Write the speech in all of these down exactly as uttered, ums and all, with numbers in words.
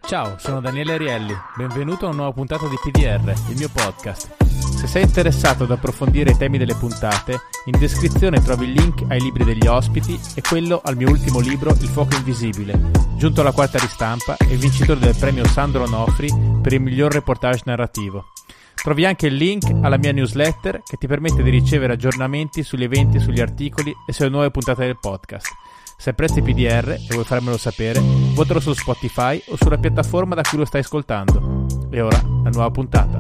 Ciao, sono Daniele Arielli, benvenuto a una nuova puntata di P D R, il mio podcast. Se sei interessato ad approfondire i temi delle puntate, in descrizione trovi il link ai libri degli ospiti e quello al mio ultimo libro Il fuoco invisibile, giunto alla quarta ristampa e vincitore del premio Sandro Onofri per il miglior reportage narrativo. Trovi anche il link alla mia newsletter che ti permette di ricevere aggiornamenti sugli eventi, sugli articoli e sulle nuove puntate del podcast. Se apprezzi P D R e vuoi farmelo sapere, votalo su Spotify o sulla piattaforma da cui lo stai ascoltando. E ora, la nuova puntata.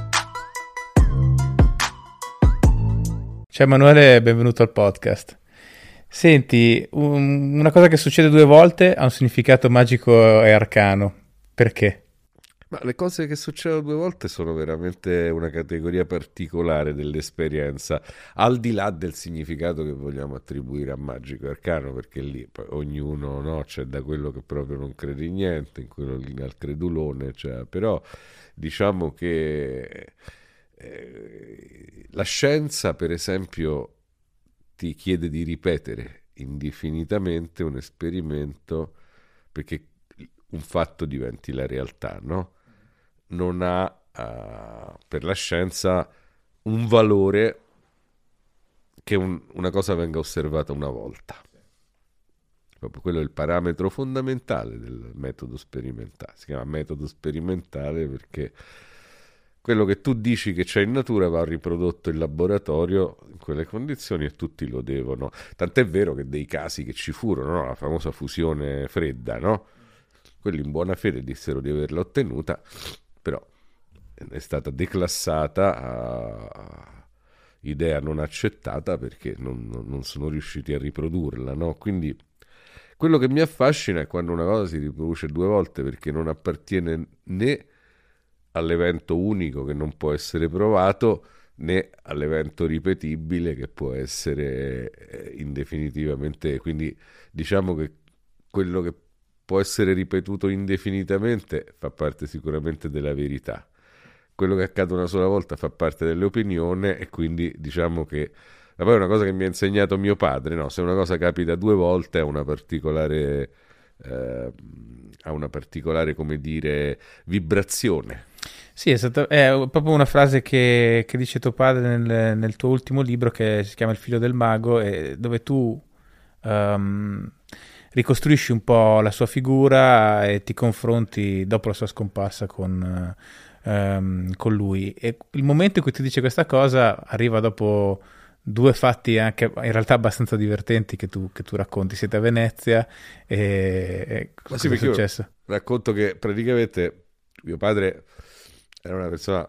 Ciao Emanuele, benvenuto al podcast. Senti, un, una cosa che succede due volte ha un significato magico e arcano. Perché? Ma le cose che succedono due volte sono veramente una categoria particolare dell'esperienza, al di là del significato che vogliamo attribuire a magico e arcano, perché lì poi ognuno, no, c'è da quello che proprio non crede in niente, in quello al credulone, cioè, però diciamo che eh, la scienza, per esempio, ti chiede di ripetere indefinitamente un esperimento perché un fatto diventi la realtà, no? Non ha uh, per la scienza un valore che un, una cosa venga osservata una volta. Proprio quello è il parametro fondamentale del metodo sperimentale. Si chiama metodo sperimentale perché quello che tu dici che c'è in natura va riprodotto in laboratorio in quelle condizioni e tutti lo devono. Tant'è vero che dei casi che ci furono, no? La famosa fusione fredda, no? Quelli in buona fede dissero di averla ottenuta, però è stata declassata a idea non accettata perché non, non sono riusciti a riprodurla, no? Quindi quello che mi affascina è quando una cosa si riproduce due volte perché non appartiene né all'evento unico che non può essere provato né all'evento ripetibile che può essere eh, indefinitivamente. Quindi diciamo che quello che può essere ripetuto indefinitamente fa parte sicuramente della verità. Quello che accade una sola volta fa parte dell'opinione e quindi diciamo che ma poi è una cosa che mi ha insegnato mio padre, no? Se una cosa capita due volte ha una particolare eh, ha una particolare, come dire, vibrazione. Sì, è, stata, è proprio una frase che, che dice tuo padre nel, nel tuo ultimo libro che si chiama Il figlio del mago, e dove tu um, ricostruisci un po' la sua figura e ti confronti dopo la sua scomparsa con, um, con lui. E il momento in cui ti dice questa cosa arriva dopo due fatti anche in realtà abbastanza divertenti che tu, che tu racconti. Siete a Venezia e, e cosa sì, è successo? Racconto che praticamente mio padre era una persona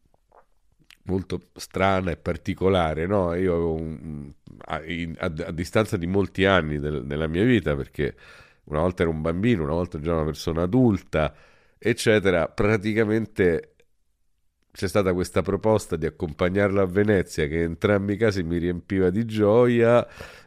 molto strana e particolare, no? Io avevo un, a, in, a, a distanza di molti anni del, della mia vita, perché una volta ero un bambino, una volta già una persona adulta, eccetera, praticamente c'è stata questa proposta di accompagnarla a Venezia che in entrambi i casi mi riempiva di gioia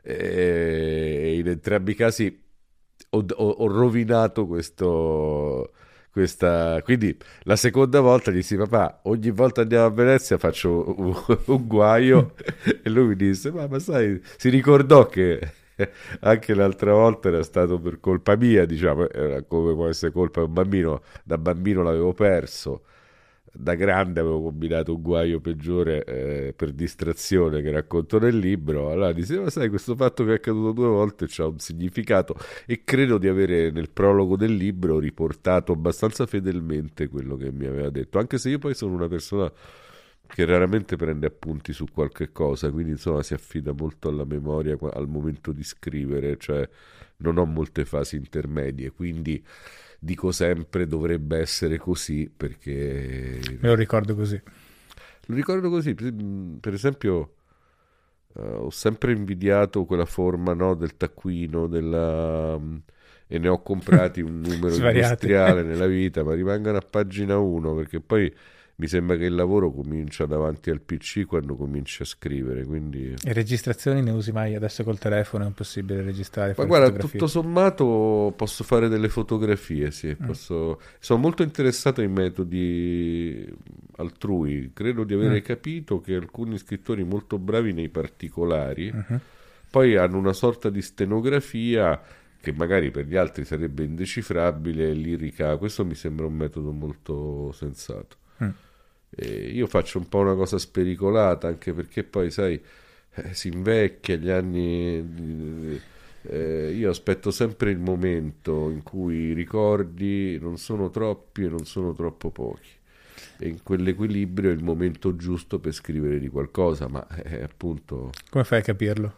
e in entrambi i casi ho, ho, ho rovinato questo... Questa... Quindi la seconda volta gli dissi: papà, ogni volta andiamo a Venezia faccio un, un guaio. E lui mi disse: ma, ma sai, si ricordò che anche l'altra volta era stato per colpa mia, diciamo, era come può essere colpa di un bambino. Da bambino l'avevo perso, da grande avevo combinato un guaio peggiore eh, per distrazione che racconto nel libro. Allora diceva: sai, questo fatto che è accaduto due volte c'ha un significato, e credo di avere nel prologo del libro riportato abbastanza fedelmente quello che mi aveva detto, anche se io poi sono una persona che raramente prende appunti su qualche cosa, quindi insomma si affida molto alla memoria al momento di scrivere, cioè non ho molte fasi intermedie, quindi dico sempre dovrebbe essere così perché Me lo ricordo così. Lo ricordo così, per esempio uh, ho sempre invidiato quella forma, no, del taccuino, della, um, e ne ho comprati un numero industriale nella vita, ma rimangono a pagina uno perché poi mi sembra che il lavoro comincia davanti al P C quando cominci a scrivere, quindi... E registrazioni ne usi mai? Adesso col telefono è impossibile registrare. Ma guarda, fotografie. Tutto sommato posso fare delle fotografie, sì. Mm. Posso... Sono molto interessato ai metodi altrui. Credo di avere mm. capito che alcuni scrittori molto bravi nei particolari uh-huh. poi hanno una sorta di stenografia che magari per gli altri sarebbe indecifrabile, e li ricava. Questo mi sembra un metodo molto sensato. Mm. E io faccio un po' una cosa spericolata, anche perché poi, sai, eh, si invecchia, gli anni... Eh, io aspetto sempre il momento in cui i ricordi non sono troppi e non sono troppo pochi. E in quell'equilibrio è il momento giusto per scrivere di qualcosa, ma eh, appunto... Come fai a capirlo?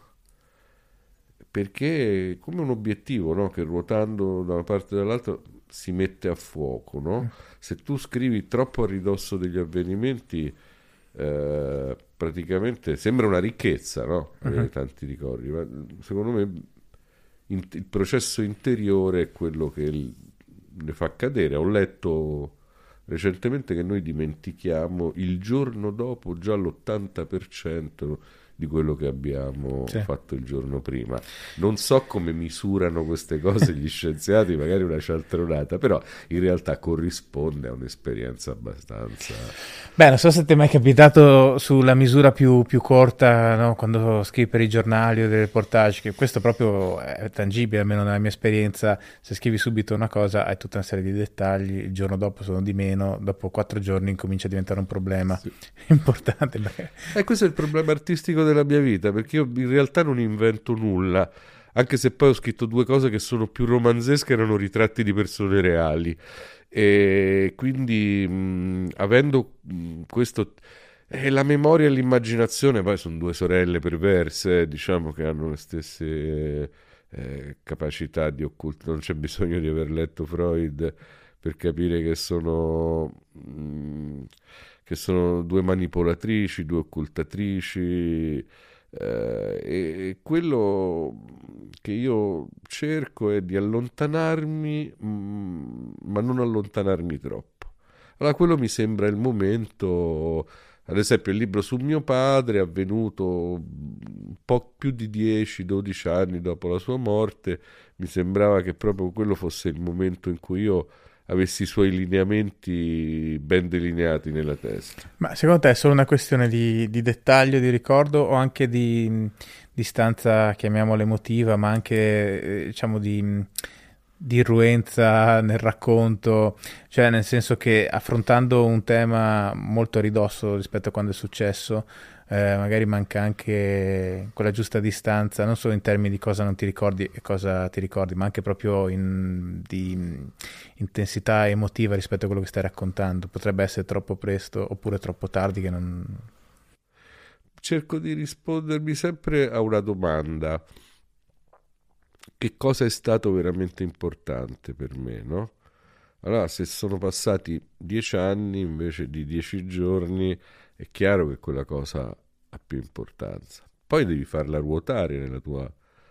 Perché è come un obiettivo, no? Che ruotando da una parte e dall'altra si mette a fuoco, no? Se tu scrivi troppo a ridosso degli avvenimenti, eh, praticamente sembra una ricchezza, no? Avere Uh-huh. tanti ricordi, ma secondo me in- il processo interiore è quello che l- ne fa cadere. Ho letto recentemente che noi dimentichiamo il giorno dopo già l'ottanta per cento di quello che abbiamo Sì. fatto il giorno prima. Non so come misurano queste cose gli scienziati, magari una cialtronata, però in realtà corrisponde a un'esperienza abbastanza... Beh, non so se ti è mai capitato sulla misura più, più corta, no? Quando scrivi per i giornali o dei reportage, che questo proprio è tangibile, almeno nella mia esperienza. Se scrivi subito una cosa hai tutta una serie di dettagli, il giorno dopo sono di meno, dopo quattro giorni incomincia a diventare un problema Sì. importante. Perché... E questo è il problema artistico della mia vita, perché io in realtà non invento nulla, anche se poi ho scritto due cose che sono più romanzesche, erano ritratti di persone reali. E quindi mh, avendo mh, questo... E la memoria e l'immaginazione poi sono due sorelle perverse, diciamo, che hanno le stesse eh, capacità di occultare. Non c'è bisogno di aver letto Freud per capire che sono, mh, che sono due manipolatrici, due occultatrici. Eh, e quello che io cerco è di allontanarmi, mh, ma non allontanarmi troppo. Allora, quello mi sembra il momento. Ad esempio, il libro su mio padre è avvenuto un po' più di dieci dodici anni dopo la sua morte. Mi sembrava che proprio quello fosse il momento in cui io avessi i suoi lineamenti ben delineati nella testa. Ma secondo te è solo una questione di, di dettaglio, di ricordo o anche di mh, distanza, chiamiamola emotiva, ma anche eh, diciamo di, mh, di irruenza nel racconto? Cioè nel senso che affrontando un tema molto a ridosso rispetto a quando è successo, eh, magari manca anche quella giusta distanza, non solo in termini di cosa non ti ricordi e cosa ti ricordi, ma anche proprio in, di mh, intensità emotiva rispetto a quello che stai raccontando. Potrebbe essere troppo presto oppure troppo tardi che non... Cerco di rispondermi sempre a una domanda: che cosa è stato veramente importante per me, no? Allora, se sono passati dieci anni invece di dieci giorni, è chiaro che quella cosa ha più importanza. Poi devi farla ruotare nella tua...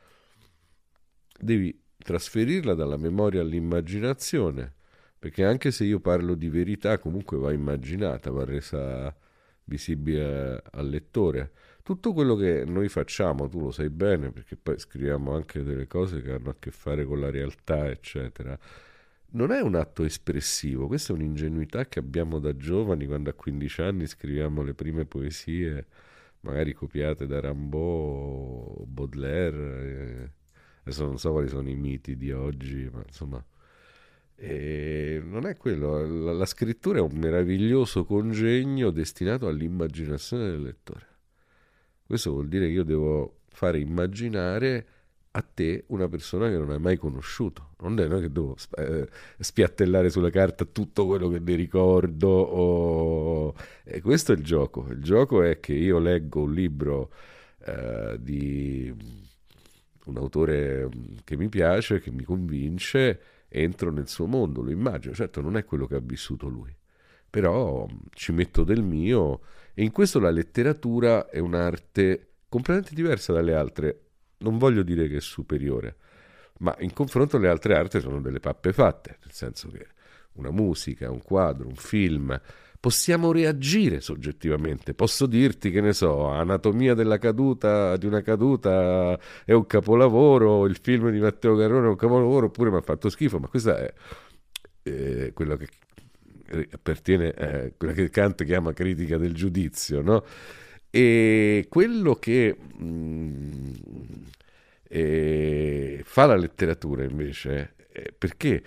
Devi trasferirla dalla memoria all'immaginazione, perché anche se io parlo di verità, comunque va immaginata, va resa visibile al lettore. Tutto quello che noi facciamo, tu lo sai bene, perché poi scriviamo anche delle cose che hanno a che fare con la realtà, eccetera. Non è un atto espressivo, questa è un'ingenuità che abbiamo da giovani, quando a quindici anni scriviamo le prime poesie, magari copiate da Rimbaud o Baudelaire. eh. Adesso non so quali sono i miti di oggi, ma insomma... E non è quello, la, la scrittura è un meraviglioso congegno destinato all'immaginazione del lettore. Questo vuol dire che io devo fare immaginare a te una persona che non hai mai conosciuto. Non è no, che devo eh, spiattellare sulla carta tutto quello che ne ricordo. O... E questo è il gioco. Il gioco è che io leggo un libro eh, di un autore che mi piace, che mi convince, entro nel suo mondo, lo immagino. Certo, non è quello che ha vissuto lui, però ci metto del mio, e in questo la letteratura è un'arte completamente diversa dalle altre. Non voglio dire che è superiore, ma in confronto alle altre arti sono delle pappe fatte, nel senso che una musica, un quadro, un film, possiamo reagire soggettivamente. Posso dirti, che ne so, Anatomia della caduta, di una caduta è un capolavoro, il film di Matteo Garrone è un capolavoro, oppure mi ha fatto schifo, ma questa è eh, quello che appartiene a quella che Kant chiama critica del giudizio, no? E quello che mh, E fa la letteratura invece eh, perché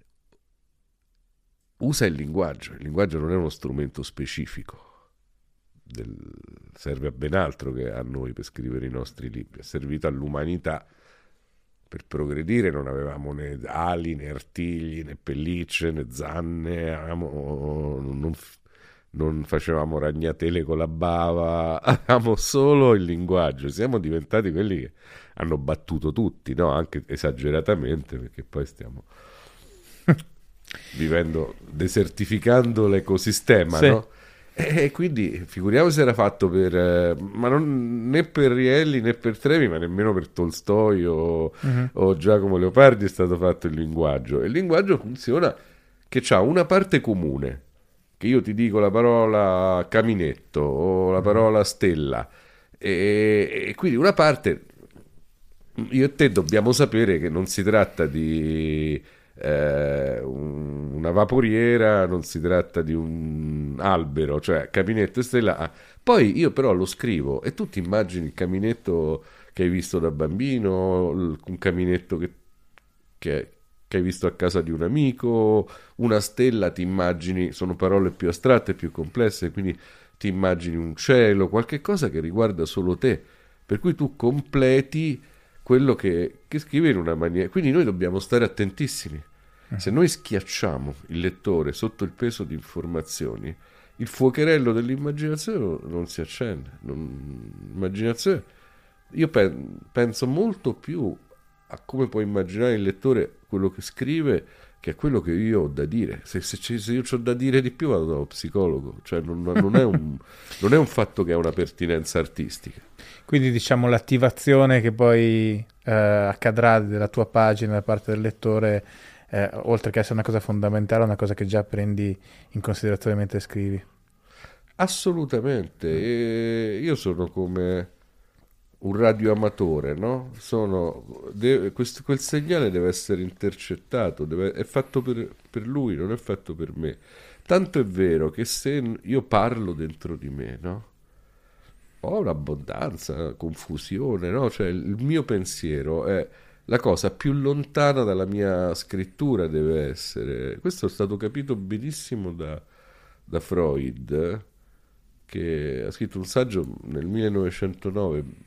usa il linguaggio. Il linguaggio non è uno strumento specifico, del... serve a ben altro che a noi per scrivere i nostri libri. È servito all'umanità per progredire. Non avevamo né ali, né artigli, né pellicce, né zanne, avevamo... non... non facevamo ragnatele con la bava, avevamo solo il linguaggio. Siamo diventati quelli che hanno battuto tutti, no? Anche esageratamente, perché poi stiamo vivendo, desertificando l'ecosistema, sì. No? E quindi figuriamoci se era fatto per eh, ma non, né per Rielli né per Trevi, ma nemmeno per Tolstoi o, uh-huh. o Giacomo Leopardi è stato fatto il linguaggio. Il linguaggio funziona che ha una parte comune, che io ti dico la parola caminetto o la parola stella, e, e quindi una parte, io e te dobbiamo sapere che non si tratta di eh, un, una vaporiera, non si tratta di un albero, cioè caminetto e stella. Poi io però lo scrivo e tu ti immagini il caminetto che hai visto da bambino, un caminetto che, che, che hai visto a casa di un amico, una stella ti immagini, sono parole più astratte, più complesse, quindi ti immagini un cielo, qualche cosa che riguarda solo te, per cui tu completi quello che, che scrivi in una maniera. Quindi noi dobbiamo stare attentissimi. Se noi schiacciamo il lettore sotto il peso di informazioni, il fuocherello dell'immaginazione non si accende. Non... Immaginazione. Io pe- penso molto più a come può immaginare il lettore quello che scrive che a quello che io ho da dire. Se, se, se io ho da dire di più vado dallo psicologo, cioè non, non, è un, non è un fatto che ha una pertinenza artistica. Quindi diciamo l'attivazione che poi eh, accadrà della tua pagina da parte del lettore, eh, oltre che essere una cosa fondamentale, è una cosa che già prendi in considerazione mentre scrivi. Assolutamente. E io sono come un radioamatore, no? Sono, deve, questo, quel segnale deve essere intercettato, deve, è fatto per, per lui, non è fatto per me. Tanto è vero che se io parlo dentro di me, no? Ho un'abbondanza, confusione, no? Cioè il mio pensiero è la cosa più lontana dalla mia scrittura, deve essere. Questo è stato capito benissimo da, da Freud, che ha scritto un saggio nel millenovecentonove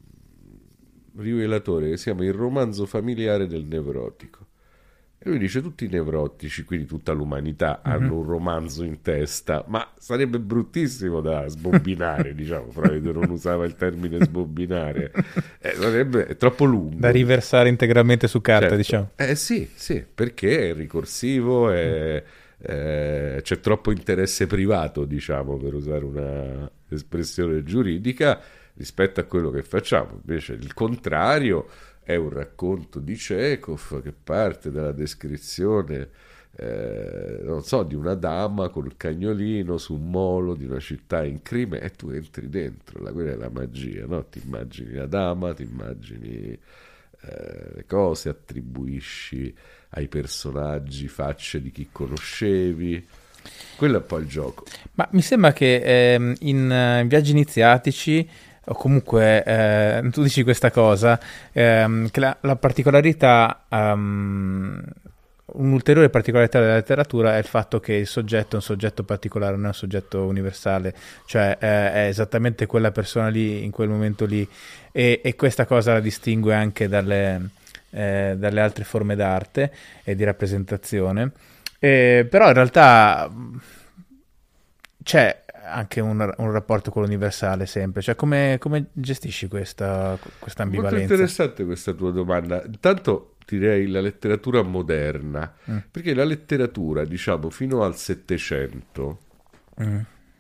rivelatore che si chiama Il romanzo familiare del nevrotico. E lui dice tutti i nevrotici, quindi tutta l'umanità, mm-hmm. hanno un romanzo in testa, ma sarebbe bruttissimo da sbobbinare, diciamo. Freud non usava il termine sbobbinare, eh, sarebbe è troppo lungo. Da riversare integralmente su carta, certo. Diciamo. Eh sì, sì, perché è ricorsivo, è, eh, c'è troppo interesse privato, diciamo, per usare una espressione giuridica, rispetto a quello che facciamo. Invece il contrario è un racconto di Chekhov che parte dalla descrizione eh, non so, di una dama col cagnolino su un molo di una città in Crimea, e tu entri dentro. La, quella è la magia, no? Ti immagini la dama, ti immagini eh, le cose, attribuisci ai personaggi facce di chi conoscevi. Quello è poi il gioco. Ma mi sembra che ehm, in, in Viaggi Iniziatici, o comunque eh, tu dici questa cosa, ehm, che la, la particolarità, um, un'ulteriore particolarità della letteratura è il fatto che il soggetto è un soggetto particolare, non è un soggetto universale, cioè eh, è esattamente quella persona lì in quel momento lì, e, e questa cosa la distingue anche dalle, eh, dalle altre forme d'arte e di rappresentazione. Eh, però in realtà c'è anche un, un rapporto con l'universale sempre, cioè come, come gestisci questa, questa ambivalenza? Molto interessante questa tua domanda. Intanto direi la letteratura moderna, mm. perché la letteratura, diciamo, fino al Settecento mm.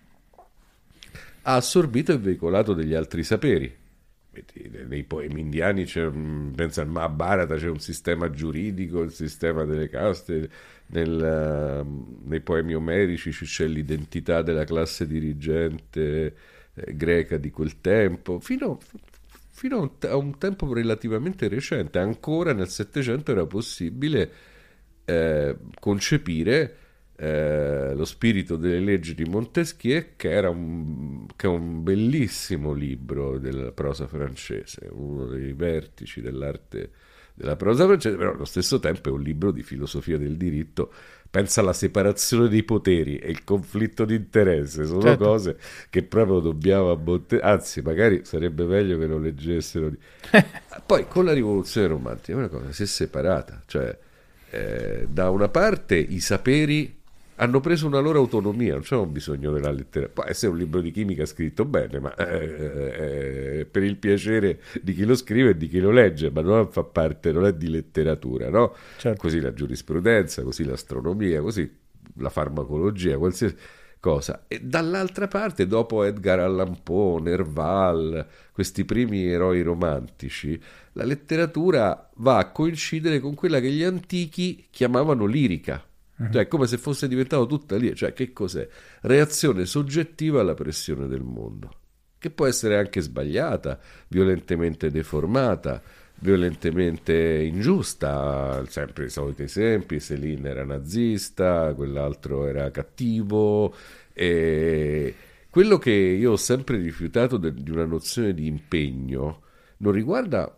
ha assorbito e veicolato degli altri saperi. Nei poemi indiani c'è, pensa al Mahabharata, c'è un sistema giuridico, il sistema delle caste. Nel, uh, nei poemi omerici c'è l'identità della classe dirigente eh, greca di quel tempo, fino, fino a, un, a un tempo relativamente recente. Ancora nel Settecento era possibile eh, concepire eh, Lo spirito delle leggi di Montesquieu, che era un, che è un bellissimo libro della prosa francese, uno dei vertici dell'arte della prosa francese, però allo stesso tempo è un libro di filosofia del diritto. Pensa alla separazione dei poteri e il conflitto di interesse, sono Certo. cose che proprio dobbiamo abbotte- anzi magari sarebbe meglio che lo leggessero. di- Poi con la rivoluzione romantica una cosa si è separata, cioè eh, da una parte i saperi hanno preso una loro autonomia, non c'è bisogno della letteratura. Può essere un libro di chimica scritto bene, ma eh, eh, per il piacere di chi lo scrive e di chi lo legge, ma non fa parte, non è di letteratura, no? Certo. Così la giurisprudenza, così l'astronomia, così la farmacologia, qualsiasi cosa. E dall'altra parte, dopo Edgar Allan Poe, Nerval, questi primi eroi romantici, la letteratura va a coincidere con quella che gli antichi chiamavano lirica. Cioè è come se fosse diventato tutta lì, cioè che cos'è? Reazione soggettiva alla pressione del mondo, che può essere anche sbagliata, violentemente deformata, violentemente ingiusta, sempre i soliti esempi: Céline era nazista, quell'altro era cattivo. E quello che io ho sempre rifiutato de- di una nozione di impegno non riguarda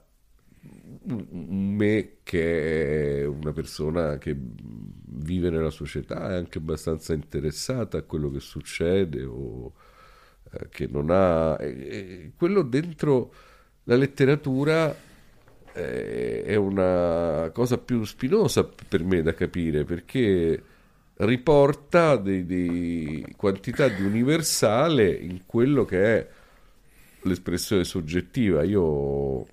me, che è una persona che vive nella società, è anche abbastanza interessata a quello che succede, o eh, che non ha e- e quello dentro la letteratura eh, è una cosa più spinosa per me da capire, perché riporta dei, dei quantità di universale in quello che è l'espressione soggettiva. Io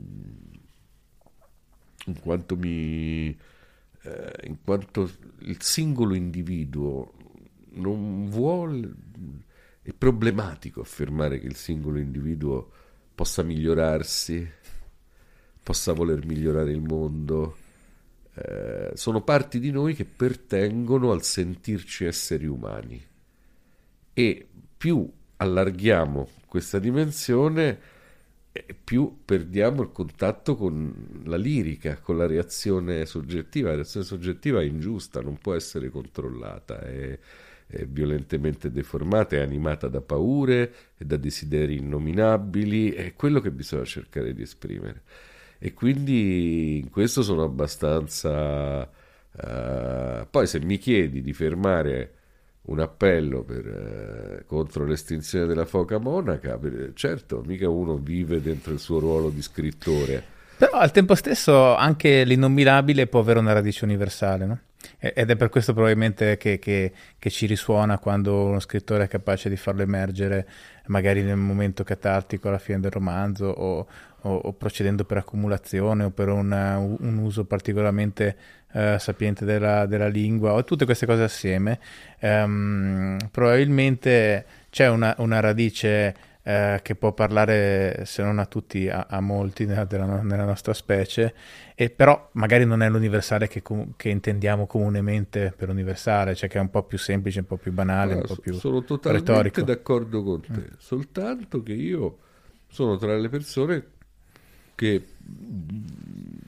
in quanto mi eh, in quanto il singolo individuo non vuole, è problematico affermare che il singolo individuo possa migliorarsi, possa voler migliorare il mondo. Eh, sono parti di noi che pertengono al sentirci esseri umani, e più allarghiamo questa dimensione, eh, più perdiamo il contatto con la lirica, con la reazione soggettiva. La reazione soggettiva è ingiusta, non può essere controllata, è, è violentemente deformata, è animata da paure e da desideri innominabili, è quello che bisogna cercare di esprimere. E quindi in questo sono abbastanza... eh, poi se mi chiedi di fermare un appello per, eh, contro l'estinzione della foca monaca, per- certo, mica uno vive dentro il suo ruolo di scrittore. Però al tempo stesso anche l'innominabile può avere una radice universale, no? E- Ed è per questo probabilmente che, che- che ci risuona quando uno scrittore è capace di farlo emergere, magari nel momento catartico alla fine del romanzo, o, o- o procedendo per accumulazione, o per una- un uso particolarmente eh, sapiente della, della lingua, o tutte queste cose assieme. Ehm, probabilmente c'è una, una radice eh, che può parlare, se non a tutti, a, a molti nella, della- nella nostra specie, e però magari non è l'universale che, com- che intendiamo comunemente per universale, cioè che è un po' più semplice, un po' più banale, un Guarda, po' so- più sono totalmente retorico. d'accordo con te, soltanto che io sono tra le persone che mm,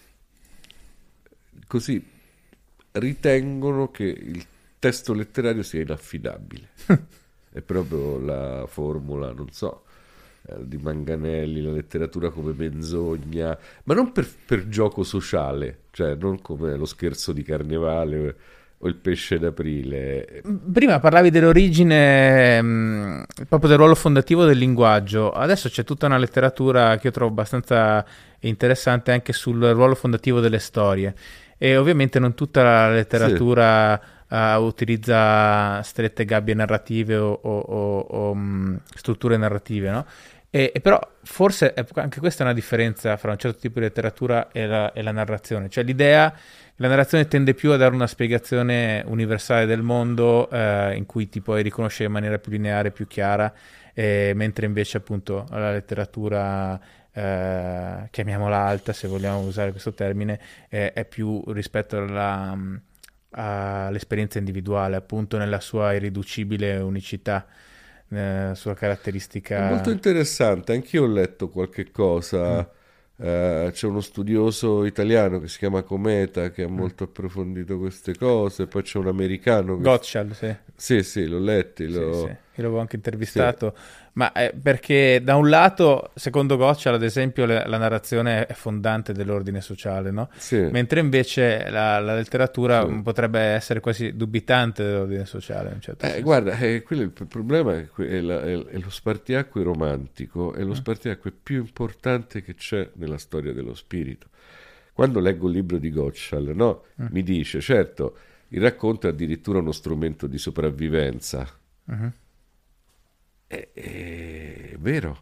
così ritengono che il testo letterario sia inaffidabile. È proprio la formula, non so, eh, di Manganelli, la letteratura come menzogna, ma non per, per gioco sociale, cioè non come lo scherzo di carnevale o il pesce d'aprile. Prima parlavi dell'origine, mh, proprio del ruolo fondativo del linguaggio. Adesso c'è tutta una letteratura che io trovo abbastanza interessante anche sul ruolo fondativo delle storie. E ovviamente non tutta la Sì, letteratura eh, utilizza strette gabbie narrative o, o- o- o, mh, strutture narrative, no? E, e però forse è- anche questa è una differenza fra un certo tipo di letteratura e la, e la narrazione. Cioè l'idea, la narrazione tende più a dare una spiegazione universale del mondo, eh, in cui ti puoi riconoscere in maniera più lineare, più chiara, eh, mentre invece appunto la letteratura, eh, chiamiamola alta se vogliamo usare questo termine, eh, è più rispetto alla, mh, all'esperienza individuale, appunto nella sua irriducibile unicità, eh, sua è molto caratteristica. interessante, anch'io ho letto qualche Mm. cosa Uh, c'è uno studioso italiano che si chiama Cometa che ha molto approfondito queste cose, poi c'è un americano che... Gottschall, sì. Sì, sì, l'ho letto. L'ho... Sì, sì. Io l'avevo anche intervistato, sì. Ma è perché da un lato, secondo Gottschall, ad esempio, le, la narrazione è fondante dell'ordine sociale, no? Sì. Mentre invece la, la letteratura sì. potrebbe essere quasi dubitante dell'ordine sociale. In un certo eh, senso. Guarda, eh, quello è il problema è, è, la, è, è lo spartiacque romantico, è lo mm. spartiacque più importante che c'è nella storia dello spirito. Quando leggo il libro di Gottschall, no? mm. mi dice, certo, il racconto è addirittura uno strumento di sopravvivenza. Mm-hmm. È, è vero,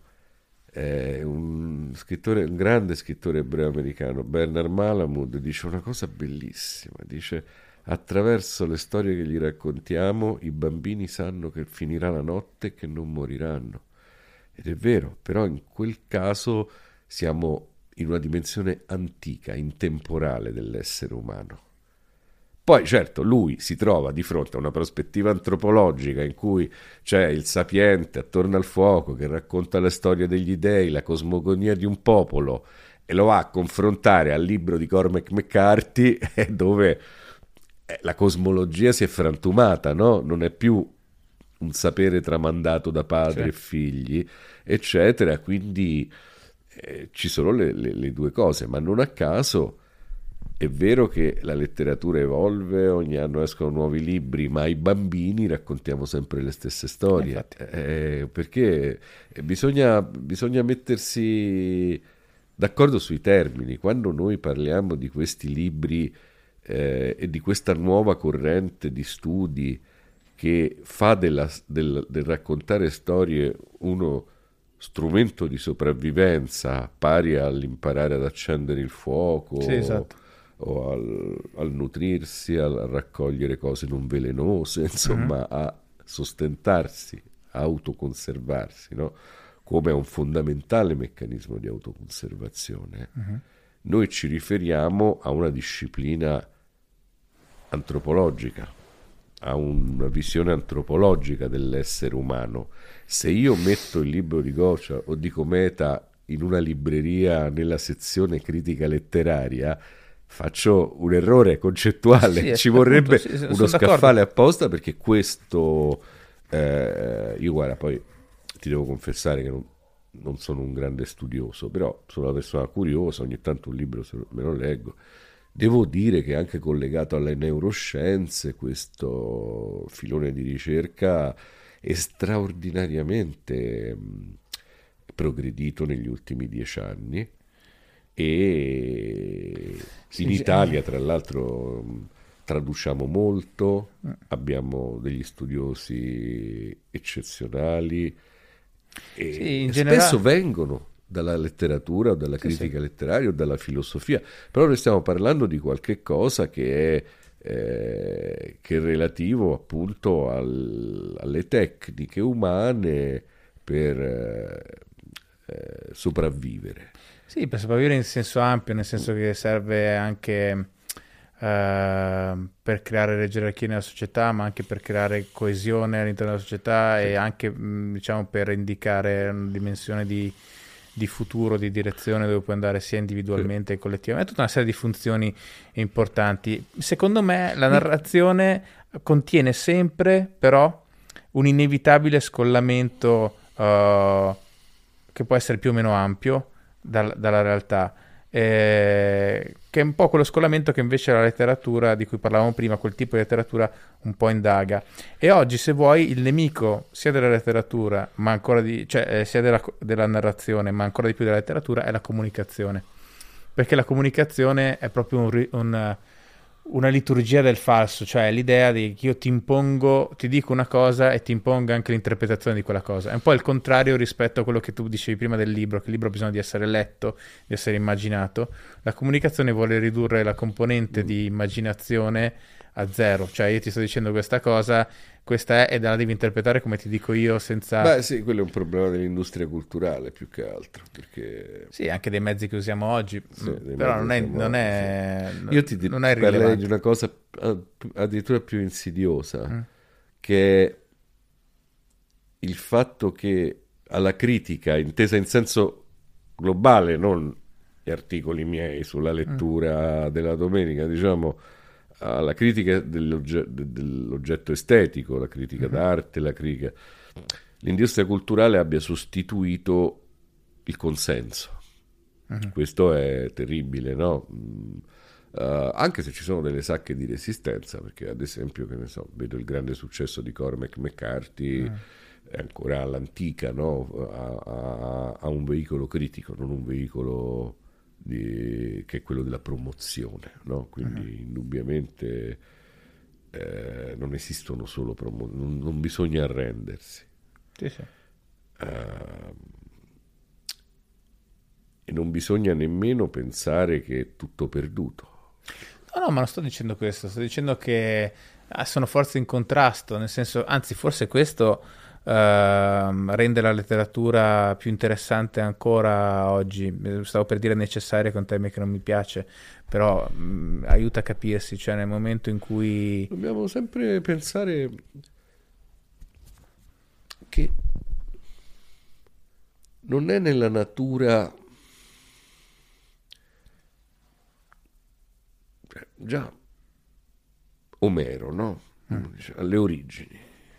è un scrittore, un grande scrittore ebreo americano, Bernard Malamud, dice una cosa bellissima, dice: attraverso le storie che gli raccontiamo i bambini sanno che finirà la notte e che non moriranno. Ed è vero, però in quel caso siamo in una dimensione antica, intemporale dell'essere umano. Poi certo lui si trova di fronte a una prospettiva antropologica in cui c'è il sapiente attorno al fuoco che racconta la storia degli dei, la cosmogonia di un popolo, e lo va a confrontare al libro di Cormac McCarthy dove la cosmologia si è frantumata, no? Non è più un sapere tramandato da padri sì. e figli, eccetera. Quindi eh, ci sono le, le, le due cose, ma non a caso è vero che la letteratura evolve, ogni anno escono nuovi libri, ma ai bambini raccontiamo sempre le stesse storie, eh, perché bisogna, bisogna mettersi d'accordo sui termini. Quando noi parliamo di questi libri eh, e di questa nuova corrente di studi che fa della, del, del raccontare storie uno strumento di sopravvivenza pari all'imparare ad accendere il fuoco, sì, esatto. o al, al nutrirsi, al, a raccogliere cose non velenose, insomma, uh-huh. a sostentarsi, a autoconservarsi, no? Come un fondamentale meccanismo di autoconservazione. Uh-huh. Noi ci riferiamo a una disciplina antropologica, a una visione antropologica dell'essere umano. Se io metto il libro di Gottschall o di Cometa in una libreria nella sezione critica letteraria, faccio un errore concettuale, sì, ci vorrebbe appunto, sì, uno scaffale apposta, perché questo eh, io guarda, poi ti devo confessare che non, non sono un grande studioso, però sono una persona curiosa, ogni tanto un libro me lo leggo. Devo dire che anche collegato alle neuroscienze questo filone di ricerca è straordinariamente mh, progredito negli ultimi dieci anni. E sì, in Italia tra l'altro traduciamo molto, abbiamo degli studiosi eccezionali e sì, spesso generale... vengono dalla letteratura o dalla critica sì, sì. letteraria o dalla filosofia, però noi stiamo parlando di qualche cosa che è, eh, che è relativo appunto al, alle tecniche umane per eh, sopravvivere. Sì, per sopravvivere in senso ampio, nel senso che serve anche uh, per creare le gerarchie nella società, ma anche per creare coesione all'interno della società e anche, diciamo, per indicare una dimensione di, di futuro, di direzione dove puoi andare sia individualmente che collettivamente. È tutta una serie di funzioni importanti. Secondo me la narrazione contiene sempre, però, un inevitabile scollamento uh, che può essere più o meno ampio Dal, dalla realtà, eh, che è un po' quello scollamento che invece la letteratura di cui parlavamo prima, quel tipo di letteratura un po' indaga. E oggi, se vuoi, il nemico sia della letteratura, ma ancora di, cioè eh, sia della, della narrazione, ma ancora di più della letteratura, è la comunicazione, perché la comunicazione è proprio un, un una liturgia del falso, cioè l'idea di che io ti impongo, ti dico una cosa e ti impongo anche l'interpretazione di quella cosa. È un po' il contrario rispetto a quello che tu dicevi prima del libro, che il libro ha bisogno di essere letto, di essere immaginato. La comunicazione vuole ridurre la componente mm. di immaginazione a zero, cioè io ti sto dicendo questa cosa, questa è, e la devi interpretare come ti dico io, senza... Beh sì, quello è un problema dell'industria culturale più che altro, perché... Sì, anche dei mezzi che usiamo oggi, sì, però non è, non è, sì. Io ti non è parlerei di una cosa addirittura più insidiosa, mm. che è il fatto che alla critica, intesa in senso globale, non gli articoli miei sulla lettura mm. della domenica, diciamo, alla critica dell'ogge- dell'oggetto estetico, la critica mm. d'arte, la critica... L'industria culturale abbia sostituito il consenso. Mm. Questo è terribile, no? Uh, anche se ci sono delle sacche di resistenza, perché ad esempio, che ne so, vedo il grande successo di Cormac McCarthy, mm. è ancora all'antica, no? ha, ha un veicolo critico, non un veicolo di, che è quello della promozione, no? Quindi mm. indubbiamente eh, non esistono solo promo- non, non bisogna arrendersi. Sì, sì. Uh, e non bisogna nemmeno pensare che è tutto perduto. No, no, ma non sto dicendo questo, sto dicendo che sono forze in contrasto, nel senso, anzi, forse questo uh, rende la letteratura più interessante ancora oggi. Stavo per dire necessaria, con un termine che non mi piace, però mh, aiuta a capirsi, cioè nel momento in cui... Dobbiamo sempre pensare che non è nella natura... Già Omero, no? Mm. Alle origini.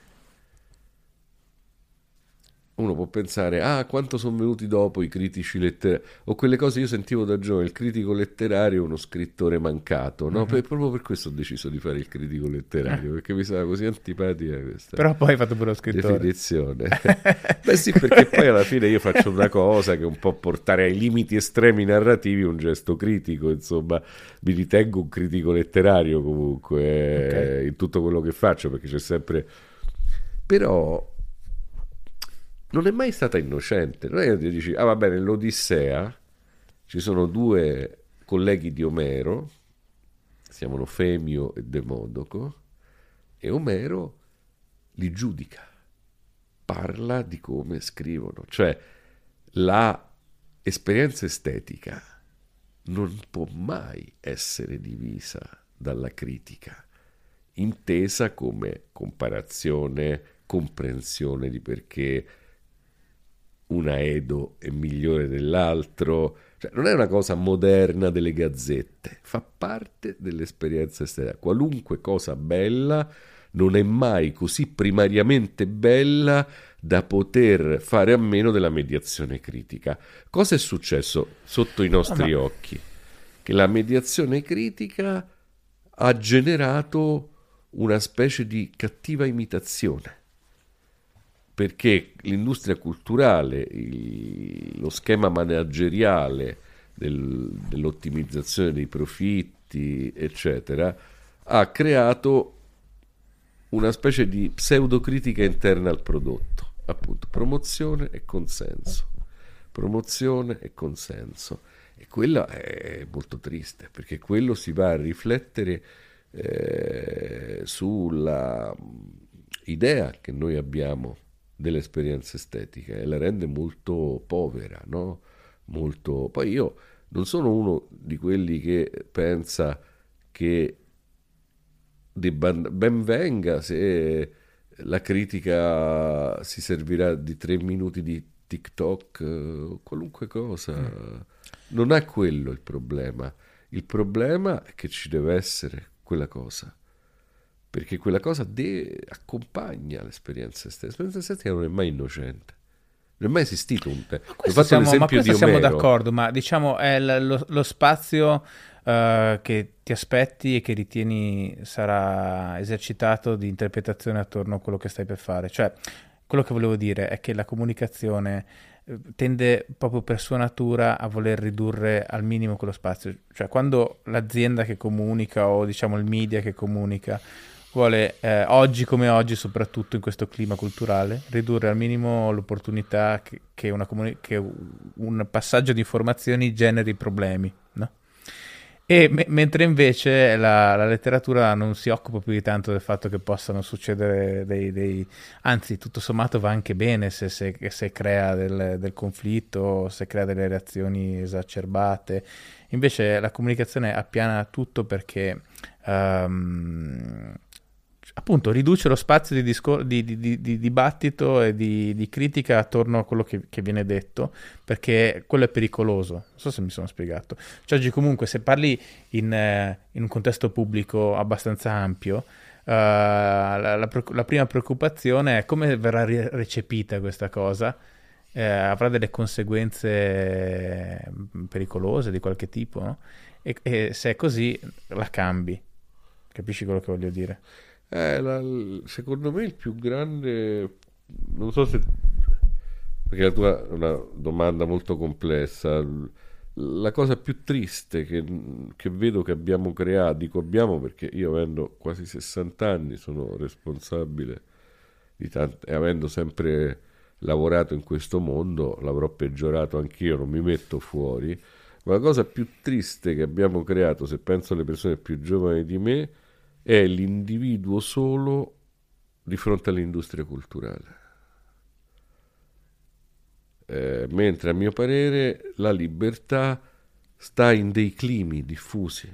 Uno può pensare, ah, quanto sono venuti dopo i critici letterari, o quelle cose. Io sentivo da giovane il critico letterario è uno scrittore mancato, no? Mm-hmm. Per, proprio per questo ho deciso di fare il critico letterario, perché mi stava così antipatica questa. Però poi hai fatto pure lo scrittore. Definizione. Beh sì, perché poi alla fine io faccio una cosa che un po' portare ai limiti estremi narrativi un gesto critico, insomma, mi ritengo un critico letterario comunque, okay. in tutto quello che faccio, perché c'è sempre... Però... non è mai stata innocente. Non è che dici, ah va bene, nell'Odissea ci sono due colleghi di Omero, si chiamano Femio e Demodoco, e Omero li giudica, parla di come scrivono. Cioè la esperienza estetica non può mai essere divisa dalla critica, intesa come comparazione, comprensione di perché una Edo è migliore dell'altro, cioè non è una cosa moderna delle gazzette, fa parte dell'esperienza estetica. Qualunque cosa bella non è mai così primariamente bella da poter fare a meno della mediazione critica. Cosa è successo sotto i nostri ah, occhi? Che la mediazione critica ha generato una specie di cattiva imitazione, perché l'industria culturale, il, lo schema manageriale del, dell'ottimizzazione dei profitti, eccetera, ha creato una specie di pseudocritica interna al prodotto, appunto, promozione e consenso, promozione e consenso. E quello è molto triste, perché quello si va a riflettere eh, sulla idea che noi abbiamo dell'esperienza estetica e la rende molto povera, no? Molto... Poi io non sono uno di quelli che pensa che debba... ben venga se la critica si servirà di tre minuti di TikTok o qualunque cosa. Mm. Non è quello il problema. Il problema è che ci deve essere quella cosa, perché quella cosa de- accompagna l'esperienza estetica. L'esperienza estetica non è mai innocente, non è mai esistito un te. Ho fatto siamo, l'esempio ma questo di siamo d'accordo, ma diciamo è l- lo, lo spazio uh, che ti aspetti e che ritieni sarà esercitato di interpretazione attorno a quello che stai per fare. Cioè, quello che volevo dire è che la comunicazione tende proprio per sua natura a voler ridurre al minimo quello spazio. Cioè, quando l'azienda che comunica o diciamo il media che comunica vuole eh, oggi come oggi, soprattutto in questo clima culturale, ridurre al minimo l'opportunità che, che, una comuni- che un passaggio di informazioni generi problemi, no? E me- mentre invece la, la letteratura non si occupa più di tanto del fatto che possano succedere dei... dei... anzi, tutto sommato va anche bene se, se, se crea del, del conflitto, se crea delle reazioni esacerbate. Invece la comunicazione appiana tutto perché um, appunto riduce lo spazio di, discor- di, di, di, di dibattito e di, di critica attorno a quello che, che viene detto, perché quello è pericoloso. Non so se mi sono spiegato. Cioè, oggi comunque se parli in, eh, in un contesto pubblico abbastanza ampio, uh, la, la, la prima preoccupazione è come verrà re- recepita questa cosa. Eh, avrà delle conseguenze pericolose di qualche tipo, no? E, e se è così la cambi. Capisci quello che voglio dire? Eh, la- secondo me il più grande, non so se, perché la tua è una domanda molto complessa, la cosa più triste che, che vedo che abbiamo creato, dico abbiamo perché io avendo quasi sessanta anni sono responsabile di tante, e avendo sempre lavorato in questo mondo, l'avrò peggiorato anch'io, non mi metto fuori, ma la cosa più triste che abbiamo creato, se penso alle persone più giovani di me, è l'individuo solo di fronte all'industria culturale. Eh, mentre a mio parere la libertà sta in dei climi diffusi.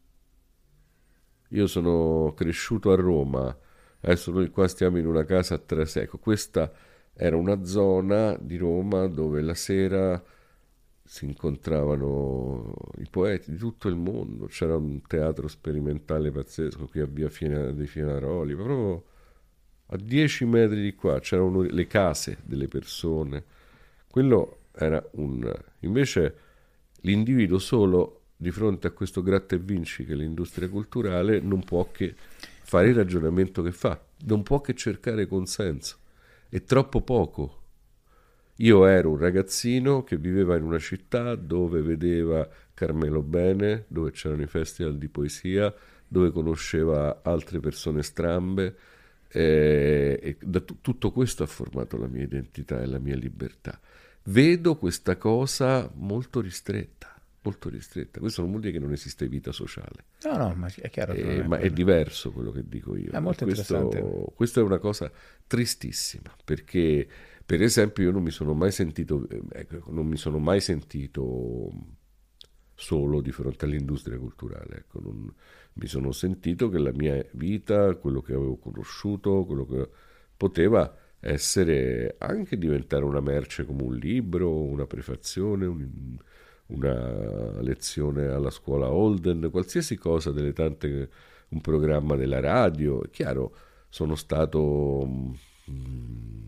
Io sono cresciuto a Roma, adesso noi qua stiamo in una casa a Traseco, questa era una zona di Roma dove la sera si incontravano i poeti di tutto il mondo, c'era un teatro sperimentale pazzesco qui a via Fiena, dei Fienaroli, ma proprio a dieci metri di qua c'erano le case delle persone. Quello era un... Invece l'individuo solo di fronte a questo gratta e vinci che è l'industria culturale non può che fare il ragionamento che fa, non può che cercare consenso. È troppo poco. Io ero un ragazzino che viveva in una città dove vedeva Carmelo Bene, dove c'erano i festival di poesia, dove conosceva altre persone strambe, eh, e da t- tutto questo ha formato la mia identità e la mia libertà. Vedo questa cosa molto ristretta, molto ristretta. Questo non vuol dire che non esiste vita sociale. No, no, ma è chiaro che Eh, non è ma è quello. diverso quello che dico io. È molto questo, interessante. questo è una cosa tristissima, perché per esempio io non mi sono mai sentito, eh, ecco, non mi sono mai sentito solo di fronte all'industria culturale, ecco, non, mi sono sentito che la mia vita, quello che avevo conosciuto, quello che poteva essere anche diventare una merce come un libro, una prefazione, un, una lezione alla scuola Holden, qualsiasi cosa delle tante, un programma della radio. È chiaro, sono stato mm,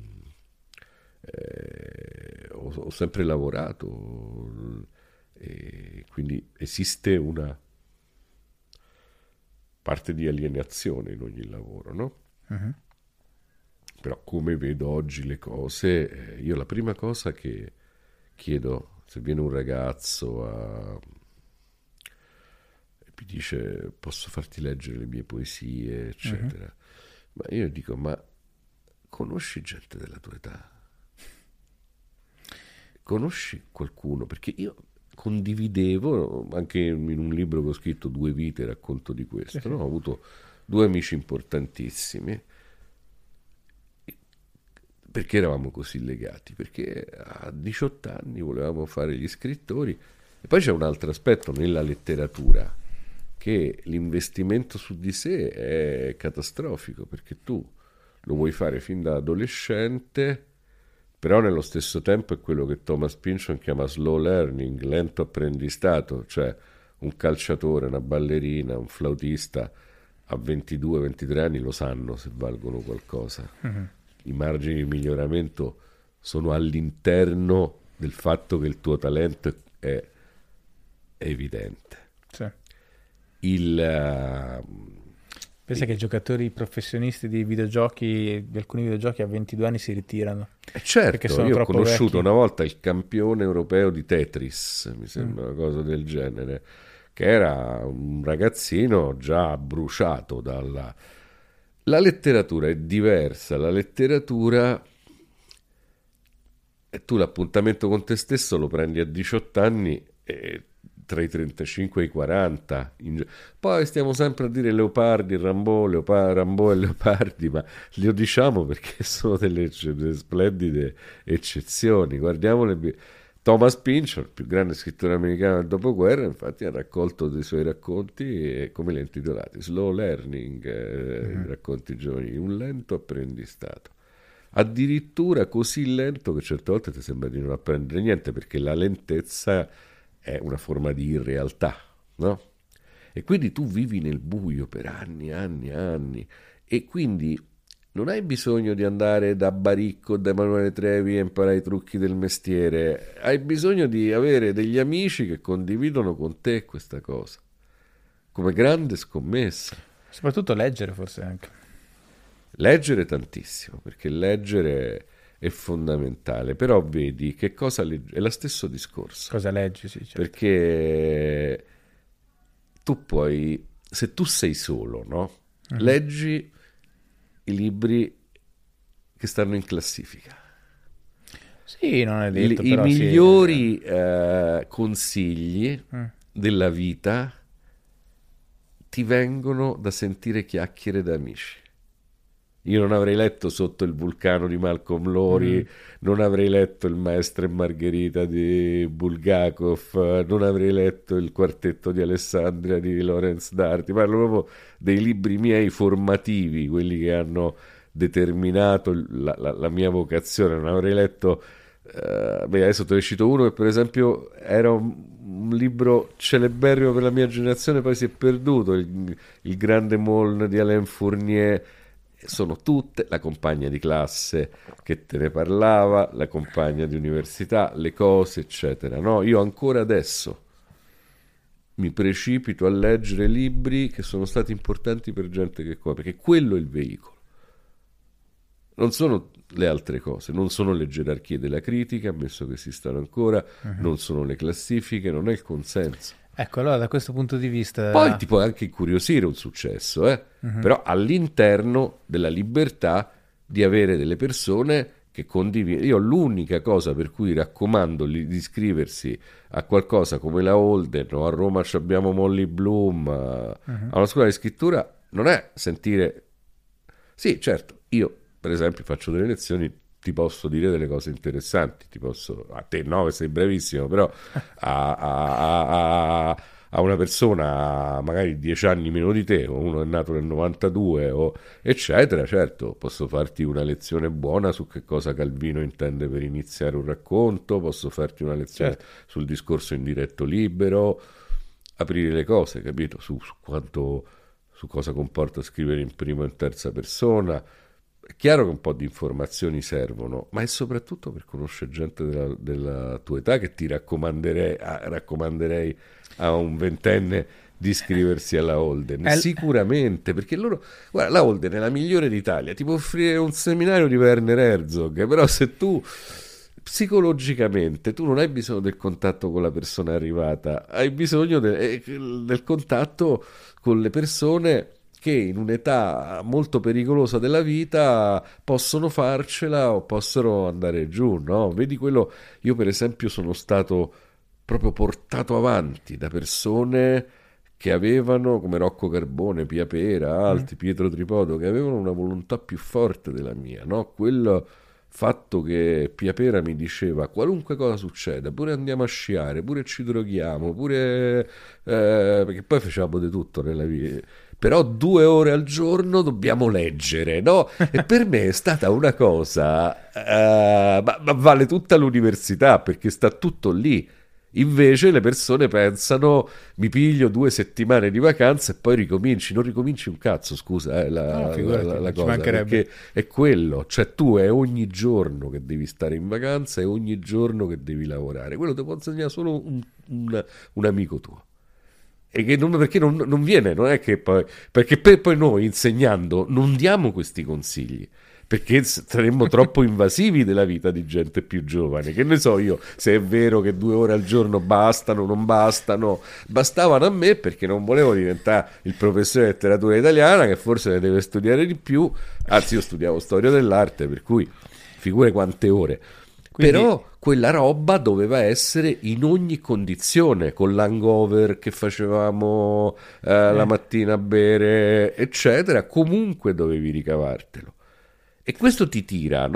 eh, ho, ho sempre lavorato, e quindi esiste una parte di alienazione in ogni lavoro, no? Uh-huh. Però come vedo oggi le cose, eh, io la prima cosa che chiedo, se viene un ragazzo a, e mi dice posso farti leggere le mie poesie, eccetera, uh-huh. Ma io dico, ma conosci gente della tua età? Conosci qualcuno? Perché io condividevo, anche in un libro che ho scritto, Due vite, racconto di questo, sì, no? Ho avuto due amici importantissimi. Perché eravamo così legati? Perché a diciotto anni volevamo fare gli scrittori. E poi c'è un altro aspetto nella letteratura, che l'investimento su di sé è catastrofico, perché tu lo vuoi fare fin da adolescente, però nello stesso tempo è quello che Thomas Pynchon chiama slow learning, lento apprendistato, cioè un calciatore, una ballerina, un flautista a ventidue ventitré anni lo sanno se valgono qualcosa. Uh-huh. I margini di miglioramento sono all'interno del fatto che il tuo talento è, è evidente. Sì. Il... Uh, Pensa che i giocatori professionisti di videogiochi, di alcuni videogiochi a ventidue anni si ritirano. Eh certo, sono io ho conosciuto vecchi. una volta il campione europeo di Tetris, mi sembra mm. una cosa del genere, che era un ragazzino già bruciato dalla... La letteratura è diversa, la letteratura... E tu l'appuntamento con te stesso lo prendi a diciotto anni e... tra i trentacinque e i quaranta, in... poi stiamo sempre a dire Leopardi, Rimbaud, Leopard, Rimbaud e Leopardi, ma lo diciamo perché sono delle, delle splendide eccezioni. Guardiamo le... Thomas Pynchon, il più grande scrittore americano del dopoguerra, infatti ha raccolto dei suoi racconti, e come li ha intitolati? Slow Learning, eh, mm-hmm. racconti giovanili, un lento apprendistato. Addirittura così lento che certe volte ti sembra di non apprendere niente, perché la lentezza è una forma di irrealtà, no? E quindi tu vivi nel buio per anni, anni, anni, e quindi non hai bisogno di andare da Baricco, da Emanuele Trevi e imparare i trucchi del mestiere, hai bisogno di avere degli amici che condividono con te questa cosa, come grande scommessa. Soprattutto leggere, forse anche. Leggere tantissimo, perché leggere è fondamentale, però vedi che cosa leggi, è lo stesso discorso. Cosa leggi, sì, certo. Perché tu puoi, se tu sei solo, no? Uh-huh. Leggi i libri che stanno in classifica. Sì, non è detto, I, però i migliori sì. eh, consigli mm. della vita ti vengono da sentire chiacchiere da amici. Io non avrei letto Sotto il vulcano di Malcolm Lowry, mm. non avrei letto Il maestro e Margherita di Bulgakov, non avrei letto Il quartetto di Alessandria di Lawrence Darty. Parlo proprio dei libri miei formativi, quelli che hanno determinato la, la, la mia vocazione. Non avrei letto, uh, beh, adesso te ne cito uno che per esempio era un, un libro celeberrimo per la mia generazione, poi si è perduto, il, il Grande Moln di Alain Fournier. Sono tutte la compagna di classe che te ne parlava, la compagna di università, le cose, eccetera. No, io ancora adesso mi precipito a leggere libri che sono stati importanti per gente che qua, perché quello è il veicolo. Non sono le altre cose, non sono le gerarchie della critica, ammesso che esistano ancora, uh-huh. non sono le classifiche, non è il consenso. Ecco, allora da questo punto di vista... Poi ti può anche incuriosire un successo, eh? uh-huh. però all'interno della libertà di avere delle persone che condividono. Io l'unica cosa per cui raccomando di iscriversi a qualcosa come la Holden, o a Roma abbiamo Molly Bloom, a uh-huh. una scuola di scrittura, non è sentire... Sì, certo, io per esempio faccio delle lezioni, ti posso dire delle cose interessanti, ti posso, a te no, sei brevissimo, però a, a, a, a una persona magari dieci anni meno di te, o uno è nato nel novantadue, o eccetera, certo, posso farti una lezione buona su che cosa Calvino intende per iniziare un racconto, posso farti una lezione certo. sul discorso indiretto libero, aprire le cose, capito, su, su quanto, su cosa comporta scrivere in prima e in terza persona. È chiaro che un po' di informazioni servono, ma è soprattutto per conoscere gente della, della tua età, che ti raccomanderei a, raccomanderei a un ventenne di iscriversi alla Holden. El... Sicuramente, perché loro... Guarda, la Holden è la migliore d'Italia, ti può offrire un seminario di Werner Herzog, però se tu psicologicamente tu non hai bisogno del contatto con la persona arrivata, hai bisogno de, del contatto con le persone che in un'età molto pericolosa della vita possono farcela o possono andare giù, no? Vedi quello, io per esempio sono stato proprio portato avanti da persone che avevano, come Rocco Carbone, Pia Pera, altri, mm. Pietro Tripoto, che avevano una volontà più forte della mia, no? Quello fatto che Pia Pera mi diceva qualunque cosa succeda, pure andiamo a sciare, pure ci droghiamo, pure eh, perché poi facciamo di tutto nella vita, però due ore al giorno dobbiamo leggere, no? E per me è stata una cosa uh, ma, ma vale tutta l'università, perché sta tutto lì. Invece le persone pensano mi piglio due settimane di vacanza e poi ricominci, non ricominci un cazzo, scusa, eh, la, no, figurati, la, la cosa, perché è quello, cioè tu è ogni giorno che devi stare in vacanza e ogni giorno che devi lavorare, quello ti può insegnare solo un, un, un amico tuo. E che non, perché non, non viene, non è che poi, perché per, poi noi insegnando non diamo questi consigli, perché saremmo troppo invasivi della vita di gente più giovane. Che ne so io se è vero che due ore al giorno bastano, non bastano, bastavano a me perché non volevo diventare il professore di letteratura italiana, che forse ne deve studiare di più, anzi io studiavo storia dell'arte, per cui figure quante ore. Quindi... Però quella roba doveva essere in ogni condizione, con l'hangover che facevamo eh, eh. la mattina a bere, eccetera, comunque dovevi ricavartelo. E questo ti tira, no?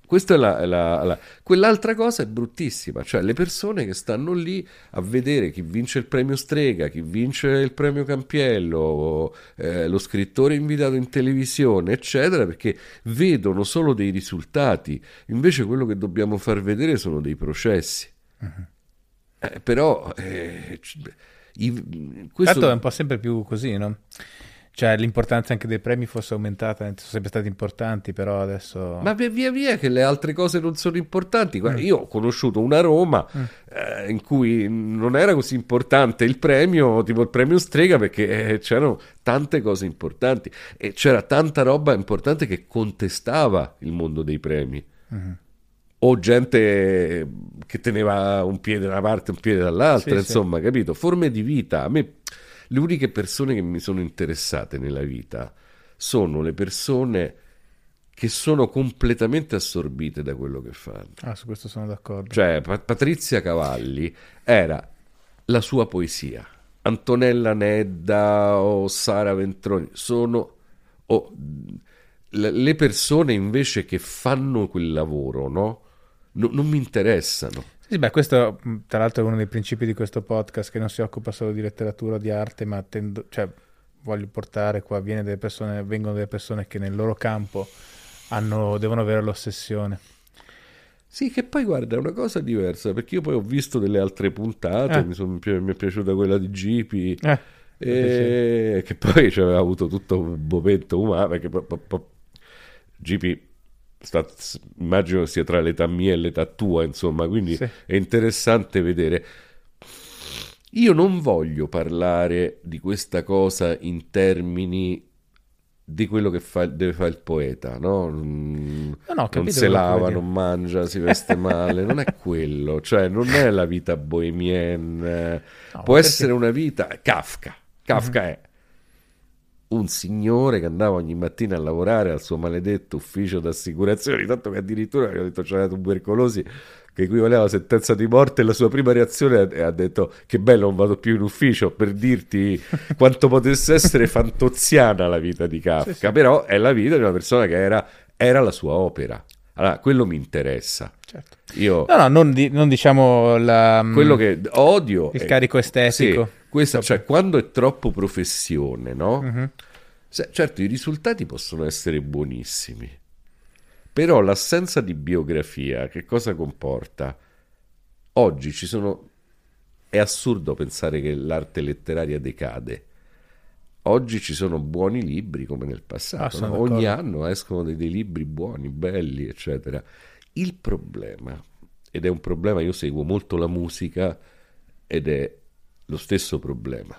Questa è la, la- la- Quell'altra cosa è bruttissima, cioè le persone che stanno lì a vedere chi vince il premio Strega, chi vince il premio Campiello, eh, lo scrittore invitato in televisione, eccetera, perché vedono solo dei risultati, invece quello che dobbiamo far vedere sono dei processi. Eh, però eh, c- i- questo... Tanto è un po' sempre più così, no? Cioè l'importanza anche dei premi fosse aumentata, sono sempre stati importanti, però adesso... Ma via via via che le altre cose non sono importanti. Guarda, Mm. io ho conosciuto una Roma Mm. eh, in cui non era così importante il premio, tipo il premio Strega, perché eh, c'erano tante cose importanti e c'era tanta roba importante che contestava il mondo dei premi. Mhm. O gente che teneva un piede da una parte e un piede dall'altra, Sì, sì. insomma, capito? Forme di vita. A me le uniche persone che mi sono interessate nella vita sono le persone che sono completamente assorbite da quello che fanno. Ah, su questo sono d'accordo. Cioè, Pa- Patrizia Cavalli era la sua poesia. Antonella Nedda o Sara Ventroni sono o, le le persone invece che fanno quel lavoro, no? No- non mi interessano. Sì, beh, questo mh, tra l'altro è uno dei principi di questo podcast, che non si occupa solo di letteratura o di arte, ma tendo, cioè, voglio portare qua, viene delle persone, vengono delle persone che nel loro campo hanno, devono avere l'ossessione. Sì, che poi guarda, è una cosa diversa, perché io poi ho visto delle altre puntate, Eh. mi, son- mi è piaciuta quella di Gipi, Eh, e che poi ci aveva avuto tutto un momento umano, perché poi, poi- poi Gipi sta- immagino sia tra l'età mia e l'età tua, insomma, quindi sì. è interessante vedere. Io non voglio parlare di questa cosa in termini di quello che fa- deve fare il poeta, no? Mm, No, no, ho non capito si quello che lava, vuoi dire. non mangia, si veste male, non è quello, cioè non è la vita bohemienne, No, può ma essere perché- una vita. Kafka, Kafka è un signore che andava ogni mattina a lavorare al suo maledetto ufficio d'assicurazione, tanto che addirittura aveva detto c'era tubercolosi che equivaleva a sentenza di morte, e la sua prima reazione è- ha detto che bello, non vado più in ufficio, per dirti quanto potesse essere fantoziana la vita di Kafka. Sì, sì. Però è la vita di una persona che era, era la sua opera. Allora, quello mi interessa. Certo. Io No, no, non, di- non diciamo la, mh, quello che odio il è- carico estetico. Sì, questa, Sopra. cioè, quando è troppo professione, no? Mhm. Se- certo, i risultati possono essere buonissimi, però l'assenza di biografia che cosa comporta? Oggi ci sono... È assurdo pensare che l'arte letteraria decade. Oggi ci sono buoni libri come nel Ah, passato, sono no? Ogni d'accordo. anno escono dei, dei libri buoni, belli, eccetera. Il problema, ed è un problema, io seguo molto la musica ed è lo stesso problema.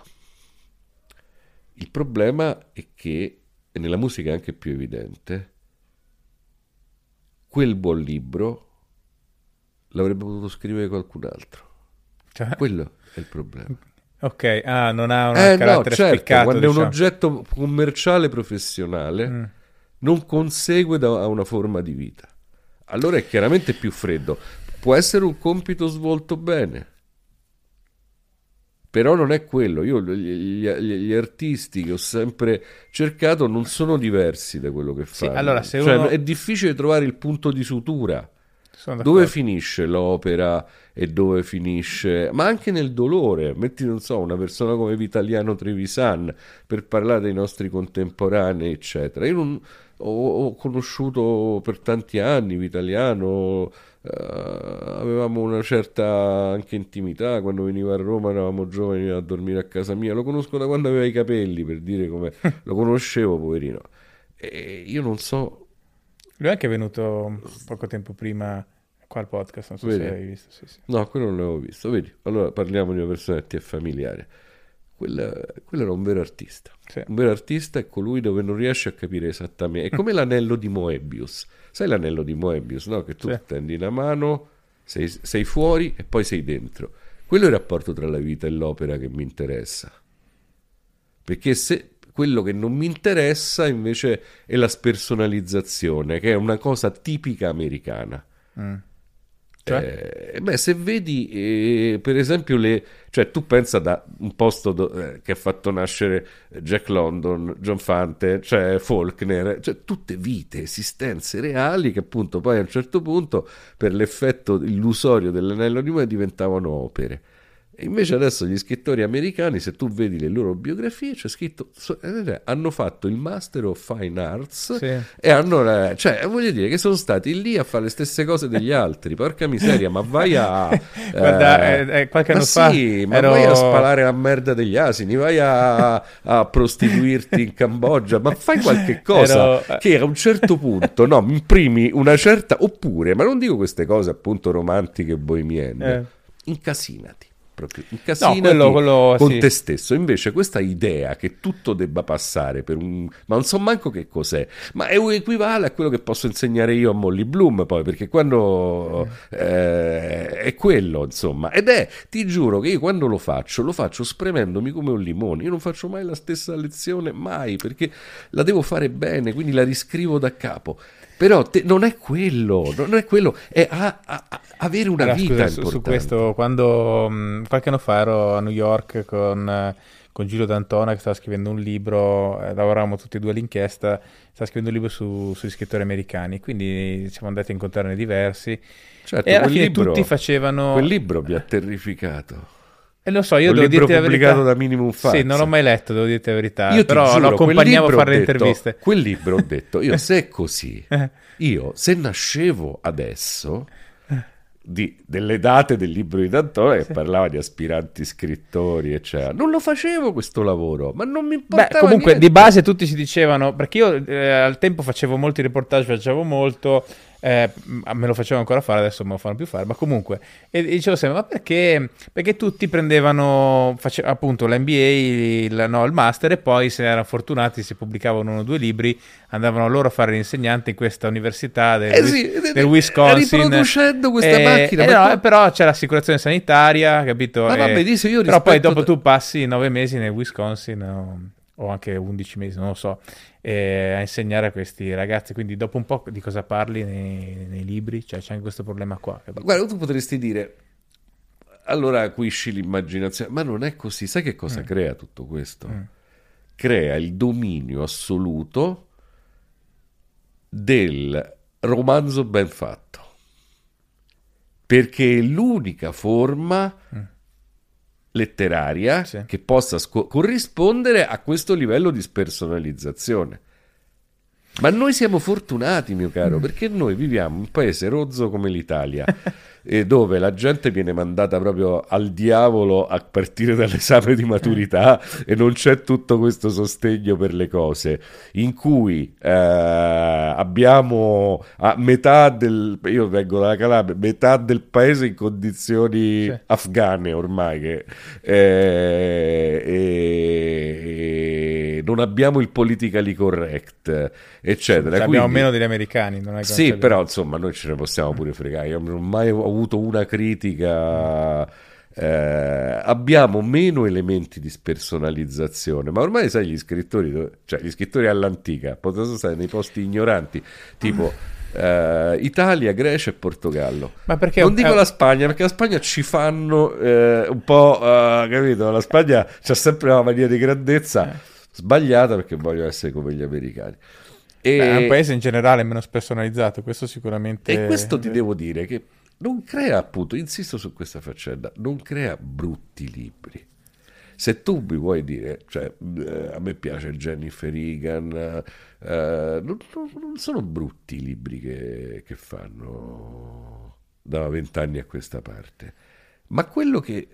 Il problema è che, e nella musica è anche più evidente, quel buon libro l'avrebbe potuto scrivere qualcun altro. Cioè, Quello è il problema. ok, ah, non ha un Eh no, carattere certo, spiccato, quando è un diciamo. oggetto commerciale professionale Mm. non consegue da a una forma di vita. Allora è chiaramente più freddo. Può essere un compito svolto bene, però non è quello. Io gli, gli- gli artisti che ho sempre cercato non sono diversi da quello che Sì, fanno. allora, se Cioè, uno- è difficile trovare il punto di sutura. Sono Dove d'accordo. finisce l'opera e dove finisce, ma anche nel dolore. Metti, non so, una persona come Vitaliano Trevisan per parlare dei nostri contemporanei, eccetera. Io non, ho, ho conosciuto per tanti anni Vitaliano, eh, avevamo una certa anche intimità. Quando veniva a Roma eravamo giovani, veniva a dormire a casa mia. Lo conosco da quando aveva i capelli, per dire come lo conoscevo, poverino. E io non so. Lui è anche venuto poco tempo prima qua al podcast, non so Vedi? se hai visto. Sì, sì. No, quello non l'avevo visto. Vedi, allora parliamo di una persona che ti è familiare. Quella- quello era un vero artista. Sì. Un vero artista è colui dove non riesci a capire esattamente. È come l'anello di Moebius. Sai l'anello di Moebius, no? Che tu Sì. tendi la mano, sei, sei fuori e poi sei dentro. Quello è il rapporto tra la vita e l'opera che mi interessa. Perché se quello che non mi interessa invece è la spersonalizzazione, che è una cosa tipica americana. Mm. Cioè? Eh, beh, se vedi eh, per esempio le, cioè tu pensa da un posto do, eh, che ha fatto nascere Jack London, John Fante, cioè Faulkner, cioè tutte vite, esistenze reali che appunto poi a un certo punto per l'effetto illusorio dell'anello di Moe diventavano opere. E invece adesso gli scrittori americani, se tu vedi le loro biografie, c'è scritto eh, hanno fatto il Master of Fine Arts, sì. E hanno, cioè voglio dire che sono stati lì a fare le stesse cose degli altri. Porca miseria, ma vai a guarda, eh, eh, qualche ma anno sì, fa ma ero... vai a spalare la merda degli asini, vai a, a prostituirti in Cambogia, ma fai qualche cosa ero... che a un certo punto no, imprimi una certa, oppure, ma non dico queste cose appunto romantiche bohemienne, eh. incasinati. Proprio incasinati, no, quello, quello, con sì. te stesso. Invece questa idea che tutto debba passare per un... ma non so manco che cos'è, ma è un equivale a quello che posso insegnare io a Molly Bloom poi, perché quando eh, è quello insomma, ed è, ti giuro che io quando lo faccio lo faccio spremendomi come un limone. Io non faccio mai la stessa lezione, mai, perché la devo fare bene, quindi la riscrivo da capo. Però te, non è quello, non è quello, è a, a, a avere una allora, vita scusa, importante. Su questo, quando mh, qualche anno fa ero a New York con, con Giulio D'Antona che stava scrivendo un libro, eh, lavoravamo tutti e due all'inchiesta, stava scrivendo un libro su, sugli scrittori americani, quindi siamo andati a incontrarne diversi. Certo, e alla fine libro, tutti facevano... Quel libro mi ha terrificato. E lo so, io un devo libro dirti pubblicato la verità. da Minimum Fax. Sì, non l'ho mai letto, devo dirti la verità. Io però giuro, lo accompagnavo a fare le detto, interviste. Quel libro ho detto, io se è così, io se nascevo adesso di, delle date del libro di D'Antona che sì. parlava di aspiranti scrittori, eccetera, non lo facevo questo lavoro, ma non mi importava. Beh, comunque niente. Di base tutti si dicevano, perché io eh, al tempo facevo molti reportage, facevo molto. Eh, me lo facevano ancora fare, adesso non me lo fanno più fare, ma comunque e dicevo sempre, ma perché perché tutti prendevano face, appunto l'M B A, il, no, il master, e poi se erano fortunati si pubblicavano uno o due libri, andavano loro a fare l'insegnante in questa università del, eh sì, del Wisconsin, riproducendo questa eh, macchina eh, no, però c'è l'assicurazione sanitaria, capito? Ma vabbè, dice, io però poi dopo da... tu passi nove mesi nel Wisconsin o, o anche undici mesi, non lo so, eh, a insegnare a questi ragazzi, quindi dopo un po' di cosa parli nei, nei libri, cioè c'è anche questo problema qua, capito? Guarda, tu potresti dire allora acuisci l'immaginazione, ma non è così. Sai che cosa mm. crea tutto questo? Mm. Crea il dominio assoluto del romanzo ben fatto, perché è l'unica forma mm. letteraria sì. che possa sco- corrispondere a questo livello di spersonalizzazione. Ma noi siamo fortunati, mio caro, perché noi viviamo in un paese rozzo come l'Italia, e dove la gente viene mandata proprio al diavolo a partire dall'esame di maturità e non c'è tutto questo sostegno per le cose, in cui eh, abbiamo a metà del, io vengo dalla Calabria, metà del paese in condizioni sì. afghane ormai, che, eh, e, e non abbiamo il politically correct, eccetera. Sì, Quindi, abbiamo meno degli americani, non è che sì, però insomma noi ce ne possiamo pure fregare. Io non ho mai avuto una critica. Eh, abbiamo meno elementi di spersonalizzazione, ma ormai sai gli scrittori, cioè gli scrittori all'antica possono stare nei posti ignoranti, tipo eh, Italia, Grecia e Portogallo. Ma perché non dico eh, la Spagna, perché la Spagna ci fanno eh, un po', uh, capito? La Spagna c'ha sempre una mania di grandezza eh. sbagliata, perché vogliono essere come gli americani. E Beh, è un paese in generale meno spersonalizzato, questo sicuramente. E questo ti devo dire che non crea, appunto, insisto su questa faccenda, non crea brutti libri. Se tu mi vuoi dire, cioè, eh, a me piace Jennifer Egan, eh, non, non sono brutti i libri che, che fanno da vent'anni a questa parte, ma quello che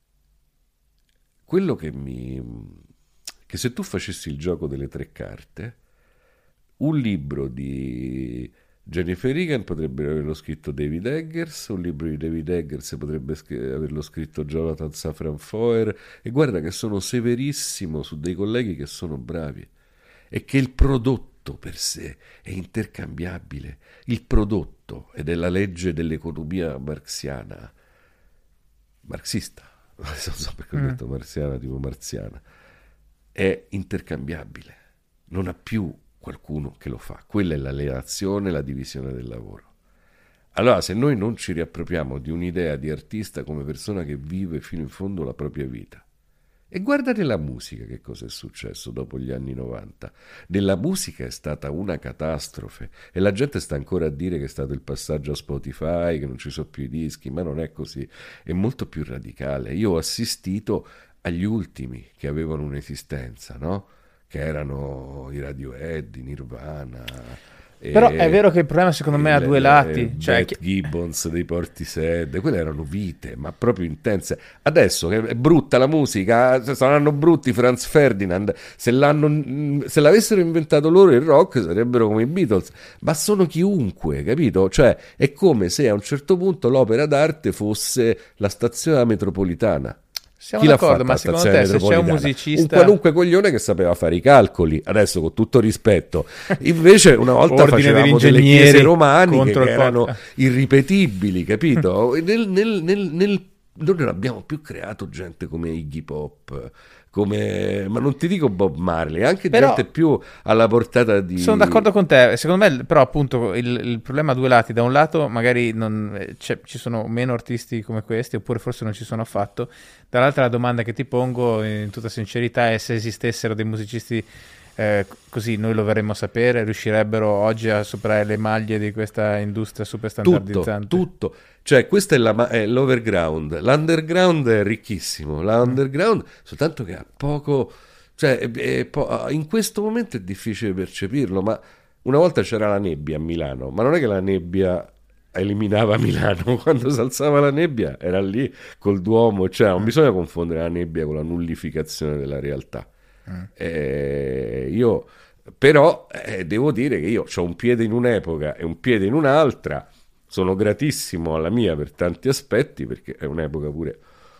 quello che mi che se tu facessi il gioco delle tre carte, un libro di Jennifer Egan potrebbe averlo scritto David Eggers, un libro di David Eggers potrebbe sch- averlo scritto Jonathan Safran Foer, e guarda che sono severissimo su dei colleghi che sono bravi, e che il prodotto per sé è intercambiabile. Il prodotto, ed è la legge dell'economia marxiana, marxista, non so perché ho mm. detto marziana, tipo marziana, è intercambiabile, non ha più qualcuno che lo fa. Quella è l'alienazione, la divisione del lavoro. Allora, se noi non ci riappropriamo di un'idea di artista come persona che vive fino in fondo la propria vita, e guardate la musica, che cosa è successo dopo gli anni novanta. Della musica è stata una catastrofe e la gente sta ancora a dire che è stato il passaggio a Spotify, che non ci sono più i dischi, ma non è così, è molto più radicale. Io ho assistito agli ultimi che avevano un'esistenza, no? Che erano i Radiohead, i Nirvana. Però è vero che il problema secondo me ha due lati, cioè Beth Gibbons dei Portishead, quelle erano vite, ma proprio intense. Adesso che è brutta la musica, saranno brutti Franz Ferdinand, se l'hanno, se l'avessero inventato loro il rock sarebbero come i Beatles, ma sono chiunque, capito? Cioè è come se a un certo punto l'opera d'arte fosse la stazione metropolitana. Siamo Chi l'ha d'accordo, fatta ma la secondo stazione te se c'è un metropolitana? musicista... Un qualunque coglione che sapeva fare i calcoli, adesso con tutto rispetto. Invece una volta Ordine facevamo degli delle chiese ingegneri romaniche contro che il erano podcast. irripetibili, capito? Nel, nel, nel, nel... Noi non abbiamo più creato gente come Iggy Pop, come... ma non ti dico Bob Marley, anche Però- gente più alla portata di... Sono d'accordo con te, secondo me però appunto il, il problema ha due lati, da un lato magari non, eh, c'è- ci sono meno artisti come questi oppure forse non ci sono affatto, dall'altra la domanda che ti pongo in tutta sincerità è se esistessero dei musicisti eh, così noi lo verremmo a sapere, riuscirebbero oggi a superare le maglie di questa industria super Tutto, standardizzante. tutto. Cioè, questo è, la, ma- è l'overground. L'underground è ricchissimo. L'underground, soltanto che ha poco. Cioè, è- è po- in questo momento è difficile percepirlo. Ma una volta c'era la nebbia a Milano, ma non è che la nebbia eliminava Milano. Quando si alzava la nebbia era lì col Duomo. Cioè, non bisogna confondere la nebbia con la nullificazione della realtà. Eh, io però eh, devo dire che io ho un piede in un'epoca e un piede in un'altra. Sono gratissimo alla mia per tanti aspetti, perché è un'epoca pure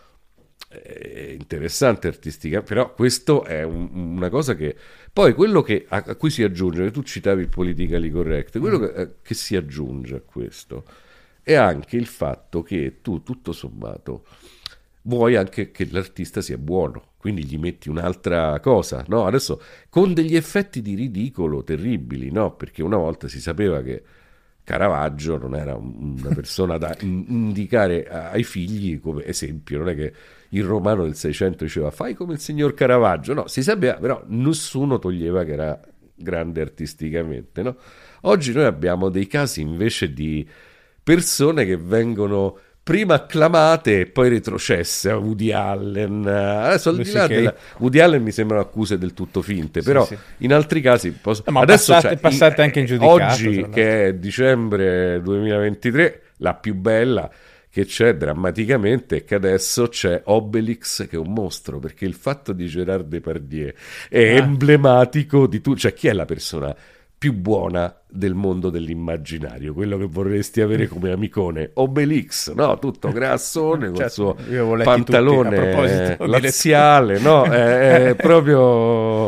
eh, interessante artistica, però questo è un- una cosa che poi quello che, a, a cui si aggiunge, che tu citavi il politically correct, quello che, eh, che si aggiunge a questo è anche il fatto che tu tutto sommato vuoi anche che l'artista sia buono, quindi gli metti un'altra cosa, no? Adesso con degli effetti di ridicolo terribili, no? Perché una volta si sapeva che Caravaggio non era un- una persona da in- indicare a- ai figli come esempio, non è che il romano del Seicento diceva fai come il signor Caravaggio, no, si sapeva, però nessuno toglieva che era grande artisticamente, no? Oggi noi abbiamo dei casi invece di persone che vengono prima acclamate e poi retrocesse a Woody Allen. Adesso al di Louis là C K. della... Woody Allen mi sembrano accuse del tutto finte, Sì, però sì. in altri casi posso... No, ma adesso passate- cioè, passate in- anche in giudicato, oggi tra che è dicembre duemilaventitré, la più bella che c'è drammaticamente è che adesso c'è Obelix che è un mostro, perché il fatto di Gérard Depardieu è Ah. emblematico di tu, cioè chi è la persona più buona del mondo dell'immaginario, quello che vorresti avere come amicone? Obelix, no? Tutto grassone col Certo, suo io avevo letti tutti, a pantalone proposito di laziale, no? È, è proprio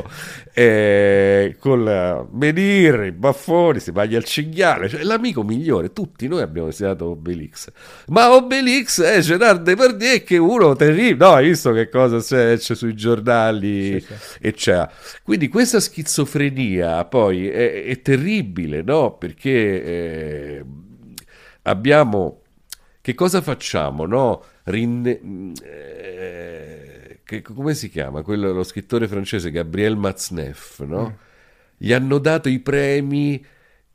è, con la menire, i baffoni, si baglia il cinghiale, cioè l'amico migliore. Tutti noi abbiamo studiato Obelix, ma Obelix è Gérard Depardieu, che è uno terribile, no? Hai visto che cosa c'è, c'è sui giornali? Sì, sì. E c'è. Quindi questa schizofrenia poi è, è terribile, no? Perché eh, abbiamo... Che cosa facciamo, no? Rinne- eh, che- come si chiama? Quello, lo scrittore francese Gabriel Matzneff, no? Gli hanno dato i premi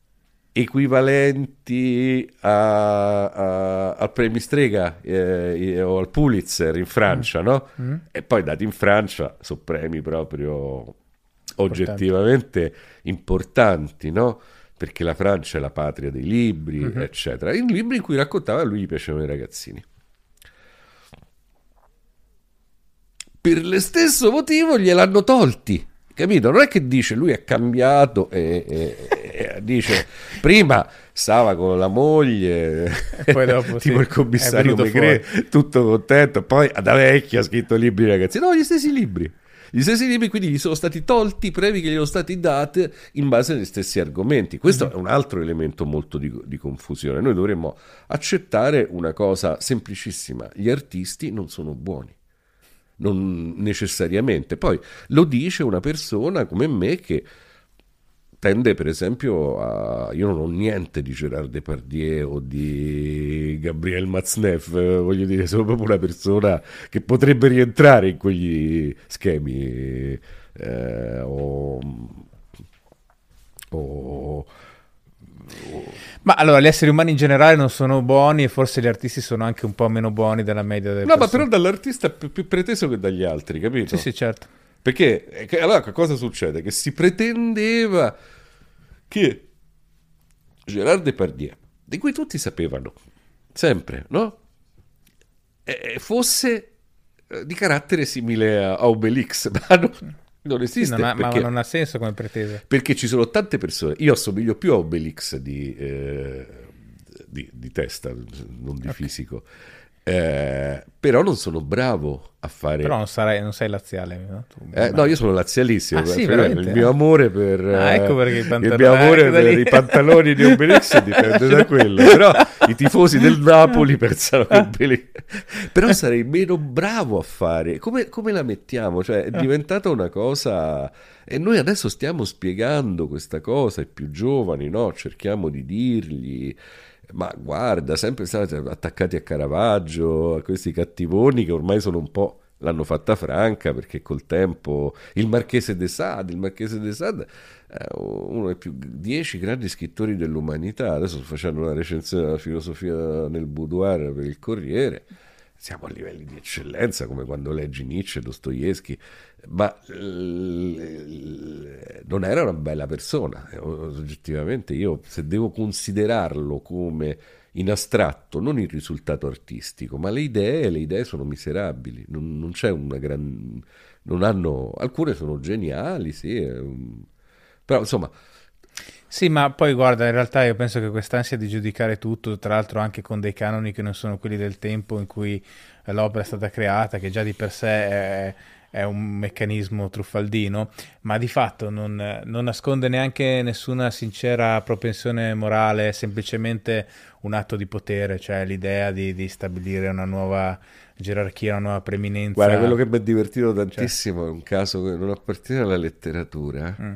equivalenti a- a- al premio Strega eh, o al Pulitzer in Francia, no? Mm. E poi dati in Francia sono premi proprio oggettivamente importanti, no? Perché la Francia è la patria dei libri, Mhm. eccetera. In libri in cui raccontava a lui gli piacevano i ragazzini. Per lo stesso motivo gliel'hanno tolti, capito? Non è che dice lui è cambiato e, e- e dice prima stava con la moglie, E poi dopo, tipo sì, il commissario è venuto Maigret, tutto contento, poi da vecchio ha scritto libri ragazzi, no, gli stessi libri. Gli stessi libri, quindi gli sono stati tolti i premi che gli sono stati dati in base agli stessi argomenti. Questo Mhm. è un altro elemento molto di, di confusione. Noi dovremmo accettare una cosa semplicissima: gli artisti non sono buoni, non necessariamente. Poi lo dice una persona come me che tende per esempio a... Io non ho niente di Gérard Depardieu o di Gabriel Matzneff, eh, voglio dire, sono proprio una persona che potrebbe rientrare in quegli schemi, eh, o, o, Ma allora, gli esseri umani in generale non sono buoni e forse gli artisti sono anche un po' meno buoni della media delle no, persone. ma però dall'artista è più, più preteso che dagli altri, capito? Sì, sì, certo. Perché eh, che- allora che cosa succede? Che si pretendeva che Gérard Depardieu, di cui tutti sapevano, sempre, no? Eh, fosse eh, di carattere simile a, a Obelix, ma non, non Sì, esiste non ha- ma perché, non ha senso come pretesa. perché ci sono tante persone. Io assomiglio più a Obelix di, eh, di, di testa, non di Ok. fisico. Eh, però non sono bravo a fare. Però non, sarai, non sei laziale, no? Tu- Eh, no, io sono lazialissimo. Ah, sì, per- veramente? il mio amore per Ah, ecco perché i eh, il pantaloni- mio amore ecco da per lì. i pantaloni di Obelix dipende da quello. Però i tifosi del Napoli pensano che Obelix. Però sarei meno bravo a fare. Come, come la mettiamo? Cioè, è diventata una cosa. E noi adesso stiamo spiegando questa cosa ai più giovani, no? Cerchiamo di dirgli. Ma guarda, sempre state attaccati a Caravaggio, a questi cattivoni che ormai sono un po', l'hanno fatta franca, perché col tempo il Marchese de Sade, il Marchese de Sade è uno dei più dieci grandi scrittori dell'umanità. Adesso sto facendo una recensione della filosofia nel boudoir per il Corriere. Siamo a livelli di eccellenza, come quando leggi Nietzsche, Dostoevsky, ma eh, non era una bella persona. Eh, oggettivamente io, se devo considerarlo come in astratto, non il risultato artistico, ma le idee, le idee sono miserabili, non, non c'è una gran... non hanno... alcune sono geniali, sì, è un- però insomma... Sì, ma poi guarda, in realtà io penso che quest'ansia di giudicare tutto, tra l'altro anche con dei canoni che non sono quelli del tempo in cui eh, l'opera è stata creata, che già di per sé è, è un meccanismo truffaldino, ma di fatto non, non nasconde neanche nessuna sincera propensione morale, è semplicemente un atto di potere, cioè l'idea di, di stabilire una nuova gerarchia, una nuova preminenza. Guarda, quello che mi è divertito tantissimo è un caso che non appartiene alla letteratura, Mm,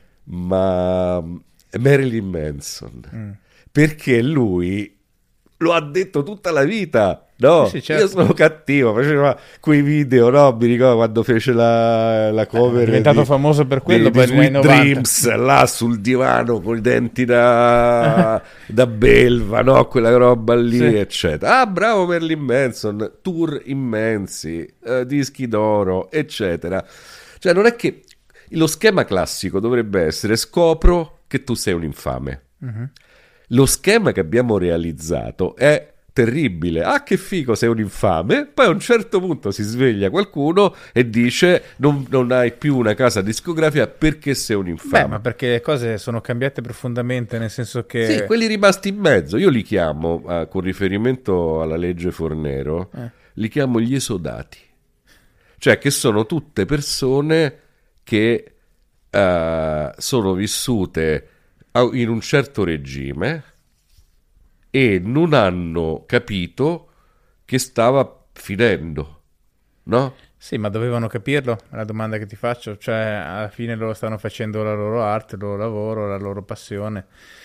ma Marilyn Manson, mm. perché lui lo ha detto tutta la vita, no? Sì, sì, certo. Io sono cattivo, faceva quei video, no? Mi ricordo quando fece la, la cover È diventato di, famoso per quello, di, poi di negli anni Sweet novanta. Dreams, là sul divano con i denti da, da belva, no? Quella roba lì, Sì. eccetera. Ah, bravo Marilyn Manson, tour immensi, eh, dischi d'oro, eccetera. Cioè non è che lo schema classico dovrebbe essere: scopro che tu sei un infame. Mhm. Lo schema che abbiamo realizzato è terribile. Ah, che figo, sei un infame. Poi a un certo punto si sveglia qualcuno e dice: non, non hai più una casa discografica perché sei un infame. Beh, ma perché le cose sono cambiate profondamente, nel senso che... Sì, quelli rimasti in mezzo, io li chiamo, eh, con riferimento alla legge Fornero, Eh. li chiamo gli esodati. Cioè che sono tutte persone che eh, sono vissute a- in un certo regime e non hanno capito che stava finendo, no? Sì, ma dovevano capirlo, è la domanda che ti faccio, cioè alla fine loro stanno facendo la loro arte, il loro lavoro, la loro passione.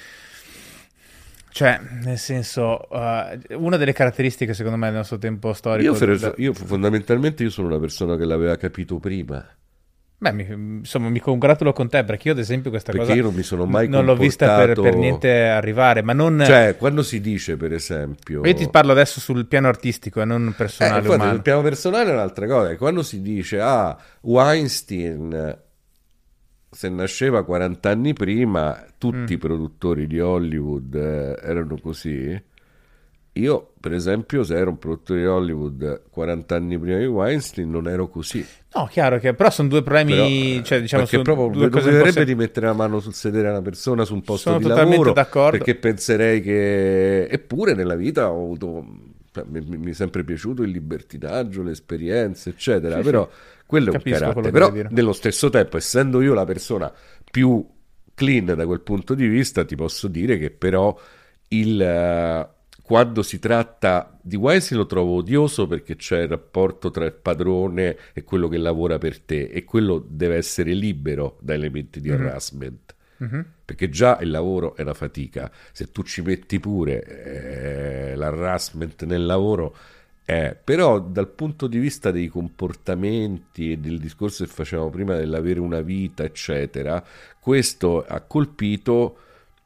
Cioè, nel senso, eh, una delle caratteristiche secondo me del nostro tempo storico... Io, fer- da- io fondamentalmente io sono una persona che l'aveva capito prima. Beh, mi, insomma, mi congratulo con te, perché io ad esempio questa Perché cosa io non mi sono mai non l'ho vista per, comportato- per niente arrivare, ma non... Cioè, quando si dice, per esempio... Io ti parlo adesso sul piano artistico e non Eh, personale, infatti, umano. sul piano personale è un'altra cosa. Quando si dice, ah, Weinstein, se nasceva quaranta anni prima, tutti Mm. i produttori di Hollywood eh, erano così. Io, per esempio, se ero un produttore di Hollywood quaranta anni prima di Weinstein, non ero così. No, chiaro che però sono due problemi, Però, eh, cioè diciamo perché sono proprio due non cose mi un po' verrebbe se- di mettere la mano sul sedere a una persona su un posto Sono di totalmente lavoro, d'accordo. perché penserei che... Eppure nella vita ho avuto... cioè, mi, mi- mi è sempre piaciuto il libertinaggio, le esperienze, eccetera. Sì, Però quello è un Capisco carattere. quello che Però vuoi dire. nello stesso tempo, essendo io la persona più clean da quel punto di vista, ti posso dire che però il... eh, quando si tratta di Weinstein lo trovo odioso perché c'è il rapporto tra il padrone e quello che lavora per te, e quello deve essere libero da elementi di Mhm. harassment. Mm-hmm. Perché già il lavoro è una fatica, se tu ci metti pure eh, l'harassment nel lavoro, eh, però dal punto di vista dei comportamenti e del discorso che facevamo prima dell'avere una vita, eccetera, questo ha colpito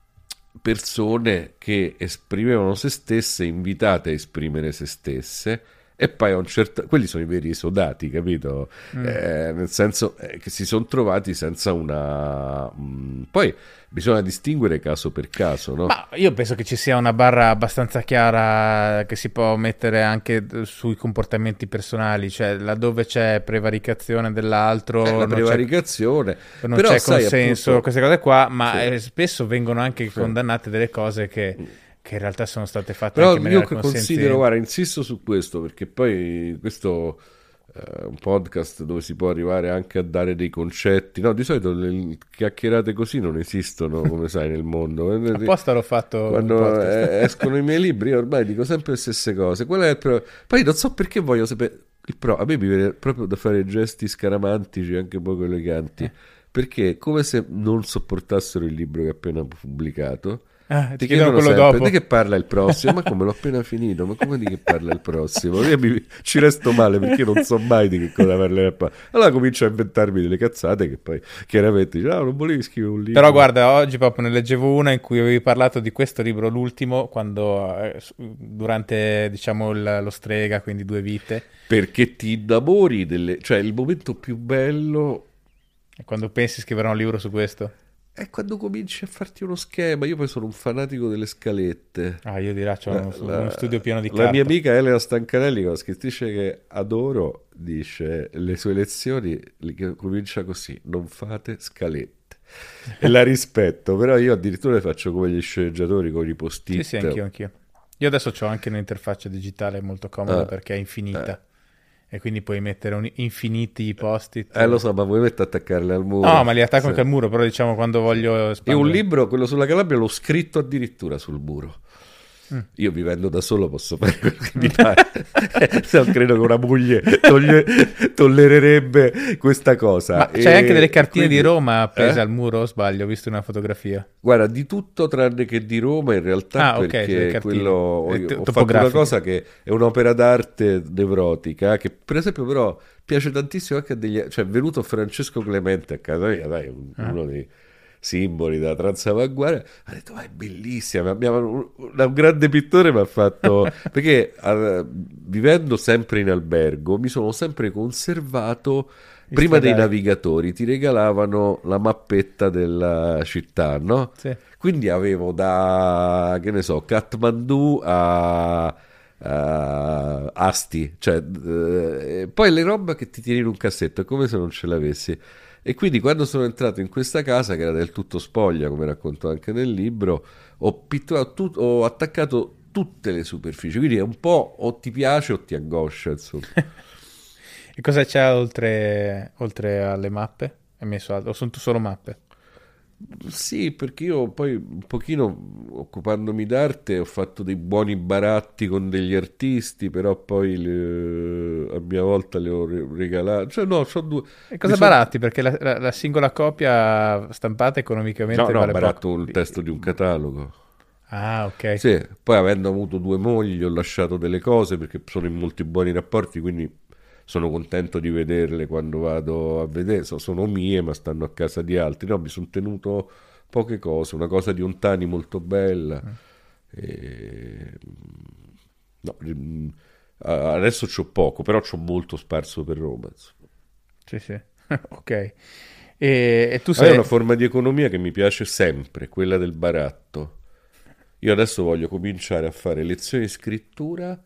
persone che esprimevano se stesse, invitate a esprimere se stesse, e poi a un certo... quelli sono i veri esodati, capito? Mm. Eh, nel senso eh, che si sono trovati senza una... Mm, poi bisogna distinguere caso per caso, no? Ma io penso che ci sia una barra abbastanza chiara che si può mettere anche sui comportamenti personali, cioè laddove c'è prevaricazione dell'altro, eh, la non prevaricazione, c'è, non però, c'è sai, consenso, appunto, queste cose qua, ma sì. eh, spesso vengono anche sì. condannate delle cose che... che in realtà sono state fatte però anche in maniera io considero, guarda, insisto su questo perché poi questo è un podcast dove si può arrivare anche a dare dei concetti, no, di solito le chiacchierate così non esistono, come sai, nel mondo. Apposta l'ho fatto quando escono i miei libri io ormai dico sempre le stesse cose. Qual è il pro... poi non so perché voglio sapere il pro... a me mi viene proprio da fare gesti scaramantici anche poco eleganti, eh. perché è come se non sopportassero il libro che ho appena pubblicato. Ah, ti, ti chiedono chiedono quello sempre dopo. di che parla il prossimo, ma come l'ho appena finito, ma come di che parla il prossimo? Io mi, ci resto male perché non so mai di che cosa parlerà. Allora comincio a inventarmi delle cazzate che poi chiaramente dice, ah, non volevi scrivere un libro. Però guarda, oggi proprio ne leggevo una in cui avevi parlato di questo libro, l'ultimo, quando eh, durante diciamo il, lo Strega, quindi Due vite, perché ti innamori delle... cioè il momento più bello e quando pensi scriverò un libro su questo è quando cominci a farti uno schema. Io poi sono un fanatico delle scalette. Ah, io dirà, c'ho uno, la, uno studio pieno di la carta. La mia amica Elena Stancanelli, una scrittrice che adoro, dice le sue lezioni comincia così: non fate scalette. E la rispetto, però io addirittura le faccio come gli sceneggiatori con i post-it. Sì, sì, anch'io, anch'io. Io adesso ho anche un'interfaccia digitale molto comoda ah, perché è infinita. Ah. E quindi puoi mettere un infiniti post-it. Eh, lo so, ma vuoi mettere attaccarli al muro? No, ma li attacco sì. anche al muro, però diciamo quando voglio... E un libro, quello sulla Calabria, l'ho scritto addirittura sul muro. Mm. Io vivendo da solo posso fare quello che mi pare. Se non credo che una moglie toglie, tollererebbe questa cosa. Ma c'hai e, anche delle cartine quindi, di Roma appese eh? al muro, o sbaglio? Ho visto una fotografia. Guarda, di tutto tranne che di Roma in realtà, ah, perché okay, quello ho, ho fatto una cosa che è un'opera d'arte nevrotica, che per esempio però piace tantissimo anche a degli... cioè è venuto Francesco Clemente a casa mia, dai, un, ah. uno dei simboli della transavanguardia, ha detto ma è bellissima, abbiamo un, un grande pittore mi ha fatto perché uh, vivendo sempre in albergo mi sono sempre conservato I prima stradali. Dei navigatori ti regalavano la mappetta della città, no? Sì. Quindi avevo da che ne so Kathmandu a uh, Asti, cioè uh, poi le robe che ti tieni in un cassetto è come se non ce l'avessi. E quindi quando sono entrato in questa casa, che era del tutto spoglia, come racconto anche nel libro, ho, pitturato tut- ho attaccato tutte le superfici, quindi è un po' o ti piace o ti angoscia, insomma. E cosa c'è oltre, oltre alle mappe? Hai messo altro? O sono solo mappe? Sì, perché io poi un pochino occupandomi d'arte ho fatto dei buoni baratti con degli artisti, però poi le, a mia volta le ho regalate. Cioè no, c'ho due. E cosa sono... baratti? Perché la, la, la singola copia stampata economicamente no, no, vale baratto poco. Il testo di un catalogo. Ah, ok. Sì, poi avendo avuto due mogli ho lasciato delle cose perché sono in molti buoni rapporti, quindi sono contento di vederle quando vado a vedere, sono mie ma stanno a casa di altri. No, mi sono tenuto poche cose, una cosa di Ontani molto bella. Mm. E... no, adesso c'ho poco, però c'ho molto sparso per Roma. Sì, sì, ok. E, e tu sei... È una forma di economia che mi piace sempre, quella del baratto. Io adesso voglio cominciare a fare lezioni di scrittura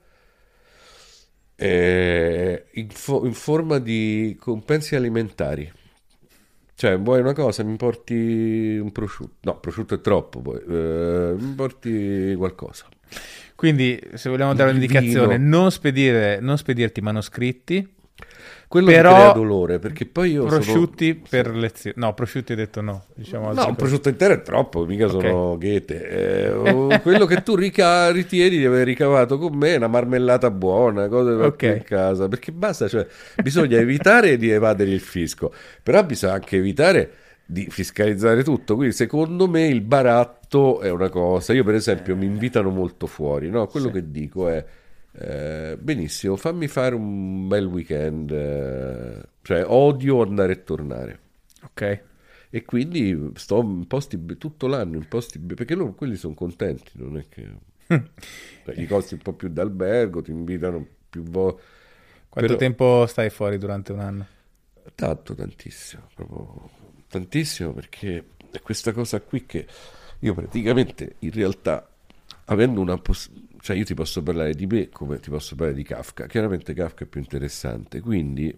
Eh, in, fo- in forma di compensi alimentari. Cioè, vuoi una cosa, mi porti un prosciutto. No, prosciutto è troppo, poi. Eh, mi porti qualcosa. Quindi, se vogliamo dare un'indicazione, non spedire, non spedirti manoscritti. Quello però mi crea dolore, perché poi io prosciutti sono... per lezioni. No, prosciutti hai detto no. Diciamo no, un prosciutto intero è troppo, mica okay. sono Goethe. Eh, quello che tu rica- ritieni di aver ricavato con me è una marmellata buona, cose da okay. in casa, perché basta, cioè bisogna evitare di evadere il fisco, però bisogna anche evitare di fiscalizzare tutto. Quindi secondo me il baratto è una cosa. Io per esempio mi invitano molto fuori, no? Quello Sì. che dico è eh, benissimo, fammi fare un bel weekend, eh, cioè odio andare e tornare. Ok. E quindi sto in posti be- tutto l'anno in posti be- perché loro quelli sono contenti, non è che cioè, gli costi un po' più d'albergo, ti invitano più volte, Quanto però tempo stai fuori durante un anno? tanto, tantissimo, proprio tantissimo perché è questa cosa qui che io praticamente in realtà avendo una poss- cioè io ti posso parlare di me come ti posso parlare di Kafka, chiaramente Kafka è più interessante, quindi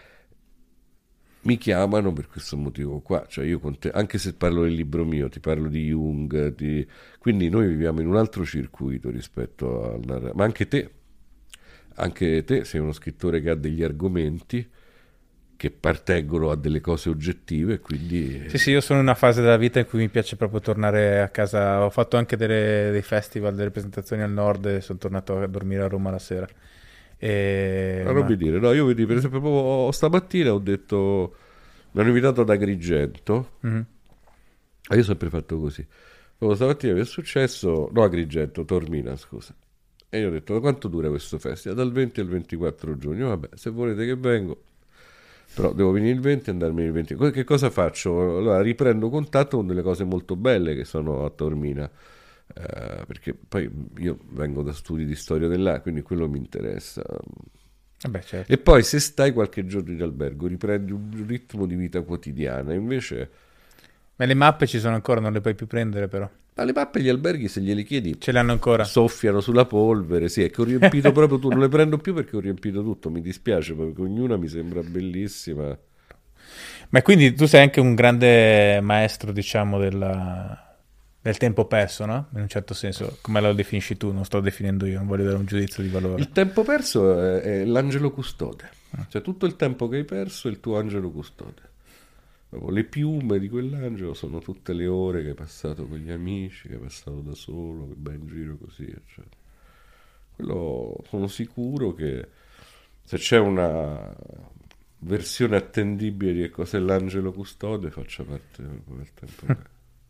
mi chiamano per questo motivo qua, cioè io con te, anche se parlo del libro mio, ti parlo di Jung, di- quindi noi viviamo in un altro circuito rispetto al narra- ma anche te, anche te sei uno scrittore che ha degli argomenti che parteggono a delle cose oggettive, quindi Sì, sì, eh, io sono in una fase della vita in cui mi piace proprio tornare a casa. Ho fatto anche delle- dei festival, delle presentazioni al nord e sono tornato a dormire a Roma la sera. E... ma non Ma... mi dire, no, io vedi, per esempio, proprio stamattina ho detto, mi hanno invitato ad Agrigento, Mhm. e io ho sempre fatto così. Proprio stamattina mi è successo, no Agrigento, Tormina, scusa. E io ho detto, quanto dura questo festival? Dal venti al ventiquattro giugno. Vabbè, se volete che vengo, però devo venire il venti e andarmene il venti. Que- Che cosa faccio? Allora riprendo contatto con delle cose molto belle che sono a Tormina. Eh, perché poi io vengo da studi di storia dell'arte, quindi quello mi interessa. Vabbè, certo. E poi se stai qualche giorno in albergo riprendi un ritmo di vita quotidiana, invece Ma le mappe ci sono ancora, non le puoi più prendere però. alle mappe gli alberghi se glieli chiedi Ce l'hanno ancora. soffiano sulla polvere, sì, è che ho riempito proprio tutto, non le prendo più perché ho riempito tutto, mi dispiace perché ognuna mi sembra bellissima. Ma quindi tu sei anche un grande maestro, diciamo, della... del tempo perso, no? In un certo senso, come lo definisci tu, non sto definendo io, non voglio dare un giudizio di valore. Il tempo perso è, è l'angelo custode, cioè tutto il tempo che hai perso è il tuo angelo custode. Proprio le piume di quell'angelo sono tutte le ore che hai passato con gli amici, che hai passato da solo, che vai in giro così, eccetera. Quello sono sicuro che se c'è una versione attendibile di che cos'è l'angelo custode faccia parte proprio del tempo perso.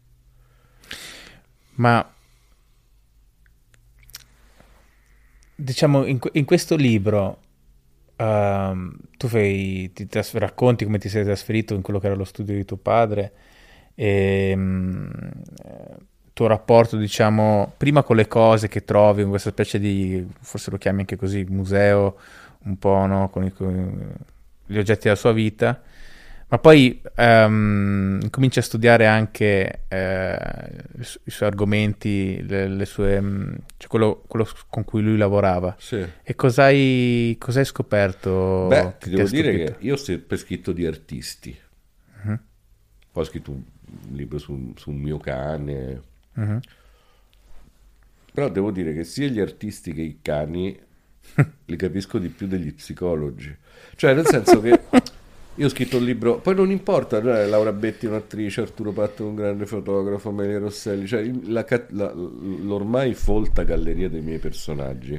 Ma diciamo, in, que- in questo libro ehm, tu fai, ti tras- racconti come ti sei trasferito in quello che era lo studio di tuo padre e mm, eh, il tuo rapporto, diciamo, prima con le cose che trovi in questa specie di, forse lo chiami anche così, museo, un po', no? Con, i- con gli oggetti della sua vita. Ma poi ehm, cominci a studiare anche eh, i, su- i suoi argomenti, le, le sue, mh, cioè quello, quello s- con cui lui lavorava. Sì. E cos'hai, cos'hai scoperto Beh, ti che ti ha devo dire stupito? che io ho sempre scritto di artisti, Mhm, poi ho scritto un un libro su, su un mio cane, mhm. però devo dire che sia gli artisti che i cani li capisco di più degli psicologi. Cioè, nel senso che io ho scritto un libro, poi non importa, cioè, Laura Betti è un'attrice, Arturo Patto è un grande fotografo, Amelia Rosselli, cioè il- la ca- la- l'ormai folta galleria dei miei personaggi.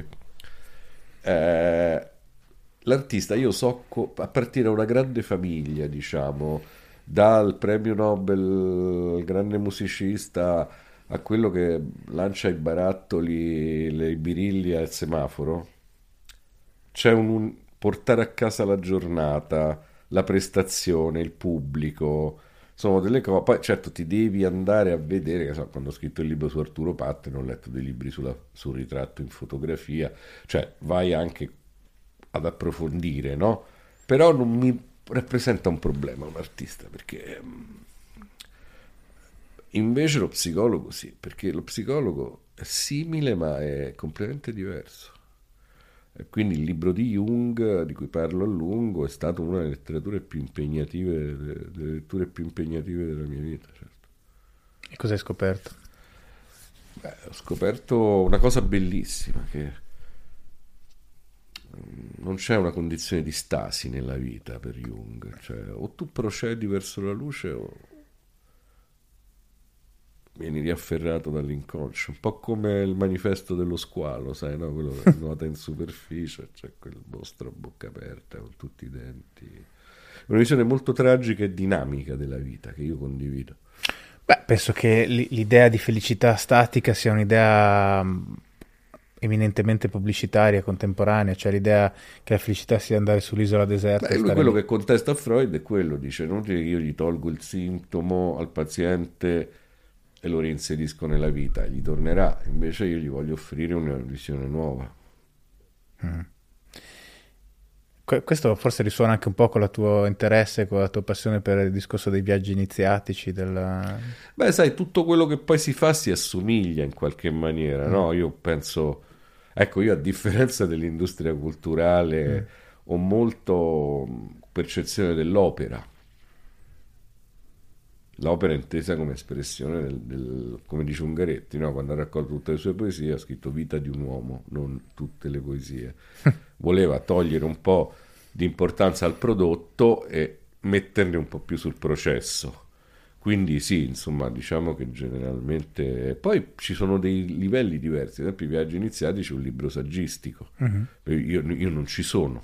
Eh, l'artista, io so co- a partire da una grande famiglia, diciamo, dal premio Nobel, il grande musicista, a quello che lancia i barattoli, le- i birilli al semaforo. C'è un, un- portare a casa la giornata, la prestazione, il pubblico, sono delle cose. Poi certo ti devi andare a vedere, che so, quando ho scritto il libro su Arturo Patten ho letto dei libri sulla- sul ritratto in fotografia, cioè vai anche ad approfondire, no? Però non mi rappresenta un problema un artista, perché mm, invece lo psicologo sì, perché lo psicologo è simile ma è completamente diverso. E quindi il libro di Jung, di cui parlo a lungo, è stato una delle letterature più impegnative, delle letture più impegnative della mia vita, certo. E cosa hai scoperto? Beh, ho scoperto una cosa bellissima, che mm, non c'è una condizione di stasi nella vita per Jung, cioè o tu procedi verso la luce o vieni riafferrato dall'inconscio, un po' come il manifesto dello squalo, sai, no? Quello che nuota in superficie, c'è quel mostro a bocca aperta con tutti i denti. una visione molto tragica e dinamica della vita che io condivido. Beh, penso che l- l'idea di felicità statica sia un'idea mh, eminentemente pubblicitaria, contemporanea, cioè l'idea che la felicità sia andare sull'isola deserta Beh, e lui stare quello lì. che contesta a Freud è quello, dice non che io gli tolgo il sintomo al paziente e lo reinserisco nella vita, gli tornerà, invece io gli voglio offrire una visione nuova. Mm. Que- Questo forse risuona anche un po' con il tuo interesse, con la tua passione per il discorso dei viaggi iniziatici, del... Beh, sai, tutto quello che poi si fa si assomiglia in qualche maniera, Mm, no? Io penso, ecco, io a differenza dell'industria culturale mm. ho molto mh, percezione dell'opera. L'opera è intesa come espressione del, del- come dice Ungaretti, no? Quando ha raccolto tutte le sue poesie ha scritto Vita di un uomo, non tutte le poesie. Voleva togliere un po' di importanza al prodotto e metterne un po' più sul processo. Quindi sì, insomma, diciamo che generalmente... Poi ci sono dei livelli diversi, ad esempio i viaggi iniziati c'è un libro saggistico, Mhm. io, io non ci sono.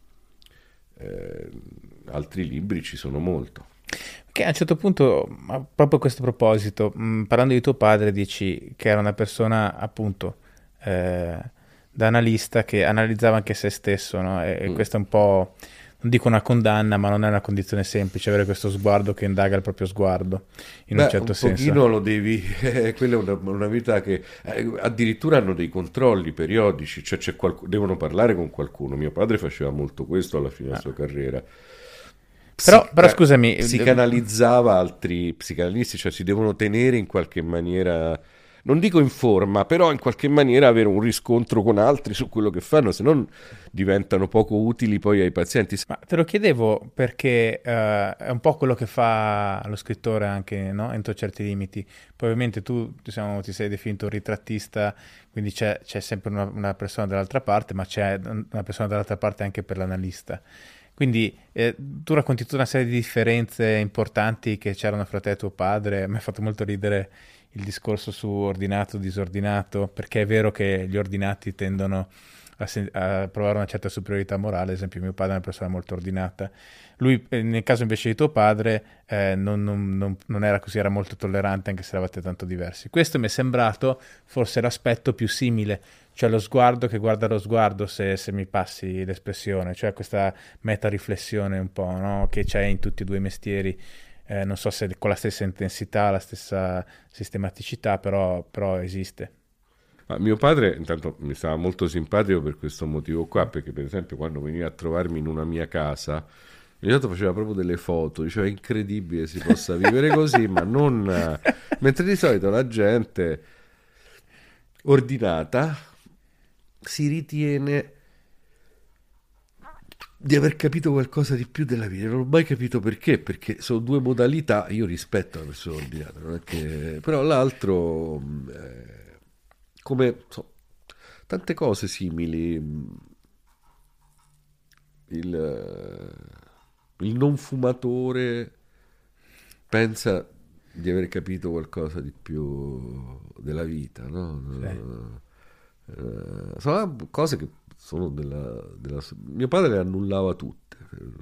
Eh, altri libri ci sono molto. Che a un certo punto, ma proprio a questo proposito, mh, parlando di tuo padre, dici che era una persona appunto eh, da analista che analizzava anche se stesso, no? E, e Mm. questa è un po', non dico una condanna, ma non è una condizione semplice, avere questo sguardo che indaga il proprio sguardo, in un Beh, certo un senso. pochino lo devi, eh, quella è una, una vita che eh, addirittura hanno dei controlli periodici, cioè c'è qualcu- devono parlare con qualcuno. Mio padre faceva molto questo alla fine della sua Ah. carriera. Però, però Psica- scusami, eh, psicanalizzava altri psicanalisti, cioè si devono tenere in qualche maniera, non dico in forma, però in qualche maniera avere un riscontro con altri su quello che fanno, se no diventano poco utili poi ai pazienti. ma te lo chiedevo perché eh, è un po' quello che fa lo scrittore anche, no? Entro certi limiti. Poi ovviamente tu diciamo, ti sei definito un ritrattista, quindi c'è, c'è sempre una, una persona dall'altra parte, ma c'è una persona dall'altra parte anche per l'analista. Quindi eh, tu racconti tutta una serie di differenze importanti che c'erano fra te e tuo padre. Mi ha fatto molto ridere il discorso su ordinato, disordinato, perché è vero che gli ordinati tendono a, sen- a provare una certa superiorità morale. Ad esempio, mio padre è una persona molto ordinata. Lui, eh, nel caso invece di tuo padre, eh, non, non- non- non era così, era molto tollerante, anche se eravate tanto diversi. Questo mi è sembrato forse l'aspetto più simile, cioè lo sguardo che guarda lo sguardo, se, se mi passi l'espressione, cioè questa meta-riflessione un po', no? Che c'è in tutti e due i mestieri. Eh, non so se con la stessa intensità, la stessa sistematicità, però, però esiste. Ma mio padre intanto mi stava molto simpatico per questo motivo qua, perché per esempio quando veniva a trovarmi in una mia casa, ogni tanto faceva proprio delle foto, diceva è incredibile si possa vivere così, ma non... eh", mentre di solito la gente ordinata si ritiene di aver capito qualcosa di più della vita. Non ho mai capito perché, perché sono due modalità. Io rispetto la persona ordinata, non è che... però l'altro, mh, eh, come so, tante cose simili, mh, il, eh, il non fumatore pensa di aver capito qualcosa di più della vita, Sì. no? Eh, sono cose che sono della, della... Mio padre le annullava tutte.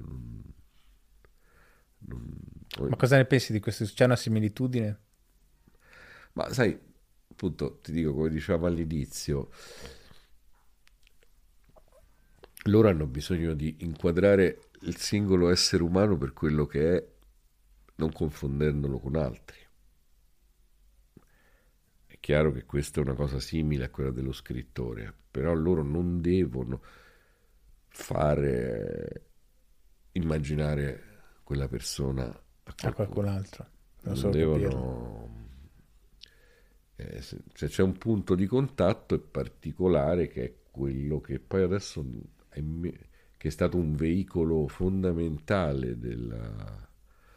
Ma Non- cosa ne pensi di questo? C'è una similitudine? Ma sai, appunto, ti dico, come dicevamo all'inizio, loro hanno bisogno di inquadrare il singolo essere umano per quello che è, non confondendolo con altri. È chiaro che questa è una cosa simile a quella dello scrittore, però loro non devono fare immaginare quella persona a A qualcun qualcuno. altro, non Non solo capirlo. devono... eh, se se c'è un punto di contatto è particolare che è quello che poi adesso è, me- che è stato un veicolo fondamentale della,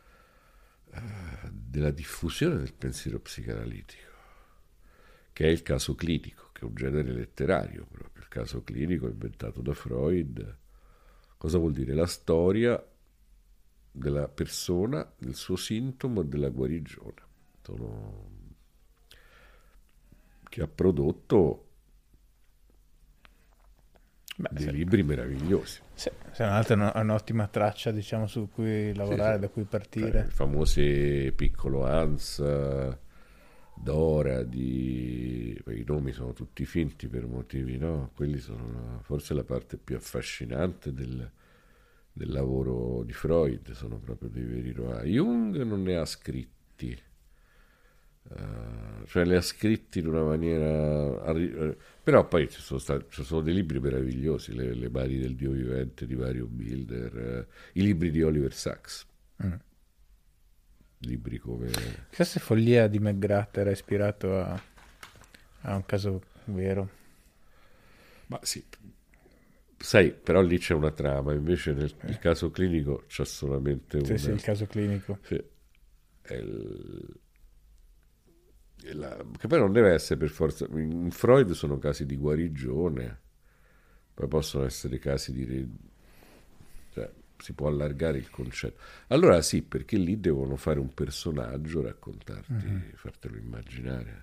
della diffusione del pensiero psicanalitico, che è il caso clinico, che è un genere letterario proprio. Il caso clinico inventato da Freud. Cosa vuol dire? La storia della persona, del suo sintomo e della guarigione. Sono... che ha prodotto Beh, dei sì. libri meravigliosi. Sì, se un'altra è una- è un'ottima traccia, diciamo, su cui lavorare, Sì, sì. da cui Cioè, partire. i famosi Piccolo Hans, eh, Dora, di... i nomi sono tutti finti per motivi, no? Quelli sono forse la parte più affascinante del, del lavoro di Freud, sono proprio dei veri romanzi. Jung non ne ha scritti, eh, cioè li ha scritti in una maniera... arri- eh, però poi ci sono, stati, ci sono dei libri meravigliosi, le, le mani del Dio vivente di Mario Bilder, eh, i libri di Oliver Sacks, Mm. libri come... Chissà se Follia di McGrath era ispirato a, a un caso vero. Ma sì, sai, però lì c'è una trama, invece nel, nel caso clinico c'è solamente Sì, sì, una... il caso clinico. Sì, è il- è la- che poi non deve essere per forza... In Freud sono casi di guarigione, poi possono essere casi di... re- cioè, si può allargare il concetto. Allora sì, perché lì devono fare un personaggio, raccontarti, fartelo immaginare.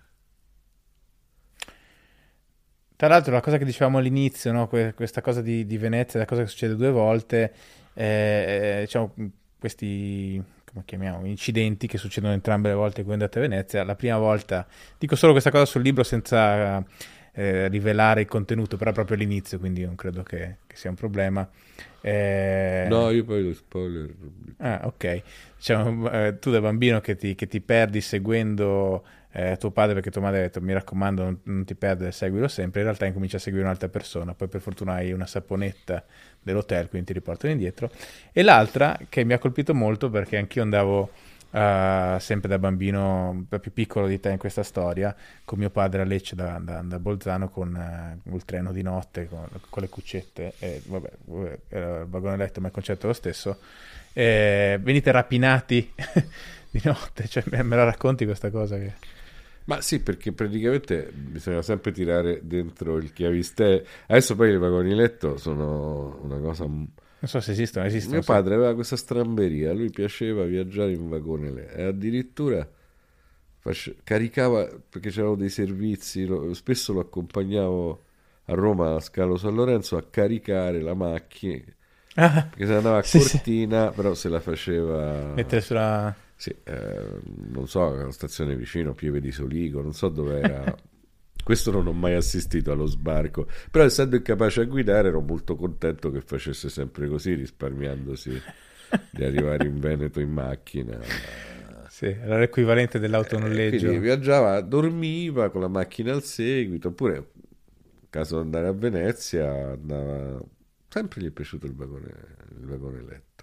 Tra l'altro, la cosa che dicevamo all'inizio, no? Que- questa cosa di, di Venezia, la cosa che succede due volte, eh, eh, diciamo, questi, come chiamiamo, incidenti che succedono entrambe le volte che voi andate a Venezia. La prima volta, dico solo questa cosa sul libro senza eh, rivelare il contenuto, però proprio all'inizio, quindi non credo che, che sia un problema. No, Eh, io poi lo spoiler... Ah, ok. Diciamo, eh, tu da bambino che ti, che ti perdi seguendo eh, tuo padre perché tua madre ha detto mi raccomando non, non ti perdere, seguilo sempre, in realtà incominci a seguire un'altra persona, poi per fortuna hai una saponetta dell'hotel, quindi ti riportano indietro. E l'altra che mi ha colpito molto perché anch'io andavo eh, sempre da bambino, un po' più piccolo di te in questa storia, con mio padre a Lecce da, da, da Bolzano con eh, il treno di notte, con, con le cuccette, e vabbè, vabbè, era il vagone letto ma il concetto è lo stesso. Eh, venite rapinati di notte, cioè me, me la racconti questa cosa che... Ma sì, perché praticamente bisogna sempre tirare dentro il chiavistello. Adesso poi i vagoni letto sono una cosa... Non so se esistono, esistono, Mio sì. padre aveva questa stramberia, a lui piaceva viaggiare in vagone letto e addirittura face- caricava, perché c'erano dei servizi, lo- spesso lo accompagnavo a Roma a Scalo San Lorenzo a caricare la macchina, Ah, perché se ne andava a sì, sì. Cortina, però se la faceva... Mettere sulla... Sì, eh, non so, una stazione vicino, Pieve di Soligo, non so dove era. Questo non ho mai assistito allo sbarco, però essendo incapace a guidare ero molto contento che facesse sempre così, risparmiandosi di arrivare in Veneto in macchina. Sì, era l'equivalente Eh, quindi dell'autonoleggio. viaggiava, dormiva con la macchina al seguito, oppure in caso di andare a Venezia, andava... sempre gli è piaciuto il vagone, il vagone letto.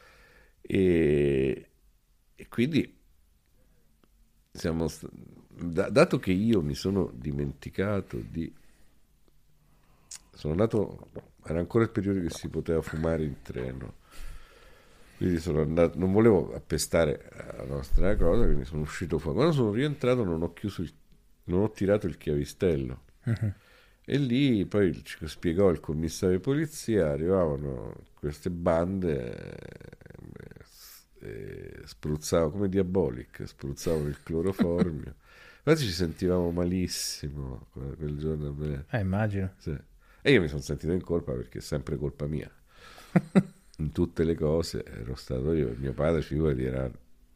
E, e quindi siamo st- da- dato che io mi sono dimenticato di sono andato era ancora il periodo che si poteva fumare in treno, quindi sono andato, non volevo appestare la nostra cosa, quindi sono uscito fuori. Quando sono rientrato non ho chiuso il, non ho tirato il chiavistello, Mhm. e lì poi ci spiegò il commissario di polizia, arrivavano queste bande, eh, e spruzzavano come Diabolic, spruzzavano il cloroformio. Infatti ci sentivamo malissimo quel quel giorno a me. Eh, immagino. Sì. E io mi sono sentito in colpa perché è sempre colpa mia. In tutte le cose ero stato io. Mio padre, figurati, era...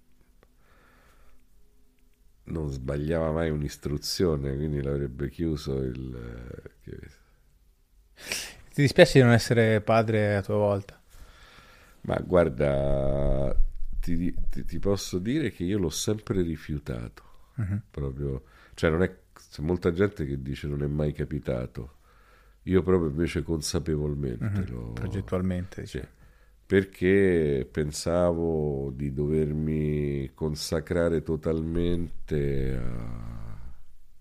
non sbagliava mai un'istruzione, quindi l'avrebbe chiuso il... che- Ti dispiace di non essere padre a tua volta? Ma guarda, ti, ti- ti posso dire che io l'ho sempre rifiutato. Mhm. Proprio, cioè non è... C'è molta gente che dice non è mai capitato. Io proprio invece consapevolmente Mhm. lo... Progettualmente, Sì, diciamo. perché pensavo di dovermi consacrare totalmente a,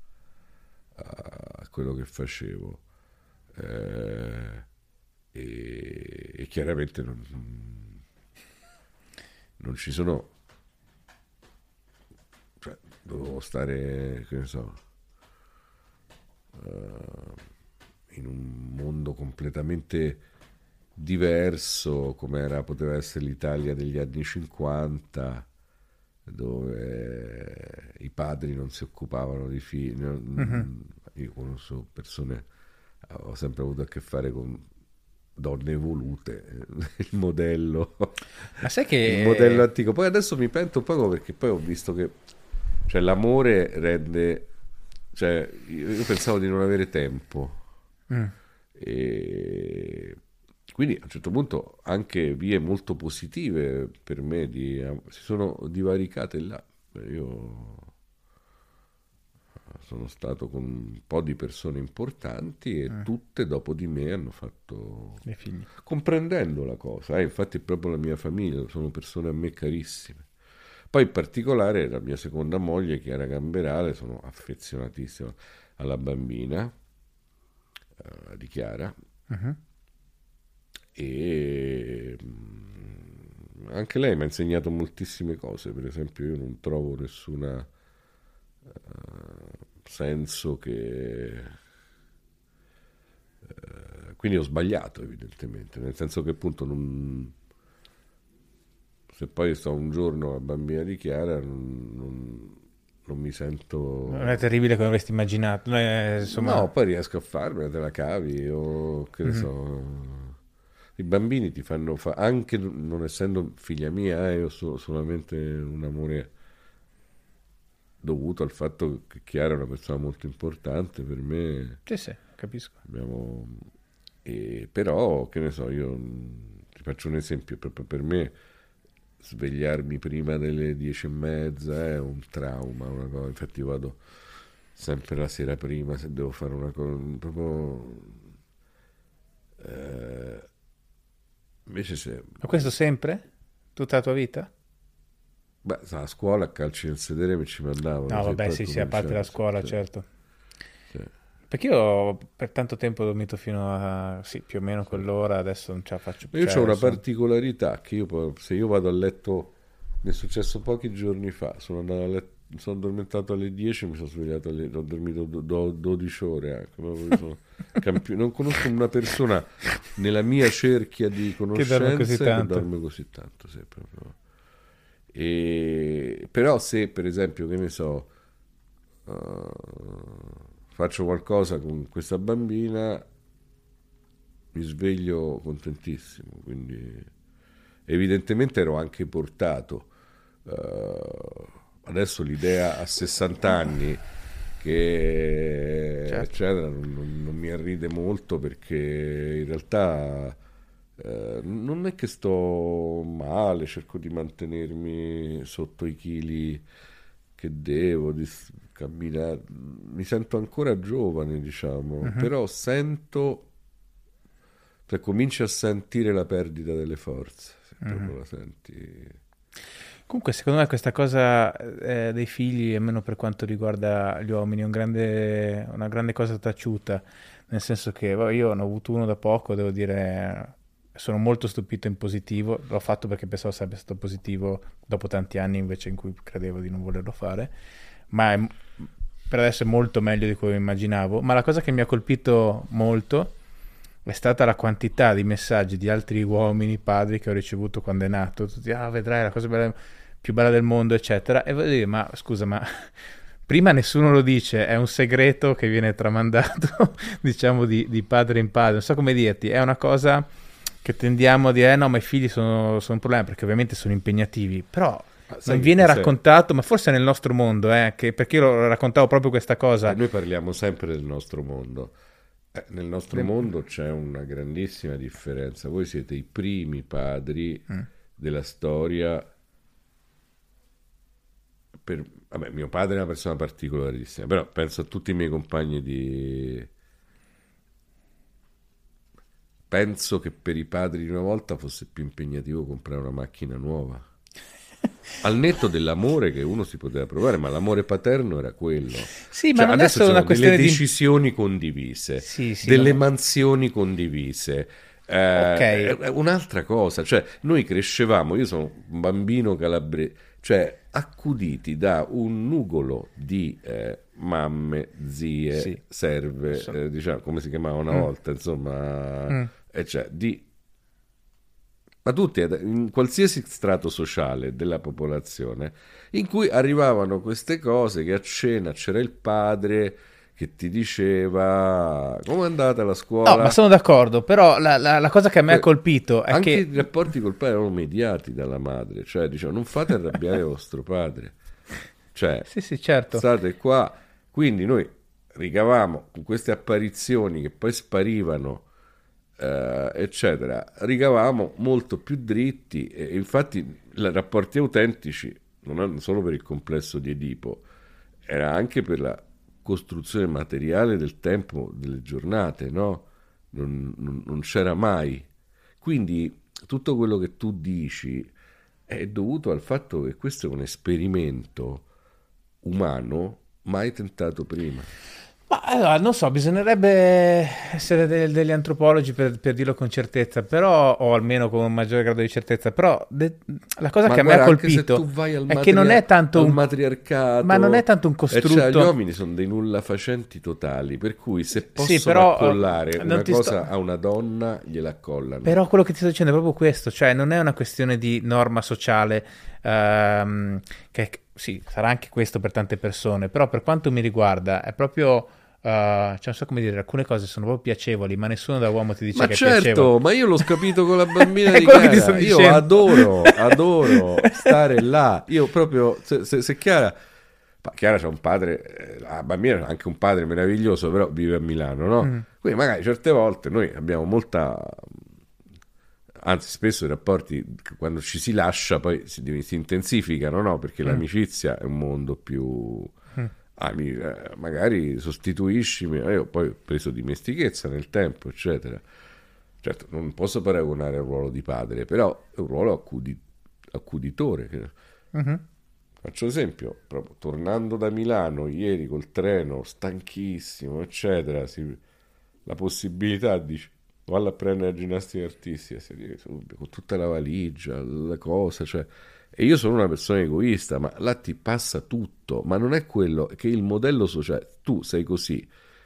a quello che facevo. Eh, e, e chiaramente non, non ci sono, cioè, dovevo stare, che ne so, eh, in un mondo completamente diverso come era, poteva essere l'Italia degli anni cinquanta, dove i padri non si occupavano di figli. Mhm. Io conosco persone ho sempre avuto a che fare con donne evolute, il modello, Ma sai che il modello antico. Poi adesso mi pento un poco perché poi ho visto che, cioè, l'amore rende, cioè, io, io pensavo di non avere tempo. Mm. E quindi a un certo punto anche vie molto positive per me di, si sono divaricate là. Io sono stato con un po' di persone importanti e Mm. tutte dopo di me hanno fatto, dei figli. comprendendo la cosa, eh, infatti è proprio la mia famiglia, sono persone a me carissime. Poi in particolare la mia seconda moglie, Chiara Gamberale, sono affezionatissimo alla bambina eh, di Chiara, Mhm. e mm, anche lei mi ha insegnato moltissime cose. Per esempio, io non trovo nessuna eh, senso che eh, quindi ho sbagliato evidentemente, nel senso che appunto non, se poi sto un giorno a bambina di Chiara non, non- non mi Non è sento. terribile come avresti immaginato. Non è, insomma, No, poi riesco a farmela, te la cavi, o che ne Mhm. so. I bambini ti fanno fa- anche non essendo figlia mia, eh, io so solamente un amore dovuto al fatto che Chiara è una persona molto importante per me. Sì, sì, capisco. Abbiamo, e, però, che ne so, io mh, ti faccio un esempio, proprio per me svegliarmi prima delle dieci e mezza è un trauma, una cosa. Infatti vado sempre la sera prima se devo fare una cosa, proprio. eh, Invece se. Ma questo sempre? Tutta la tua vita? Beh, sa, a scuola a calci nel sedere mi ci mandavano, No, sì, vabbè, poi sì, sì, a parte la cominciavo, sì, scuola, sì, certo. sì, Perché io per tanto tempo ho dormito fino a, sì, più o meno sì. quell'ora, adesso non ce la faccio più. Io ho Cioè, una sono- particolarità che io poi, se io vado a letto, mi è successo pochi giorni fa, sono andato a letto, mi sono addormentato alle dieci, mi sono svegliato alle, ho dormito do- do- dodici ore anche, proprio sono campi- non conosco una persona nella mia cerchia di Che dorme così conoscenze che tanto. dorme così tanto, sì, proprio. E, però se per esempio, che ne so, eh, faccio qualcosa con questa bambina, mi sveglio contentissimo, quindi evidentemente ero anche portato. Eh, adesso l'idea a sessanta anni che Certo. eccetera non, non- non mi arride molto, perché in realtà eh, non è che sto male, cerco di mantenermi sotto i chili che devo, di s- camminare, mi sento ancora giovane, diciamo, Mhm. però sento, cioè cominci a sentire la perdita delle forze, se Mhm. proprio la senti. Comunque, secondo me questa cosa eh, dei figli, almeno per quanto riguarda gli uomini, è un grande- una grande cosa taciuta, nel senso che vabbè, io ne ho avuto uno da poco, devo dire, sono molto stupito in positivo, l'ho fatto perché pensavo sarebbe stato positivo dopo tanti anni invece in cui credevo di non volerlo fare, ma è- per adesso è molto meglio di come immaginavo, ma la cosa che mi ha colpito molto è stata la quantità di messaggi di altri uomini, padri che ho ricevuto quando è nato, tutti, ah, vedrai la cosa bella, più bella del mondo, eccetera. E voglio dire, ma scusa, ma prima nessuno lo dice, è un segreto che viene tramandato, diciamo, di, di padre in padre. Non so come dirti, è una cosa che tendiamo a dire, eh no, ma i figli sono, sono un problema, perché ovviamente sono impegnativi, però Ah, sai non che viene cos'è? raccontato, ma forse nel nostro mondo, eh, che, perché io lo raccontavo proprio questa Eh, cosa. noi parliamo sempre del nostro mondo. Eh, nel nostro De- mondo c'è una grandissima differenza. Voi siete i primi padri Mm. della storia. Per, vabbè, mio padre è una persona particolarissima, però penso a tutti i miei compagni di. Penso che per i padri di una volta fosse più impegnativo comprare una macchina nuova. Al netto dell'amore che uno si poteva provare, ma l'amore paterno era quello. Sì, ma Cioè, non è adesso ci solo una sono delle questione di... decisioni condivise, Sì, sì, delle ma... mansioni condivise. Ok, Eh, è un'altra cosa. Cioè, noi crescevamo, io sono un bambino calabrese, cioè accuditi da un nugolo di eh, mamme, zie, sì. serve, So- eh, diciamo, come si chiamava una Mm, volta, insomma, mm. e cioè, di ma tutti, in qualsiasi strato sociale della popolazione, in cui arrivavano queste cose che a cena c'era il padre che ti diceva come è andata la scuola. No, ma sono d'accordo, però la, la, la cosa che a me ha Poi, colpito è anche che... i rapporti col padre erano mediati dalla madre, cioè diceva non fate arrabbiare vostro padre, cioè Sì, sì, certo. state qua. Quindi noi ricavamo con queste apparizioni che poi sparivano, eh, eccetera, ricavamo molto più dritti, e infatti i rapporti autentici non è solo per il complesso di Edipo, era anche per la costruzione materiale del tempo, delle giornate, no? Non, non- non c'era mai. Quindi tutto quello che tu dici è dovuto al fatto che questo è un esperimento umano mai tentato prima. Ma allora, non so, bisognerebbe essere de- degli antropologi per, per dirlo con certezza, però, o almeno con un maggiore grado di certezza, però de- la cosa Ma che a me ha guarda, anche se tu colpito vai al, è che non matria- è tanto al un, ma non è matriarcato, tanto un e cioè, gli costrutto. uomini sono dei nulla facenti totali, per cui se Sì, possono però accollare eh, non una ti cosa sto... a una donna, gliela accollano. Però quello che ti sto dicendo è proprio questo, cioè non è una questione di norma sociale, ehm, che sì, sarà anche questo per tante persone, però per quanto mi riguarda è proprio, eh, cioè non so come dire, alcune cose sono proprio piacevoli, ma nessuno da uomo ti dice Ma che è piacevole. certo, ma io l'ho capito con la bambina È di quello che ti sto Chiara. Io dicendo. adoro, adoro stare là. Io proprio, se, se, se Chiara, ma Chiara c'ha un padre, eh, la bambina ha anche un padre meraviglioso, però vive a Milano, no? Mm, Quindi magari certe volte noi abbiamo molta, anzi spesso i rapporti quando ci si lascia poi si, si intensificano, no? Perché mm, l'amicizia è un mondo più... mm. ah, mi- eh, magari sostituiscimi, io poi ho preso dimestichezza nel tempo, eccetera. Certo, non posso paragonare al ruolo di padre, però è un ruolo accudi- accuditore. che- Mhm. Faccio esempio, proprio tornando da Milano ieri col treno, stanchissimo, eccetera, si- la possibilità di vado a prendere la ginnastica artistica, si arriva subito, con tutta la valigia, la cosa, cioè... E io sono una persona egoista, ma là ti passa tutto, ma non è quello che il modello sociale, tu sei così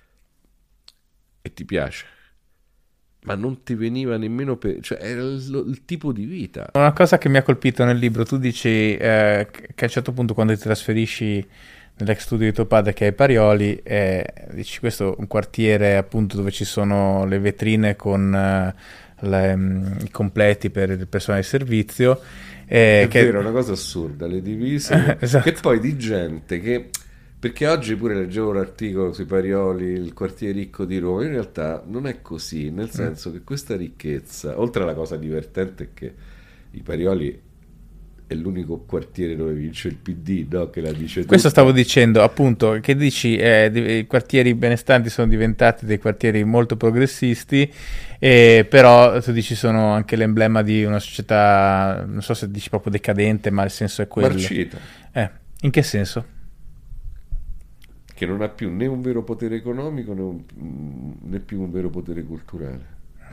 e ti piace, ma non ti veniva nemmeno per... cioè era il, il tipo di vita. Una cosa che mi ha colpito nel libro, tu dici eh, che a un certo punto quando ti trasferisci nell'ex studio di tuo padre che è ai Parioli, eh, dici questo è un quartiere appunto dove ci sono le vetrine con eh, le, mm, i completi per il personale di servizio. eh, È che... vero, è una cosa assurda, le divise, esatto. che poi di gente che... Perché oggi pure leggevo un articolo sui Parioli, il quartiere ricco di Roma, in realtà non è così, nel Mm. senso che questa ricchezza, oltre alla cosa divertente è che i Parioli è l'unico quartiere dove vince il P D, no? Che la dice Questo tutta. stavo dicendo, appunto, che dici eh, di- i quartieri benestanti sono diventati dei quartieri molto progressisti, eh, però tu dici sono anche l'emblema di una società, non so se dici proprio decadente, ma il senso è quello. Marcita, Eh, in che senso? che non ha più né un vero potere economico né, un- né più un vero potere culturale.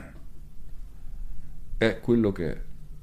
È quello che è,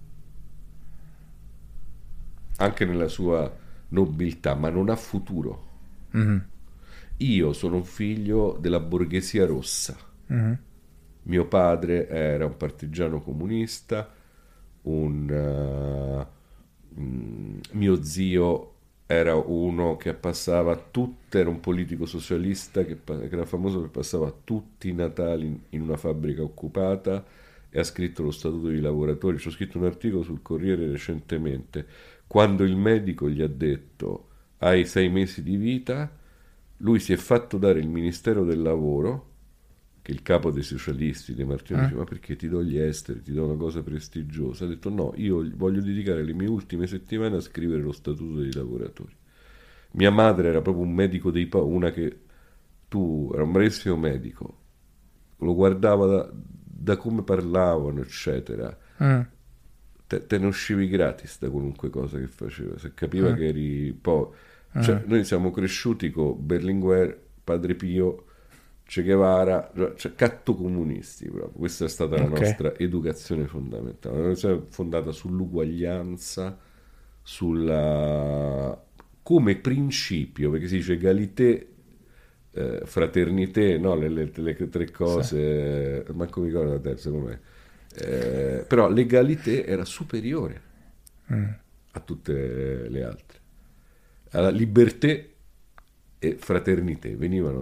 anche nella sua nobiltà, ma non ha futuro. Mhm, Io sono un figlio della borghesia rossa. mhm, Mio padre era un partigiano comunista, un, eh, mm, mio zio era uno che passava tutte, era un politico socialista che, pa- che era famoso per passava tutti i Natali in, in una fabbrica occupata e ha scritto lo statuto dei lavoratori. Ci ho scritto un articolo sul Corriere recentemente, quando il medico gli ha detto hai sei mesi di vita, lui si è fatto dare il Ministero del Lavoro, che il capo dei socialisti, dei Martini, mm. dice ma perché ti do gli esteri, ti do una cosa prestigiosa? Ha detto no, io voglio dedicare le mie ultime settimane a scrivere lo statuto dei lavoratori. Mia madre era proprio un medico dei pa- una che tu, era un bravissimo medico, lo guardava da, da come parlavano, eccetera. Mm, Te, te ne uscivi gratis da qualunque cosa che faceva, se capiva mm, che eri po'... mm. Cioè, noi siamo cresciuti con Berlinguer, Padre Pio, Che Guevara, cioè cattocomunisti proprio. Questa è stata la Ok. nostra educazione fondamentale. Una educazione fondata sull'uguaglianza, sulla... come principio, perché si dice egalité, eh, fraternité, no? Le, le- le tre Sì. cose, manco mi ricordo la terza com'è. Eh, però l'egalité era superiore Mm. a tutte le altre. Alla libertà e fraternité venivano dopo.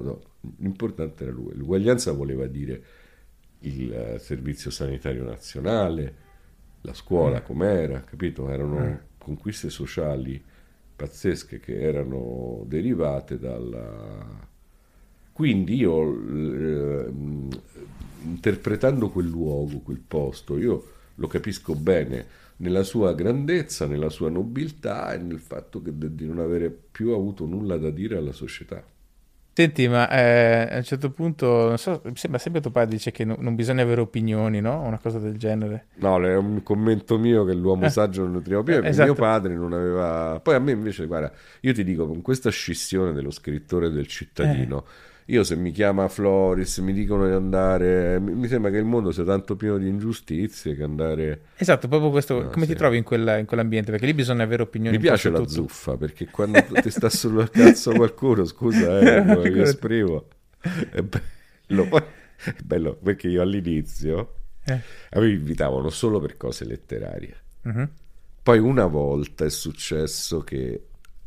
l'importante era lui. L'uguaglianza voleva dire il uh, servizio sanitario nazionale, la scuola mm. com'era, capito? Erano mm. conquiste sociali pazzesche che erano derivate dalla... Quindi io, eh, interpretando quel luogo, quel posto, io lo capisco bene nella sua grandezza, nella sua nobiltà e nel fatto che di non avere più avuto nulla da dire alla società. Senti, ma eh, a un certo punto, non so, mi sembra sempre tuo padre dice che no, non bisogna avere opinioni, no? Una cosa del genere. No, è un commento mio che l'uomo eh. saggio non nutriva più, perché esatto. Mio padre non aveva... Poi a me invece, guarda, io ti dico, con questa scissione dello scrittore e del cittadino... Eh. Io se mi chiama Floris, mi dicono di andare, mi sembra che il mondo sia tanto pieno di ingiustizie che andare... Esatto, proprio questo, no, come sì. ti trovi in, quella, in quell'ambiente? Perché lì bisogna avere opinioni. Mi piace la tutto. Zuffa, perché quando ti sta sul cazzo qualcuno, scusa, eh, come vi esprimo, è bello, poi, è bello perché io all'inizio eh. a me mi invitavano solo per cose letterarie. Uh-huh. Poi una volta è successo che,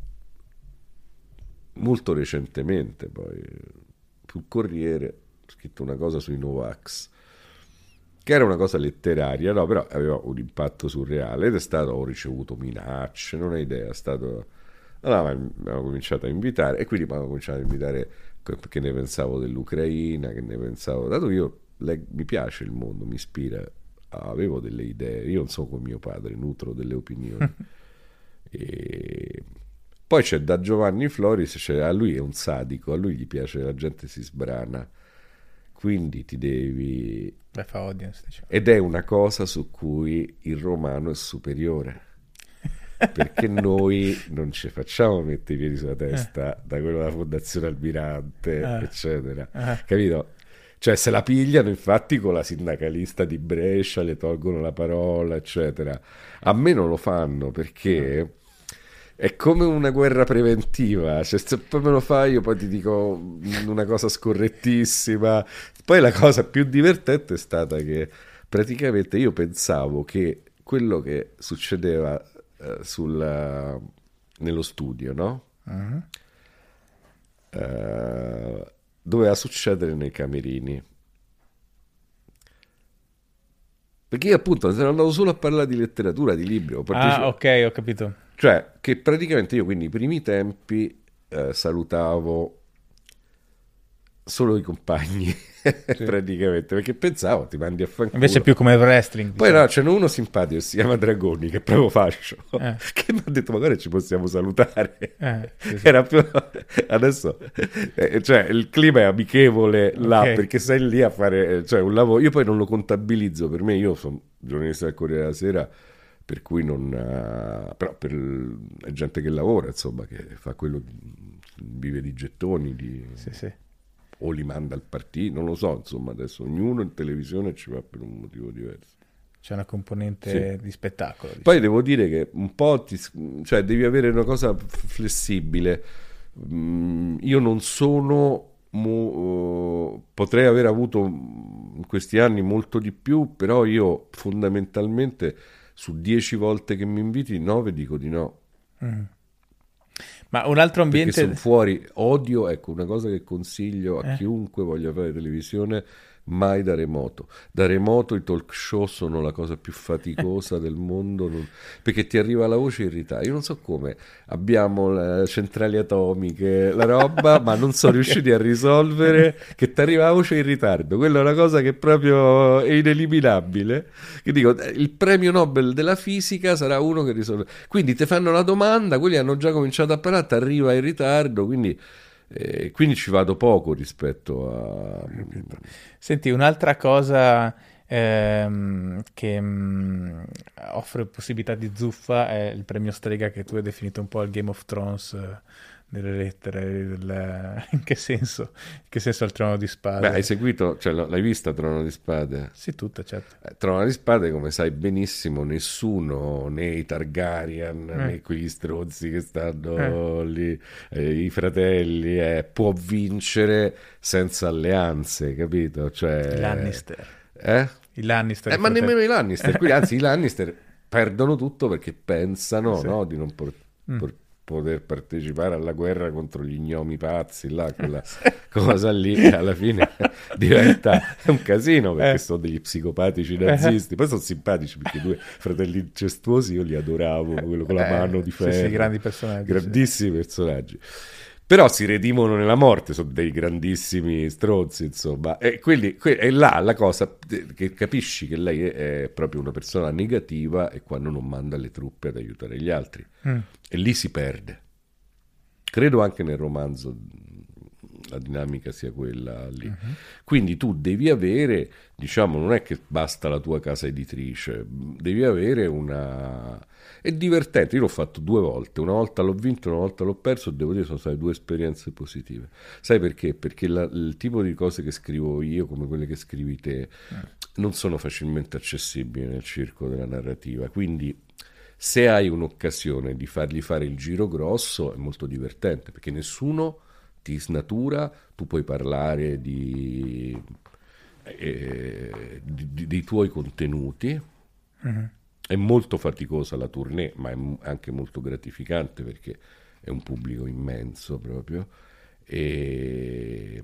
molto recentemente poi... sul Corriere ho scritto una cosa sui Novax che era una cosa letteraria, no, però aveva un impatto surreale ed è stato, ho ricevuto minacce, non hai idea, è stato allora mi hanno cominciato a invitare e quindi mi hanno cominciato a invitare che ne pensavo dell'Ucraina, che ne pensavo, dato che io le, mi piace il mondo, mi ispira, avevo delle idee, io non sono come mio padre, nutro delle opinioni e poi c'è da Giovanni Floris, cioè, a lui è un sadico, a lui gli piace, la gente si sbrana, quindi ti devi... Beh, fa audience, diciamo. Ed è una cosa su cui il romano è superiore, perché noi non ci facciamo mettere i piedi sulla testa eh. da quello della Fondazione Almirante, eh. eccetera, eh. capito? Cioè se la pigliano infatti con la sindacalista di Brescia, le tolgono la parola, eccetera. A me non lo fanno perché... Eh. È come una guerra preventiva, cioè se poi me lo fai io poi ti dico una cosa scorrettissima. Poi la cosa più divertente è stata che praticamente io pensavo che quello che succedeva eh, sul, nello studio, no? Uh-huh. Uh, doveva succedere nei camerini. Perché io appunto sono andato solo a parlare di letteratura, di libri. Ho ah, ok, ho capito. Cioè, che praticamente io quindi i primi tempi eh, salutavo solo i compagni, sì. praticamente, perché pensavo ti mandi a fanculo. Invece è più come il wrestling. Poi diciamo. No, c'è uno simpatico, si chiama Dragoni, che proprio fascio, eh. che mi ha detto magari ci possiamo salutare. Eh, sì, sì. Era più... Adesso, eh, cioè, il clima è amichevole là, okay. perché sei lì a fare cioè, un lavoro. Io poi non lo contabilizzo, per me, io sono giornalista del Corriere della Sera, per cui non... Uh, però per è gente che lavora, insomma, che fa quello, vive di gettoni, di... Sì, sì. o li manda al partito, non lo so, insomma, adesso ognuno in televisione ci va per un motivo diverso. C'è una componente sì. di spettacolo. Diciamo. Poi devo dire che un po' ti, cioè devi avere una cosa flessibile. Mm, io non sono, mo, uh, potrei aver avuto in questi anni molto di più, però io fondamentalmente su dieci volte che mi inviti, nove dico di no. Mm. Ma un altro ambiente... Perché sono fuori, odio, ecco, una cosa che consiglio a eh. chiunque voglia fare televisione, mai da remoto. Da remoto i talk show sono la cosa più faticosa del mondo, non... perché ti arriva la voce in ritardo. Io non so come, abbiamo le centrali atomiche, la roba, ma non sono okay. riusciti a risolvere che ti arriva la voce in ritardo. Quella è una cosa che proprio è ineliminabile. Che dico, il premio Nobel della fisica sarà uno che risolve. Quindi ti fanno la domanda, quelli hanno già cominciato a parlare, ti arriva in ritardo, quindi... Eh, quindi ci vado poco rispetto a... Senti, un'altra cosa ehm, che mh, offre possibilità di zuffa è il premio Strega, che tu hai definito un po' il Game of Thrones eh, delle lettere, del... in che senso? In che senso il Trono di Spade? Beh, hai seguito, cioè l'hai vista Trono di Spade? Sì, tutta, certo. Eh, Trono di Spade, come sai benissimo, nessuno, né i Targaryen, eh. né quegli stronzi che stanno eh. lì, eh, i fratelli, eh, può vincere senza alleanze, capito? Cioè, I Lannister. Eh? I Lannister. Eh, ma nemmeno i Lannister, quindi, anzi i Lannister perdono tutto perché pensano sì. no, di non por- mm. por- poter partecipare alla guerra contro gli gnomi pazzi, là, quella cosa lì alla fine diventa un casino, perché Eh. sono degli psicopatici nazisti, poi sono simpatici perché i due fratelli incestuosi io li adoravo, quello con la Eh, mano di sì, ferro, sì, grandi personaggi, sì. grandissimi personaggi. Però si redimono nella morte, sono dei grandissimi stronzi, insomma. E quelli, que- è là la cosa che capisci che lei è, è proprio una persona negativa, e quando non manda le truppe ad aiutare gli altri. Mm. E lì si perde. Credo anche nel romanzo la dinamica sia quella lì. Mhm. Quindi tu devi avere, diciamo, non è che basta la tua casa editrice, devi avere una... È divertente, io l'ho fatto due volte, una volta l'ho vinto, una volta l'ho perso, e devo dire sono state due esperienze positive. Sai perché? Perché la- il tipo di cose che scrivo io, come quelle che scrivi te, non sono facilmente accessibili nel circo della narrativa, quindi se hai un'occasione di fargli fare il giro grosso è molto divertente, perché nessuno ti snatura, tu puoi parlare di, eh, di- di- dei tuoi contenuti. Mhm. È molto faticosa la tournée, ma è m- anche molto gratificante perché è un pubblico immenso proprio. E...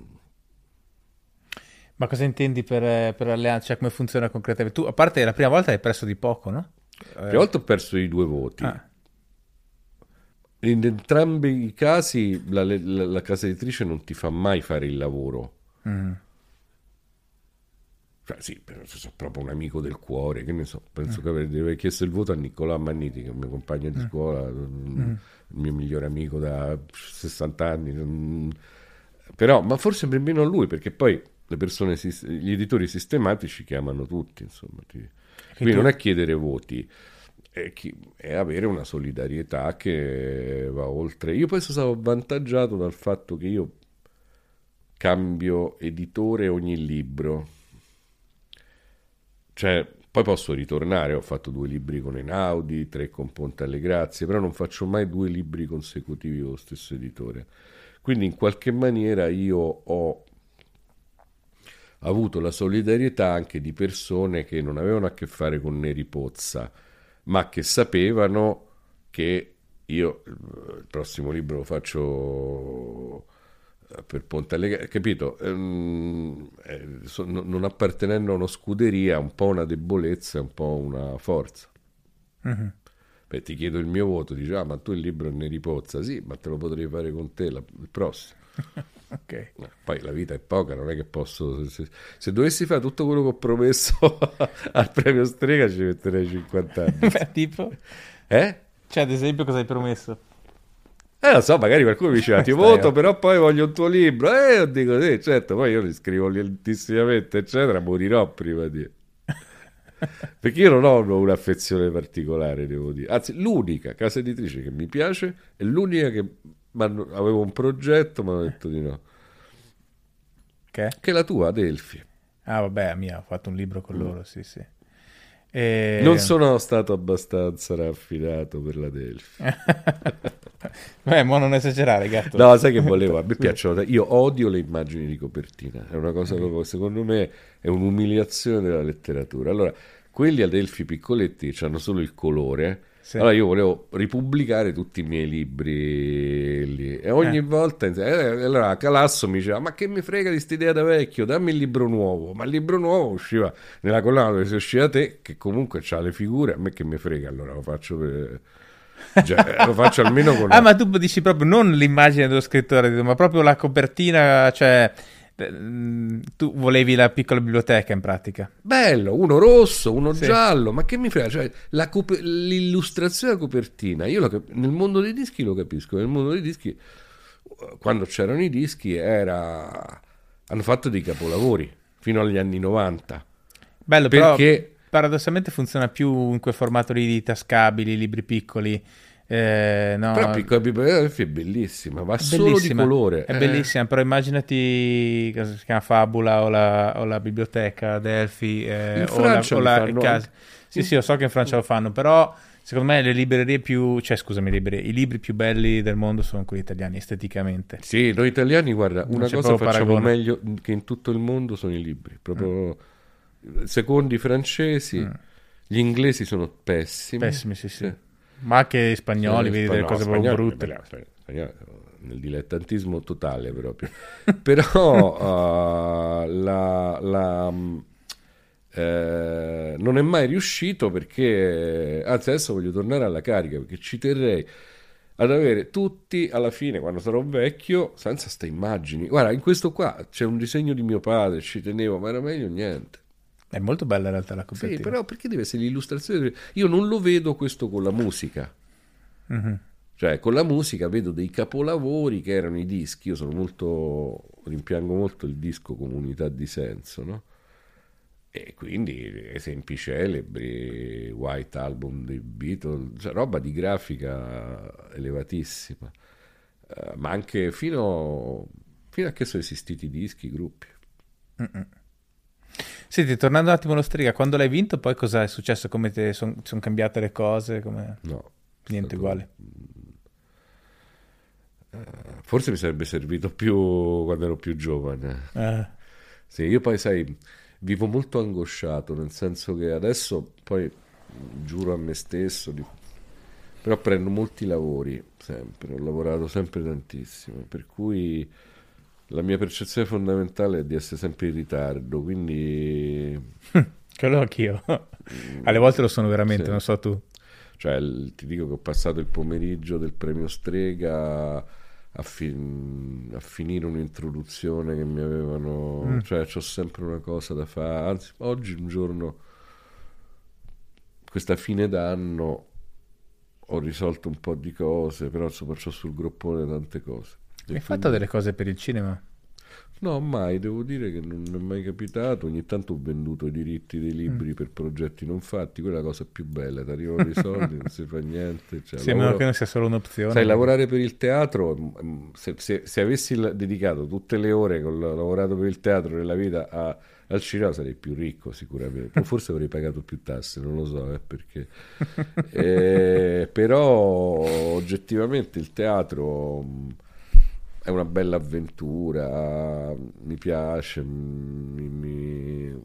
Ma cosa intendi per, per alleanza? Cioè, come funziona concretamente? Tu, a parte la prima volta hai perso di poco, no? La prima volta ho perso i due voti. Ah. In entrambi i casi la, la- la casa editrice non ti fa mai fare il lavoro. Mm. Cioè, sì, sono proprio un amico del cuore, che ne so, penso che avrei, avrei chiesto il voto a Niccolò Manniti, che è il mio compagno di scuola, il mio migliore amico da sessanta anni. mm. Però, ma forse nemmeno a lui, perché poi le persone, sis- gli editori sistematici chiamano tutti, insomma. ti- Quindi tu- non è chiedere voti, è, chi- è avere una solidarietà che va oltre. Io poi sono stato avvantaggiato dal fatto che io cambio editore ogni libro. Cioè, poi posso ritornare, ho fatto due libri con Einaudi, tre con Ponte alle Grazie, però non faccio mai due libri consecutivi con lo stesso editore. Quindi in qualche maniera io ho avuto la solidarietà anche di persone che non avevano a che fare con Neri Pozza, ma che sapevano che io eh, il prossimo libro lo faccio eh, per Ponte alle Grazie, capito? Ehm, eh, so- no- non appartenendo a una scuderia, è un po' una debolezza, è un po' una forza. Mhm. Beh, ti chiedo il mio voto, dici, ah, ma tu il libro è Neri Pozza, sì, ma te lo potrei fare con te la- il prossimo. Ok. Eh, Poi la vita è poca, non è che posso. Se, se dovessi fare tutto quello che ho promesso al premio Strega ci metterei cinquanta anni. Beh, tipo? Eh? Cioè, ad esempio, cosa hai promesso? Eh, lo so, magari qualcuno mi diceva ti Stai voto, a- però poi voglio un tuo libro. Eh, io dico sì, certo, poi io li scrivo lentissimamente, eccetera, morirò prima di. Perché io non ho un'affezione particolare, devo dire. Anzi, l'unica casa editrice che mi piace è l'unica che m'hanno- avevo un progetto, ma hanno detto di no. Che? Che è la tua, Adelphi. Ah, vabbè, mia, ho fatto un libro con loro, sì, sì. E... Non sono stato abbastanza raffinato per la Delphi. Beh, ma non esagerare, gatto. No, sai che volevo? A me piacciono. Io odio le immagini di copertina. È una cosa proprio, secondo me, è un'umiliazione della letteratura. Allora, quelli Adelphi piccoletti hanno solo il colore. Sì. Allora io volevo ripubblicare tutti i miei libri lì. E ogni Eh. volta, eh, allora Calasso mi diceva, ma che mi frega di sta idea da vecchio, dammi il libro nuovo. Ma il libro nuovo usciva nella collana dove sei uscita te, che comunque c'ha le figure, a me che mi frega, allora lo faccio per... Cioè, lo faccio almeno con... Ah, ma tu dici proprio non l'immagine dello scrittore, ma proprio la copertina, cioè eh, mm, tu volevi la piccola biblioteca in pratica. Bello, uno rosso, uno Sì. giallo, ma che mi frega? Cioè, la cope- l'illustrazione della copertina, io lo cap- nel mondo dei dischi lo capisco, nel mondo dei dischi, eh, quando c'erano i dischi, era... hanno fatto dei capolavori fino agli anni novanta. Bello, però Perché... paradossalmente funziona più in quel formato lì di tascabili, libri piccoli. Eh, no, Però Piccola Biblioteca è bellissima, va è solo bellissima, di colore. è eh. bellissima, però immaginati cosa si chiama Fabula o la, o la biblioteca Delphi eh, In o la, Francia o li la fanno casa. anche. Sì, sì, lo so che in Francia lo fanno, però secondo me le librerie più, cioè scusami, le librerie, i libri più belli del mondo sono quelli italiani esteticamente. Sì, noi italiani, guarda, Non una c'è cosa proprio facciamo paragone. meglio che in tutto il mondo sono i libri, proprio secondi i francesi, Mm. gli inglesi sono pessimi. Pessimi, sì, sì. Ma anche spagnoli, Eh, vedi spa- delle no, cose proprio spagnoli, brutte. beh, spagnoli, spagnoli, nel dilettantismo totale proprio. Però uh, la, la, mh, eh, non è mai riuscito perché, anzi adesso voglio tornare alla carica perché ci terrei ad avere tutti alla fine, quando sarò vecchio, senza ste immagini. Guarda, in questo qua c'è un disegno di mio padre, ci tenevo, ma era meglio niente. È molto bella in realtà la Sì, copertina. però perché deve essere l'illustrazione? Io non lo vedo questo con la musica. Mhm. Cioè, con la musica vedo dei capolavori che erano i dischi. Io sono molto, rimpiango molto il disco come unità di senso, no? E quindi esempi celebri, White Album dei Beatles, cioè roba di grafica elevatissima. Eh, ma anche fino, fino a che sono esistiti i dischi, i gruppi. Mm-mm. Senti, tornando un attimo allo Strega, quando l'hai vinto poi cosa è successo? Come sono cambiate le cose? Come... No, è Niente, stato- uguale. Forse mi sarebbe servito più quando ero più giovane. Eh, Sì, io poi, sai, vivo molto angosciato, nel senso che adesso poi giuro a me stesso, di- però prendo molti lavori, sempre, ho lavorato sempre tantissimo, per cui la mia percezione fondamentale è di essere sempre in ritardo, quindi quello anch'io. Alle volte lo sono veramente, sì. non so tu. Cioè, il- ti dico che ho passato il pomeriggio del premio Strega a, fi- a finire un'introduzione che mi avevano... Mm. Cioè, c'ho sempre una cosa da fare. Anzi, oggi un giorno, questa fine d'anno, ho risolto un po' di cose, però insomma c'ho sul groppone tante cose. E Hai fatto quindi- delle cose per il cinema? No, mai, devo dire che non è mai capitato. Ogni tanto ho venduto i diritti dei libri per progetti non fatti, quella è la cosa più bella, ti arrivano i soldi, non si fa niente. Cioè, Sì, a meno lavoro- che non sia solo un'opzione. Sai, lavorare per il teatro, mm, se, se- se avessi la- dedicato tutte le ore che ho lavorato per il teatro nella vita a- al cinema sarei più ricco sicuramente, o forse avrei pagato più tasse, non lo so, eh, perché... Eh, però oggettivamente il teatro mm, è una bella avventura, mi piace, mi, mi-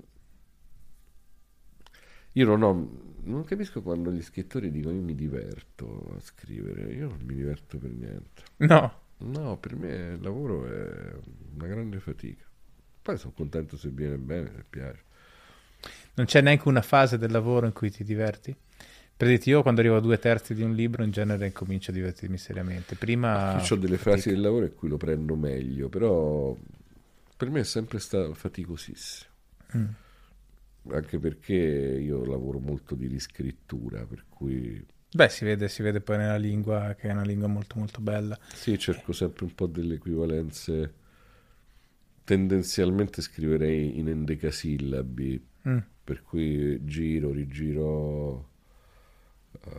io non ho, non capisco quando gli scrittori dicono io mi diverto a scrivere, io non mi diverto per niente. No. No, per me il lavoro è una grande fatica. Poi sono contento se viene bene, se piace. Non c'è neanche una fase del lavoro in cui ti diverti? Per dirti, io quando arrivo a due terzi di un libro in genere comincio a divertirmi seriamente. Prima... Io ho delle fatica. fasi del lavoro in cui lo prendo meglio, però per me è sempre stato faticosissimo. Mm. Anche perché io lavoro molto di riscrittura, per cui Beh, si vede, si vede poi nella lingua, che è una lingua molto molto bella. sì, cerco sempre un po' delle equivalenze. Tendenzialmente scriverei in endecasillabi, Mm. per cui giro, rigiro, eh,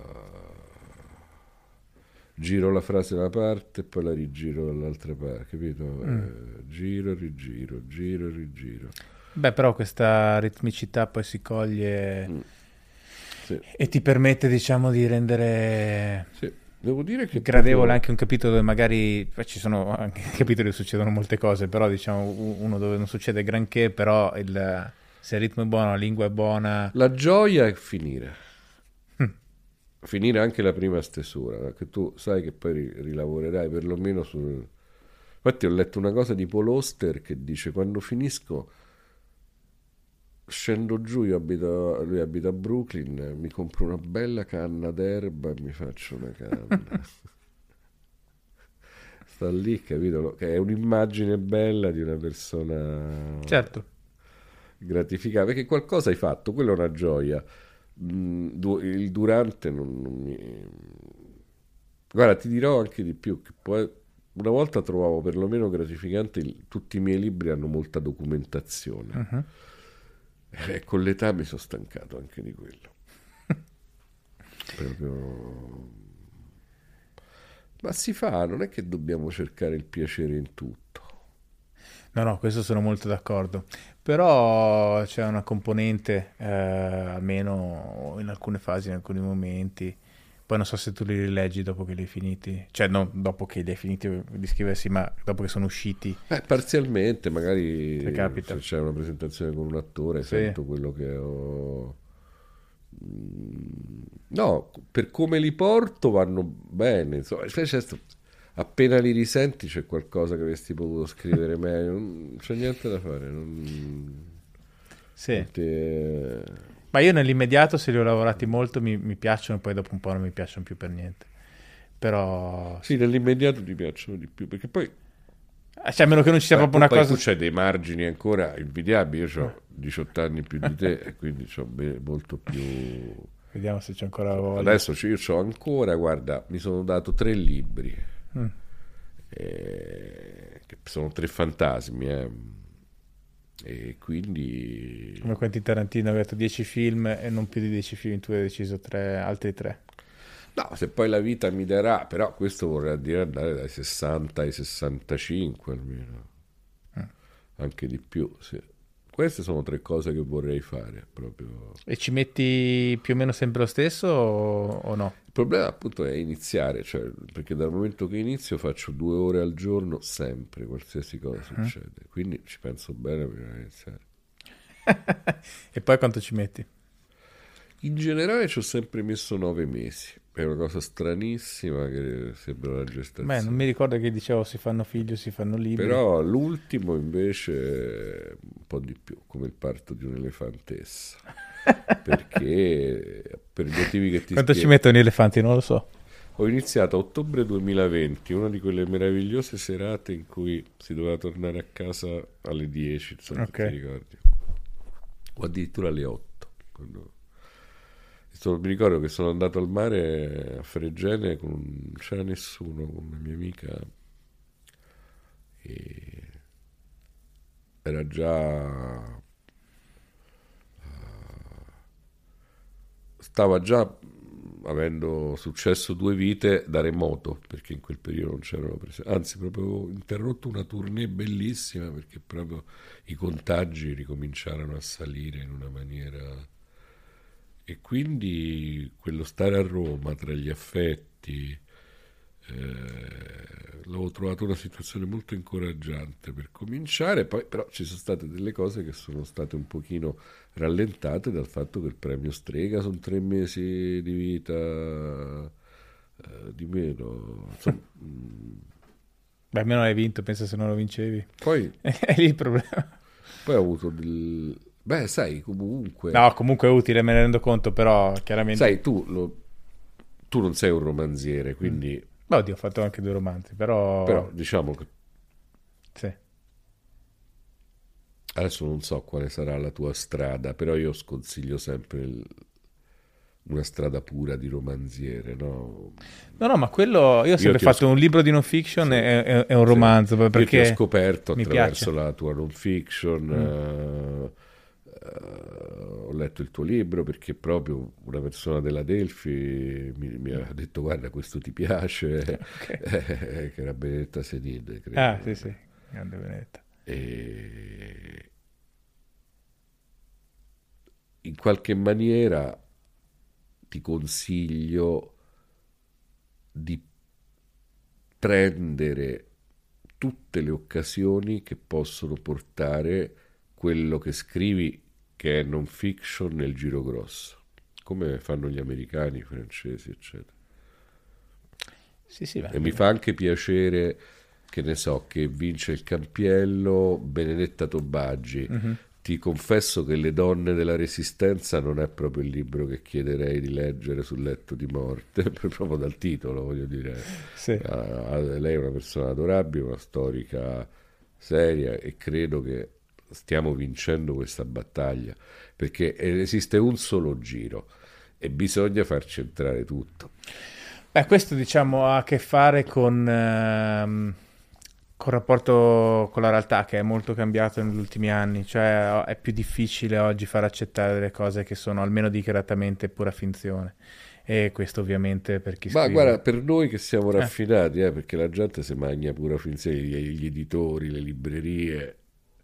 giro la frase da una parte e poi la rigiro dall'altra parte, capito? Mm. Eh, giro, rigiro, giro, rigiro. Beh, però questa ritmicità poi si coglie Mm. Sì, e ti permette, diciamo, di rendere sì. Devo dire che gradevole proprio- anche un capitolo dove magari beh, ci sono anche capitoli dove succedono molte cose, però diciamo u- uno dove non succede granché, però il, se il ritmo è buono, la lingua è buona. La gioia è finire. Mm. Finire anche la prima stesura, perché tu sai che poi ri- rilavorerai perlomeno su... Infatti ho letto una cosa di Paul Auster che dice quando finisco scendo giù, io abito, lui abita a Brooklyn, mi compro una bella canna d'erba e mi faccio una canna. Sta lì, capito? Che è un'immagine bella di una persona Certo. gratificata, perché qualcosa hai fatto, quella è una gioia. Mm, du- il durante non, non mi... Guarda, ti dirò anche di più, che poi una volta trovavo perlomeno gratificante, il- tutti i miei libri hanno molta documentazione. Mhm. E con l'età mi sono stancato anche di quello. Proprio... Ma si fa, non è che dobbiamo cercare il piacere in tutto. No, no, questo sono molto d'accordo. Però c'è una componente, eh, almeno in alcune fasi, in alcuni momenti. Poi non so se tu li rileggi dopo che li hai finiti. Cioè, non dopo che li hai finiti di scriversi, ma dopo che sono usciti. Eh, parzialmente, magari Ti capita. se c'è una presentazione con un attore, Sì. sento quello che ho no, per come li porto vanno bene, insomma, cioè, certo, appena li risenti c'è qualcosa che avresti potuto scrivere meglio, non c'è niente da fare. Non, Sì. non ti- Ma io nell'immediato, se li ho lavorati molto, mi, mi piacciono, poi dopo un po' non mi piacciono più per niente. Però, Sì, nell'immediato ti piacciono di più, perché poi, cioè, a meno che non ci sia beh, proprio una poi cosa... tu c'hai dei margini ancora invidiabili. Io ho diciotto anni più di te e quindi ho molto più. Vediamo se c'è ancora voglia. Adesso c- io ho ancora, guarda, mi sono dato tre libri, Mm. eh, che sono tre fantasmi, eh. E quindi Come Quentin Tarantino aveva detto dieci film e non più di dieci film, tu hai deciso tre, altri tre. no, se poi la vita mi darà, però questo vorrà dire andare dai sessanta ai sessantacinque almeno, Mm. anche di più, sì. Queste sono tre cose che vorrei fare proprio. E ci metti più o meno sempre lo stesso o, o no? Il problema appunto è iniziare, cioè, perché dal momento che inizio faccio due ore al giorno sempre, qualsiasi cosa succede, quindi ci penso bene prima di iniziare. E poi quanto ci metti? In generale ci ho sempre messo nove mesi, è una cosa stranissima che sembra una gestazione. Beh, non mi ricordo che dicevo si fanno figli o si fanno libri. Però l'ultimo invece è un po' di più, come il parto di un'elefantessa, perché per i motivi che ti Quanto ci spiego. mettono gli elefanti? Non lo so. Ho iniziato a ottobre duemilaventi, una di quelle meravigliose serate in cui si doveva tornare a casa alle dieci, insomma, Ok. ti ricordi? O addirittura alle otto. quando- Sto- Mi ricordo che sono andato al mare a Fregene, con, non c'era nessuno, con una mia amica, e era già... stava già mh, avendo successo due vite da remoto, perché in quel periodo non c'erano prese, anzi proprio avevo interrotto una tournée bellissima perché proprio i contagi ricominciarono a salire in una maniera, e quindi quello stare a Roma tra gli affetti, eh, l'ho trovato una situazione molto incoraggiante per cominciare. Poi però ci sono state delle cose che sono state un pochino rallentate dal fatto che il premio Strega sono tre mesi di vita, eh, di meno, insomma. mh. Beh, almeno l'hai vinto, pensa se non lo vincevi. Poi, È lì il problema. poi ho avuto del... beh, sai, comunque, No, comunque è utile, me ne rendo conto, però chiaramente... sai, tu, lo- tu non sei un romanziere, quindi, Beh, oddio, ho fatto anche due romanzi, però... però diciamo che Sì. adesso non so quale sarà la tua strada, però io sconsiglio sempre il- una strada pura di romanziere, no? No, no, ma quello... Io ho sempre ti ho fatto un libro di non fiction Sì. e, e- e un Sì. romanzo, Io ti perché ho scoperto mi attraverso piace. la tua non fiction, eh, eh, ho letto il tuo libro perché proprio una persona della Delphi mi, mi ha detto guarda questo ti piace, Ok. eh, che era Benedetta Senide, credo. Ah, sì, sì, grande Benedetta. E in qualche maniera ti consiglio di prendere tutte le occasioni che possono portare quello che scrivi, che è non fiction, nel giro grosso, come fanno gli americani, i francesi, eccetera. Sì, sì, E mi fa anche piacere, che ne so, che vince il Campiello Benedetta Tobaggi. Mhm. Ti confesso che Le donne della Resistenza non è proprio il libro che chiederei di leggere sul letto di morte, proprio dal titolo, voglio dire. Sì. Ah, lei è una persona adorabile, una storica seria, e credo che stiamo vincendo questa battaglia, perché esiste un solo giro e bisogna farci entrare tutto. Beh, questo diciamo ha a che fare con, ehm, col rapporto con la realtà che è molto cambiato negli ultimi anni, cioè è più difficile oggi far accettare delle cose che sono almeno dichiaratamente pura finzione, e questo ovviamente per chi Ma scrive. guarda, per noi che siamo Eh. raffinati, eh, perché la gente si magna pura finzione, gli, gli editori, le librerie.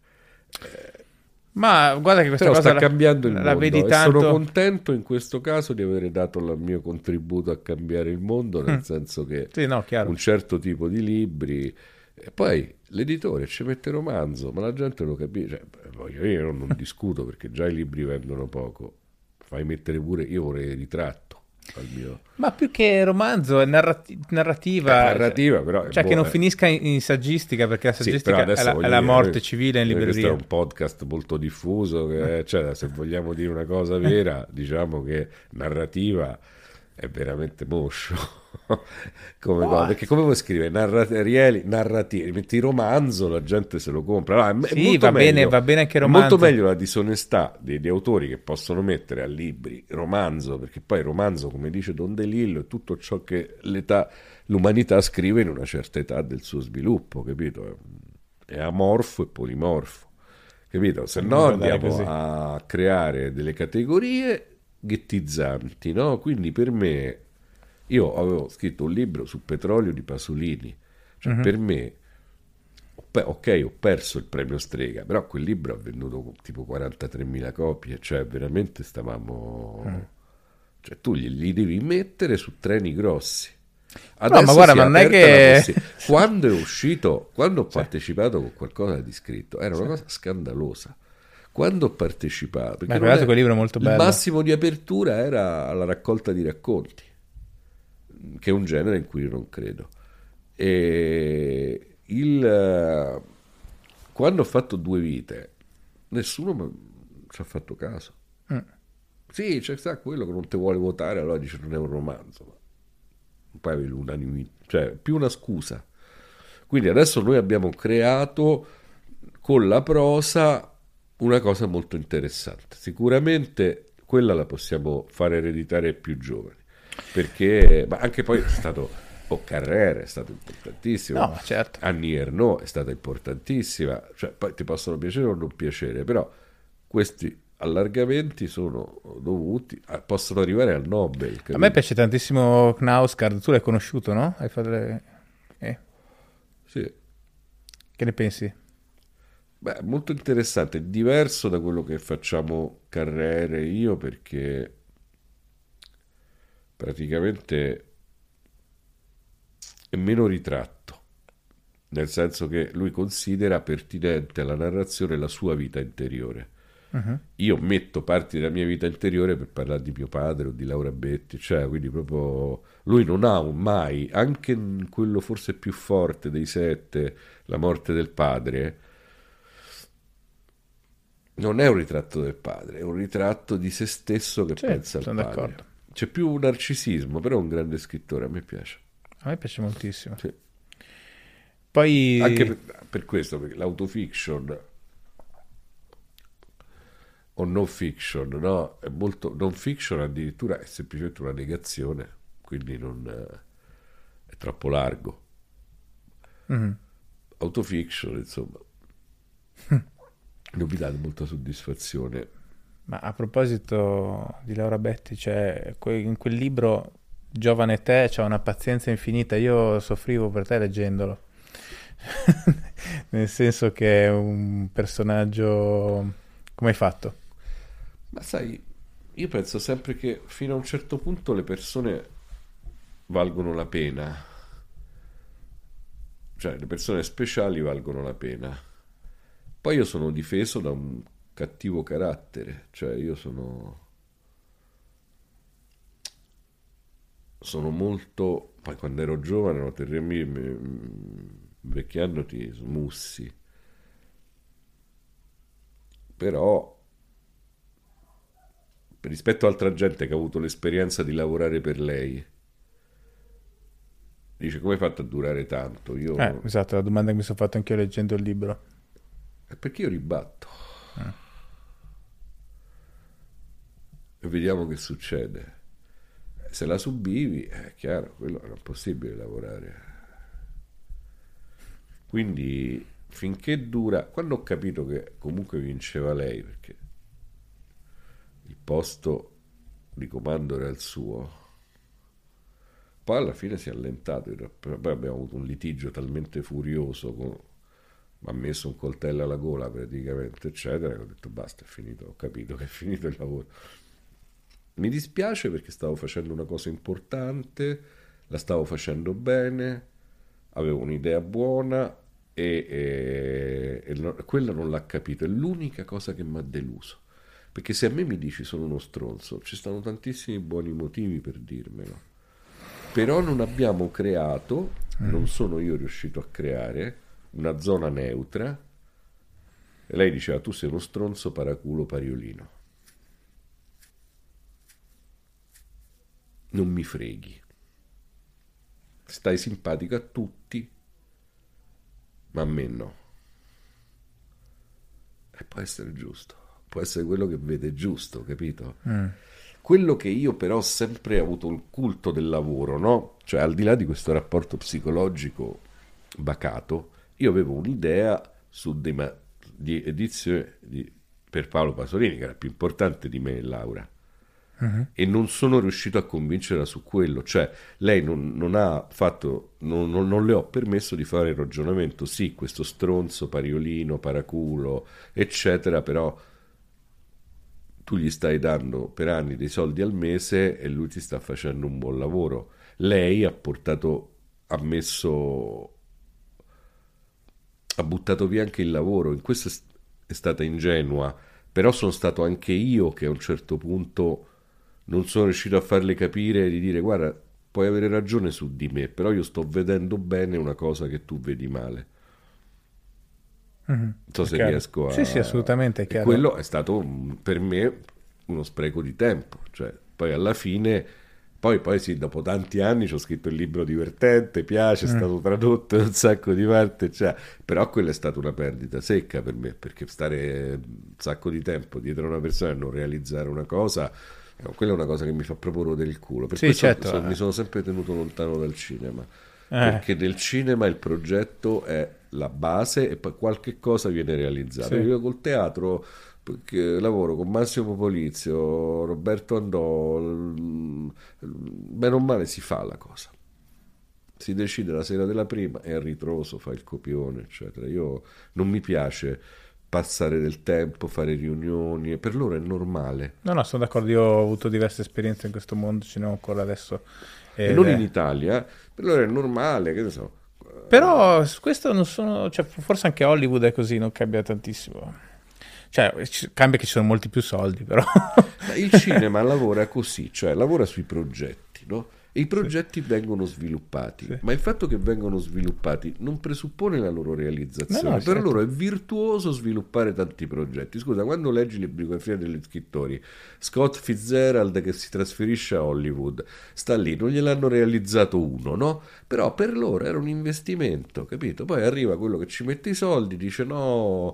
Ma guarda che questa Però cosa sta la, cambiando il la mondo vedi e tanto... sono contento in questo caso di avere dato il mio contributo a cambiare il mondo, nel Mm. senso che Sì, no, chiaro. un certo tipo di libri, e poi l'editore ci mette romanzo, ma la gente lo capisce. Cioè, voglio- io non, non discuto perché già i libri vendono poco, fai mettere pure, io vorrei ritratto al mio... Ma più che romanzo, è narrati- narrativa. È narrativa, cioè, però... È cioè boh, che non è... finisca in, in saggistica, perché la Sì, saggistica però adesso è, la, voglio è la dire, morte noi- civile in noi Questo è libreria. un podcast molto diffuso, che, cioè, se vogliamo dire una cosa vera, diciamo che narrativa è veramente moscio. come Oh, cosa, perché come vuoi scrivere narratieri, narrativi, metti romanzo, la gente se lo compra. Allora, è sì, molto va bene, meglio, va bene anche è molto romanzo. meglio la disonestà degli autori che possono mettere a libri romanzo, perché poi romanzo, come dice Don DeLillo, è tutto ciò che l'età, l'umanità scrive in una certa età del suo sviluppo, capito? È amorfo e polimorfo, capito? Se no andiamo così. a creare delle categorie ghettizzanti, no? Quindi per me, io avevo scritto un libro sul petrolio di Pasolini, cioè Mhm. per me, ok, ho perso il premio Strega, però quel libro ha venduto tipo quarantatremila copie, cioè veramente stavamo... Mm. Cioè tu li, li devi mettere su treni grossi. No, Adesso ma guarda, si è ma non è aperta la che... possi- Quando è uscito, quando ho Sì. partecipato con qualcosa di scritto, era una Sì. cosa scandalosa. Quando ho partecipato, perché Ma tra non l'altro è- quel libro è molto il bello. massimo di apertura era alla raccolta di racconti, che è un genere in cui io non credo. E il, eh, quando ho fatto Due vite, nessuno mi ci ha fatto caso. Mm. Sì, c'è sta quello che non ti vuole votare, allora dice non è un romanzo. Ma poi avevi l'unanimità, cioè più una scusa. Quindi adesso noi abbiamo creato con la prosa una cosa molto interessante. Sicuramente quella la possiamo fare ereditare ai più giovani, perché ma anche poi è stato o Carrera è stato importantissimo, No, ma certo. Annie Ernaux è stata importantissima, cioè poi ti possono piacere o non piacere, però questi allargamenti sono dovuti, a- possono arrivare al Nobel, A me capito? piace tantissimo Knausgard, tu l'hai conosciuto, no? Hai fatto le- eh, Sì. Che ne pensi? Beh, molto interessante, è diverso da quello che facciamo Carrera e io perché praticamente è meno ritratto, nel senso che lui considera pertinente alla narrazione la sua vita interiore. Mhm. Io metto parti della mia vita interiore per parlare di mio padre o di Laura Betti, cioè, quindi proprio lui non ha un mai, anche in quello forse più forte dei sette, la morte del padre, non è un ritratto del padre, è un ritratto di se stesso che Sì, pensa al sono padre. d'accordo. C'è più un narcisismo, però è un grande scrittore, a me piace. A me piace moltissimo. Sì. Anche Poi, per, per questo, perché l'autofiction o non fiction, no? È molto, non fiction addirittura è semplicemente una negazione, quindi non è troppo largo. mhm. Autofiction, insomma, non mi dà molta soddisfazione. Ma a proposito di Laura Betti, cioè, que- in quel libro Giovane te c'ha una pazienza infinita, io soffrivo per te leggendolo. Nel senso che è un personaggio... Come hai fatto? Ma sai, io penso sempre che fino a un certo punto le persone valgono la pena, cioè le persone speciali valgono la pena. Poi io sono difeso da un cattivo carattere, cioè io sono sono molto, poi quando ero giovane ero terribile, invecchiando ti smussi, però rispetto a altra gente che ha avuto l'esperienza di lavorare per lei, dice come hai fatto a durare tanto? Eh, Io esatto, la domanda che mi sono fatto anch'io leggendo il libro. è perché io ribatto Mm. e vediamo che succede. Se la subivi, è chiaro, quello era impossibile lavorare. Quindi finché dura, quando ho capito che comunque vinceva lei, perché il posto di comando era il suo, poi alla fine si è allentato, poi abbiamo avuto un litigio talmente furioso, con... mi ha messo un coltello alla gola praticamente, eccetera, che ho detto basta, è finito, ho capito che è finito il lavoro. Mi dispiace perché stavo facendo una cosa importante, la stavo facendo bene, avevo un'idea buona e, e, e no- quella non l'ha capito, è l'unica cosa che mi ha deluso. Perché se a me mi dici sono uno stronzo, ci stanno tantissimi buoni motivi per dirmelo. Però non abbiamo creato, mm. non sono io riuscito a creare, una zona neutra. E lei diceva, tu sei uno stronzo, paraculo, pariolino. Non mi freghi. Stai simpatico a tutti, ma a me no. E può essere giusto. Può essere quello che vede giusto, capito? Mm. Quello che io però ho sempre avuto il culto del lavoro, no? Cioè, al di là di questo rapporto psicologico bacato, io avevo un'idea su dei ma- di edizione di, per Paolo Pasolini, che era più importante di me e Laura. Uh-huh. E non sono riuscito a convincerla su quello. Cioè, lei non, non ha fatto, non, non, non le ho permesso di fare il ragionamento. Sì, questo stronzo, pariolino, paraculo, eccetera, però tu gli stai dando per anni dei soldi al mese e lui ti sta facendo un buon lavoro. Lei ha portato, ha messo, ha buttato via anche il lavoro. In questo è stata ingenua, però sono stato anche io che a un certo punto non sono riuscito a farle capire, di dire guarda, puoi avere ragione su di me, però io sto vedendo bene una cosa che tu vedi male. Mm-hmm. Non so è se chiaro. riesco a... Sì, sì, assolutamente, è chiaro. E quello è stato per me uno spreco di tempo, cioè poi alla fine, poi, poi sì, dopo tanti anni ci ho scritto il libro divertente, piace, è mm. stato tradotto in un sacco di parti, cioè, però quella è stata una perdita secca per me, perché stare un sacco di tempo dietro a una persona e non realizzare una cosa, eh, quella è una cosa che mi fa proprio rodere il culo. Per sì, questo certo, so, eh. mi sono sempre tenuto lontano dal cinema, eh. perché nel cinema il progetto è la base e poi qualche cosa viene realizzato. Sì. Io col teatro, perché lavoro con Massimo Polizio, Roberto Andò, bene o male si fa la cosa, si decide la sera della prima e a ritroso fa il copione, eccetera. Io non mi piace passare del tempo, fare riunioni, e per loro è normale. No, no, sono d'accordo, io ho avuto diverse esperienze in questo mondo, ce ne ho ancora adesso. E non in Italia, per loro è normale, che ne so. Però su questo non sono, cioè, forse anche Hollywood è così, non cambia tantissimo. Cioè, cambia che ci sono molti più soldi, però. Il cinema lavora così, cioè lavora sui progetti, no? E i progetti sì. vengono sviluppati, sì. ma il fatto che vengono sviluppati non presuppone la loro realizzazione. No, no, per certo. loro è virtuoso sviluppare tanti progetti. Scusa, quando leggi le biografie degli scrittori, Scott Fitzgerald che si trasferisce a Hollywood, sta lì, non gliel'hanno realizzato uno, no? Però per loro era un investimento, capito? Poi arriva quello che ci mette i soldi, dice no,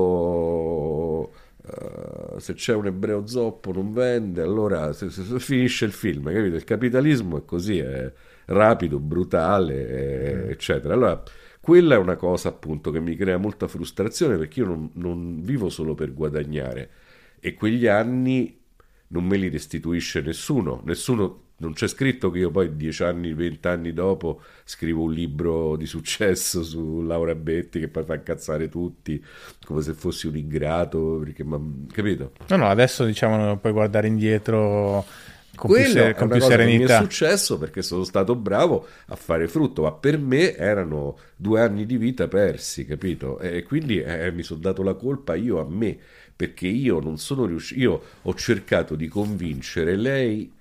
co... Uh, se c'è un ebreo zoppo non vende, allora se, se, se finisce il film, capito? Il capitalismo è così, è rapido, brutale, è, mm. eccetera. Allora quella è una cosa appunto che mi crea molta frustrazione, perché io non, non vivo solo per guadagnare, e quegli anni non me li restituisce nessuno, nessuno. Non c'è scritto che io poi dieci anni, vent'anni dopo scrivo un libro di successo su Laura Betti che poi fa incazzare tutti come se fossi un ingrato, perché, ma, capito? No, no, adesso diciamo puoi guardare indietro con Quello più, ser- con è una più cosa serenità. Che mi è successo perché sono stato bravo a fare frutto, ma per me erano due anni di vita persi, capito? E quindi eh, mi sono dato la colpa io a me, perché io non sono riuscito, io ho cercato di convincere lei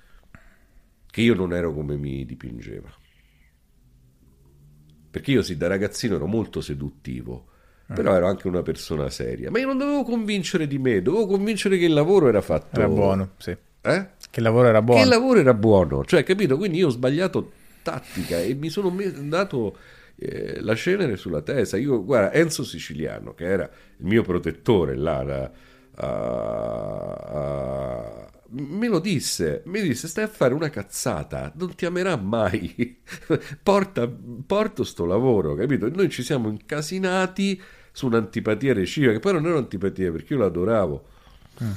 che io non ero come mi dipingeva, perché io sì, da ragazzino ero molto seduttivo, eh. però ero anche una persona seria, ma io non dovevo convincere di me, dovevo convincere che il lavoro era fatto, era buono, sì. eh? che il lavoro era buono, che il lavoro era buono, cioè, capito? Quindi io ho sbagliato tattica e mi sono dato eh, la cenere sulla testa. Io, guarda, Enzo Siciliano, che era il mio protettore là, la, uh, uh, me lo disse, mi disse stai a fare una cazzata, non ti amerà mai, porta, porto sto lavoro, capito? E noi ci siamo incasinati su un'antipatia reciproca, che poi non era un'antipatia perché io l'adoravo. Mm.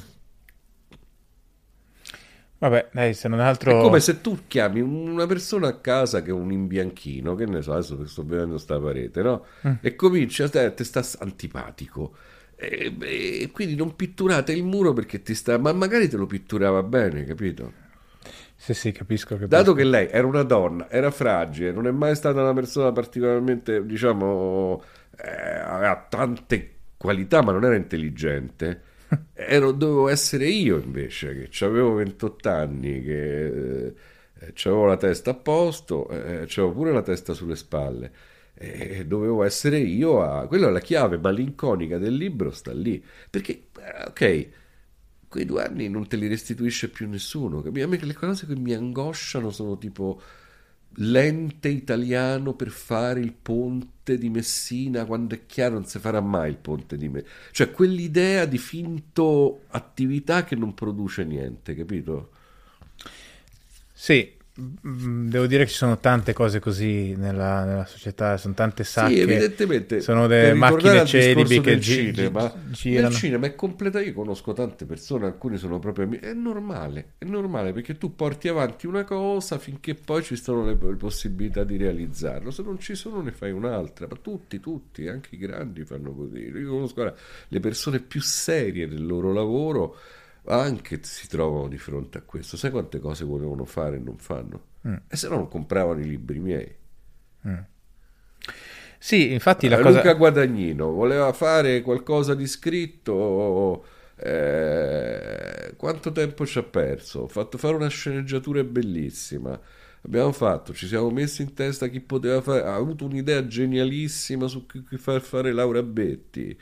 Vabbè, dai, se non altro... È come se tu chiami una persona a casa che è un imbianchino, che ne so, adesso sto vedendo sta parete, no? Mm. E cominci a te, te sta antipatico. E, e quindi non pitturate il muro perché ti sta, ma magari te lo pitturava bene, capito? Sì, sì, capisco, capisco. Dato che lei era una donna, era fragile, non è mai stata una persona particolarmente, diciamo, eh, aveva tante qualità, ma non era intelligente, Ero, dovevo essere io invece, che avevo ventotto anni, che eh, avevo la testa a posto, eh, avevo pure la testa sulle spalle. E dovevo essere io a... Quella è la chiave malinconica del libro, sta lì. Perché, eh, ok, quei due anni non te li restituisce più nessuno. Capi? A me le cose che mi angosciano sono tipo l'ente italiano per fare il ponte di Messina, quando è chiaro non si farà mai il ponte di Messina. Cioè quell'idea di finto attività che non produce niente, capito? Sì, mm, devo dire che ci sono tante cose così nella, nella società, sono tante sacche, Sì, evidentemente, sono per delle ritornare macchine al celibi discorso che del gi- cinema, gi- nel girano. cinema è completa, io conosco tante persone, alcuni sono proprio amici, è normale, è normale perché tu porti avanti una cosa finché poi ci sono le, le possibilità di realizzarlo, se non ci sono ne fai un'altra, ma tutti, tutti, anche i grandi fanno così. Io conosco guarda, le persone più serie del loro lavoro anche si trovano di fronte a questo. Sai quante cose volevano fare e non fanno? Mm. E se no non compravano i libri miei. Mm. Sì, infatti la Eh, cosa... Luca Guadagnino voleva fare qualcosa di scritto. eh, quanto tempo ci ha perso? Ho fatto fare una sceneggiatura bellissima. Abbiamo fatto, ci siamo messi in testa chi poteva fare. Ha avuto un'idea genialissima su chi, chi far fare Laura Betti.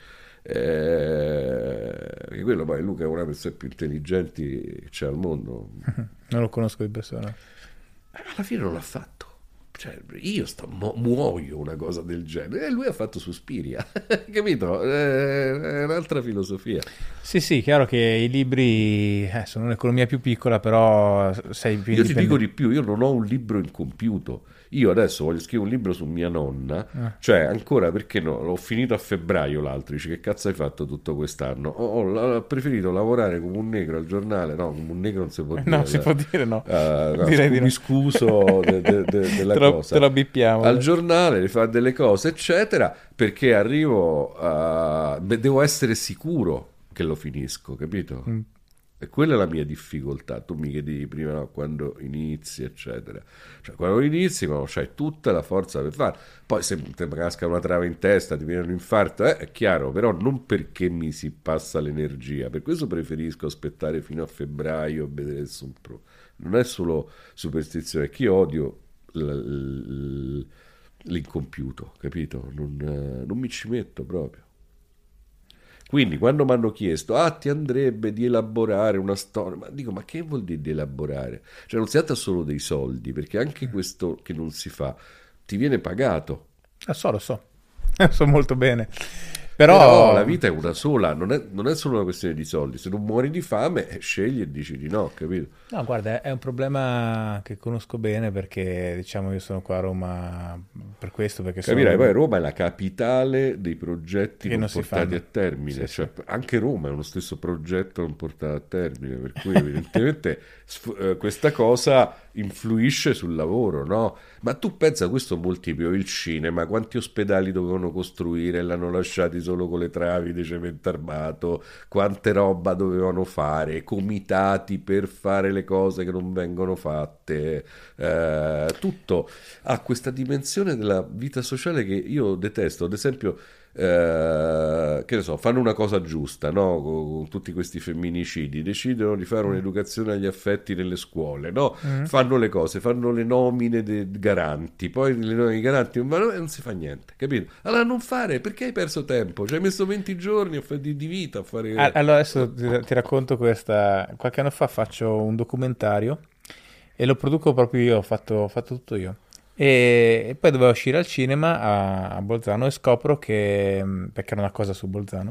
Eh, quello poi Luca è una delle persone più intelligenti che c'è al mondo. Non lo conosco di persona. Alla fine non l'ha fatto. Cioè, io sto, mu- muoio una cosa del genere. E lui ha fatto Suspiria, capito? Eh, È un'altra filosofia. Sì, sì, chiaro che i libri eh, sono un'economia più piccola, però sei più Io ti dico indipendente. di più, io non ho un libro incompiuto. Io adesso voglio scrivere un libro su mia nonna, Ah. cioè ancora perché no? L'ho finito a febbraio l'altro, dice che cazzo hai fatto tutto quest'anno? Ho, ho- ho preferito lavorare come un negro al giornale, no, come un negro non si può dire. No, si eh. può dire no. Eh, no, Direi scu- di no. mi scuso de- de- de- della Te lo, cosa. te lo bippiamo. Al dai. giornale, fa delle cose, eccetera, perché arrivo a... beh, devo essere sicuro che lo finisco, capito? Mm. E quella è la mia difficoltà. Tu mi chiedevi prima, no, quando inizi, eccetera. Cioè, quando inizi, quando c'hai tutta la forza per fare. Poi se ti casca una trave in testa, ti viene un infarto, eh, è chiaro, però non perché mi si passa l'energia. Per questo preferisco aspettare fino a febbraio e vedere il Pro. Non è solo superstizione, è che io odio l- l- l'incompiuto, capito? Non, eh, non mi ci metto proprio. Quindi quando mi hanno chiesto, ah, ti andrebbe di elaborare una storia, ma dico, ma che vuol dire di elaborare? Cioè non si tratta solo dei soldi, perché anche questo che non si fa ti viene pagato. Lo so, lo so. So molto bene. Però, Però la vita è una sola, non è, non è solo una questione di soldi. Se non muori di fame, eh, scegli e dici di no, capito? no, guarda, è un problema che conosco bene perché, diciamo, io sono qua a Roma per questo, perché sono... Capirai, poi Roma è la capitale dei progetti Che non non si portati fanno. a termine, Sì, cioè anche Roma è uno stesso progetto non portato a termine, per cui evidentemente sf- eh, questa cosa influisce sul lavoro, no? Ma tu pensa a questo moltiplico il cinema, quanti ospedali dovevano costruire e l'hanno lasciati solo con le travi di cemento armato, quante roba dovevano fare, comitati per fare le cose che non vengono fatte, eh, tutto ha questa dimensione della vita sociale che io detesto. Ad esempio, eh, che ne so, fanno una cosa giusta, no? Con, con tutti questi femminicidi, decidono di fare un'educazione agli affetti nelle scuole, no? Mm. Fanno le cose, fanno le nomine dei garanti, poi le nomine dei garanti non vanno e non si fa niente, capito? Allora non fare, perché hai perso tempo? Ci hai messo venti giorni a fa- di, di vita a fare... Ah, allora adesso ti, ti racconto questa. Qualche anno fa faccio un documentario e lo produco proprio io, ho fatto, ho fatto tutto io. E, e poi dovevo uscire al cinema a, a Bolzano e scopro che, perché era una cosa su Bolzano,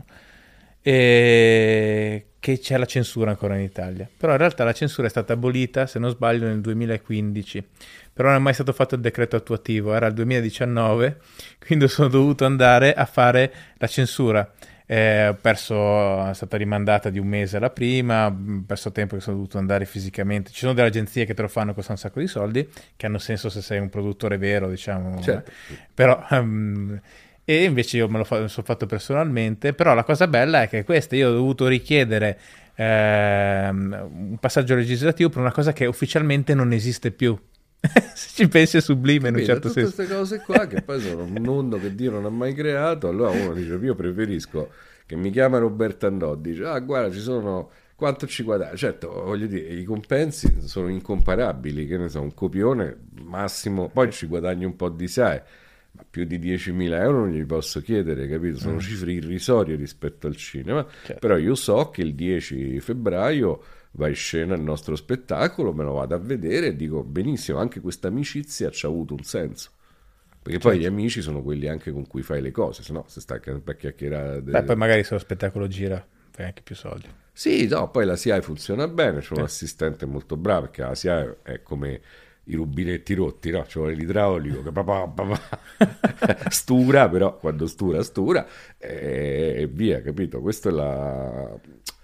e che c'è la censura ancora in Italia. Però in realtà la censura è stata abolita, se non sbaglio, nel duemilaquindici. Però non è mai stato fatto il decreto attuativo, era il duemiladiciannove, quindi sono dovuto andare a fare la censura. Eh, ho perso, è stata rimandata di un mese alla prima, ho perso tempo che sono dovuto andare fisicamente. Ci sono delle agenzie che te lo fanno, costano un sacco di soldi, che hanno senso se sei un produttore vero, diciamo. Certo. Però, um, e invece io me lo fa- sono fatto personalmente. Però la cosa bella è che questa, io ho dovuto richiedere ehm, un passaggio legislativo per una cosa che ufficialmente non esiste più. Se ci pensi è sublime in un Capito? certo Tutte senso. queste cose qua che poi sono un mondo che Dio non ha mai creato, allora uno dice io preferisco che mi chiama Roberto Andò, dice, ah guarda ci sono, quanto ci guadagni? Certo, voglio dire, i compensi sono incomparabili, che ne so, un copione massimo, poi ci guadagni un po' di sai, ma più di diecimila euro non gli posso chiedere, capito? Sono mm. cifre irrisorie rispetto al cinema, certo. Però io so che il dieci febbraio va in scena il nostro spettacolo, me lo vado a vedere e dico benissimo, anche questa amicizia ci ha avuto un senso. Perché certo. Poi gli amici sono quelli anche con cui fai le cose, se no se sta a chiacchierare... Beh, poi magari se lo spettacolo gira fai anche più soldi. Sì, no, poi la S I A E funziona bene, c'è un assistente molto bravo, perché la S I A E è come i rubinetti rotti, no? C'è l'idraulico che papà, papà, stura, però quando stura, stura e, e via, capito? Questa è la,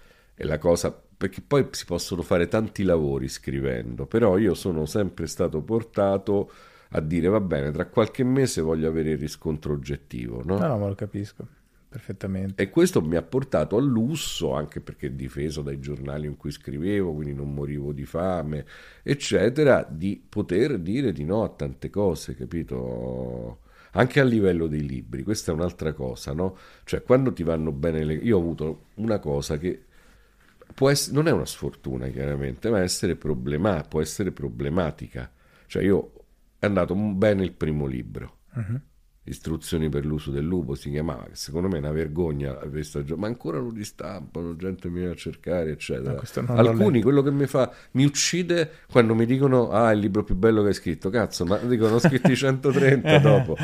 è la cosa, perché poi si possono fare tanti lavori scrivendo, però io sono sempre stato portato a dire, va bene, tra qualche mese voglio avere il riscontro oggettivo, no? No, no, ma lo capisco. Perfettamente. E questo mi ha portato al lusso, anche perché difeso dai giornali in cui scrivevo, quindi non morivo di fame, eccetera, di poter dire di no a tante cose, capito? Anche a livello dei libri, questa è un'altra cosa, no? Cioè, quando ti vanno bene le... Io ho avuto una cosa che può essere... non è una sfortuna, chiaramente, ma essere problema... può essere problematica. Cioè, io è andato bene il primo libro. Uh-huh. Istruzioni per l'uso del lupo si chiamava, che secondo me è una vergogna questa, ma ancora lo ristampano, gente mi viene a cercare eccetera. No, alcuni quello che mi fa mi uccide quando mi dicono ah è il libro più bello che hai scritto, cazzo, ma dicono ho scritti centotrenta dopo,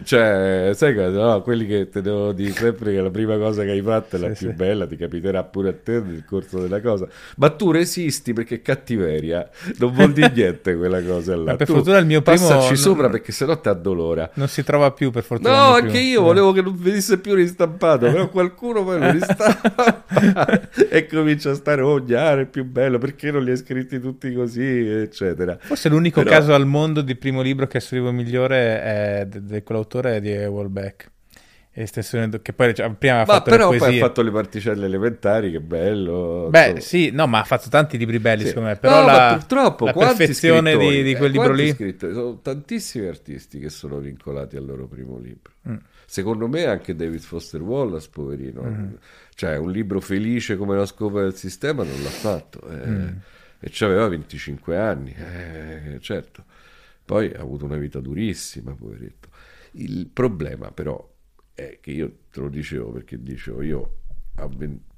cioè sai che no, quelli che te devo dire sempre che la prima cosa che hai fatto è la sì, più sì. bella, ti capiterà pure a te nel corso della cosa, ma tu resisti perché cattiveria non vuol dire niente quella cosa là. Ma per tu fortuna il mio primo passaci non... sopra perché sennò ti addolora, non si trova più per fortuna. No, anche io volevo che non venisse più ristampato, però qualcuno poi lo ristampa e comincia a stare ognare, è più bello, perché non li hai scritti tutti così, eccetera. Forse l'unico però... caso al mondo di primo libro che scrivo migliore è di quell'autore è di Houellebecq. Estensione che poi cioè, prima ha ma fatto però le poi poesie. ha fatto le particelle elementari, che bello. Beh insomma. Sì, no, ma ha fatto tanti libri belli sì. secondo me, però no, la, ma purtroppo la quanti perfezione di, di quel eh, libro lì scrittori? Sono tantissimi artisti che sono vincolati al loro primo libro. mm. Secondo me anche David Foster Wallace, poverino, mm. cioè un libro felice come La scopa del sistema non l'ha fatto, eh, mm. e c'aveva venticinque anni, eh, certo, poi ha avuto una vita durissima, poveretto. Il problema però è che io te lo dicevo, perché dicevo io a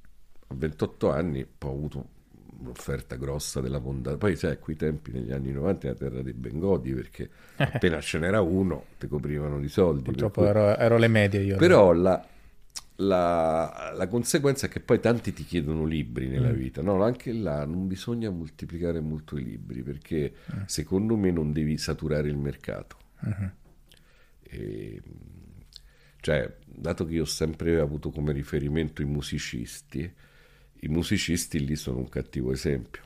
ventotto anni poi ho avuto un'offerta grossa della Mondadori, poi sai a quei tempi negli anni novanta è la terra dei bengodi, perché appena ce n'era uno ti coprivano di soldi. Purtroppo cui... ero, ero le medie io. Però la, la, la conseguenza è che poi tanti ti chiedono libri nella mm. vita, no? Anche là non bisogna moltiplicare molto i libri, perché mm. secondo me non devi saturare il mercato. Mm-hmm. E... cioè, dato che io ho sempre avuto come riferimento i musicisti, i musicisti lì sono un cattivo esempio,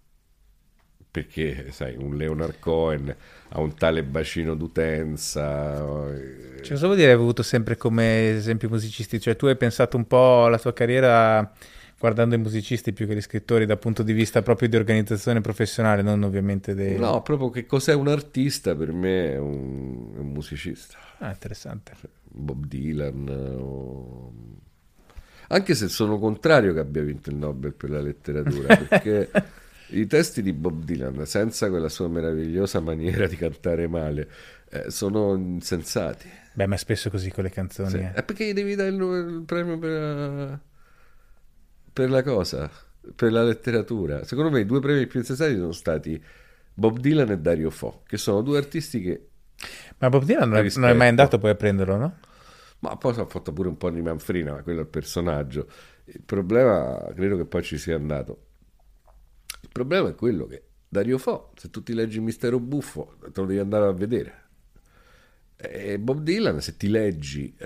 perché sai, un Leonard Cohen ha un tale bacino d'utenza. Cioè, cosa vuol dire hai avuto sempre come esempio i musicisti? Cioè, tu hai pensato un po' alla tua carriera guardando i musicisti più che gli scrittori dal punto di vista proprio di organizzazione professionale, non ovviamente dei... No, proprio che cos'è un artista per me è un, è un musicista. Ah, interessante. Bob Dylan o... anche se sono contrario che abbia vinto il Nobel per la letteratura, perché i testi di Bob Dylan, senza quella sua meravigliosa maniera di cantare male, eh, sono insensati. Beh, ma è spesso così con le canzoni. Sì. Eh. È perché gli devi dare il, il premio per, per la cosa, per la letteratura. Secondo me i due premi più insensati sono stati Bob Dylan e Dario Fo, che sono due artisti che... Ma Bob Dylan non è, non è mai andato poi a prenderlo, no? Ma poi ha fatto pure un po' di manfrina, ma quello è il personaggio. Il problema, credo che poi ci sia andato. Il problema è quello che Dario Fo, se tu ti leggi Mistero Buffo, te lo devi andare a vedere. E Bob Dylan, se ti leggi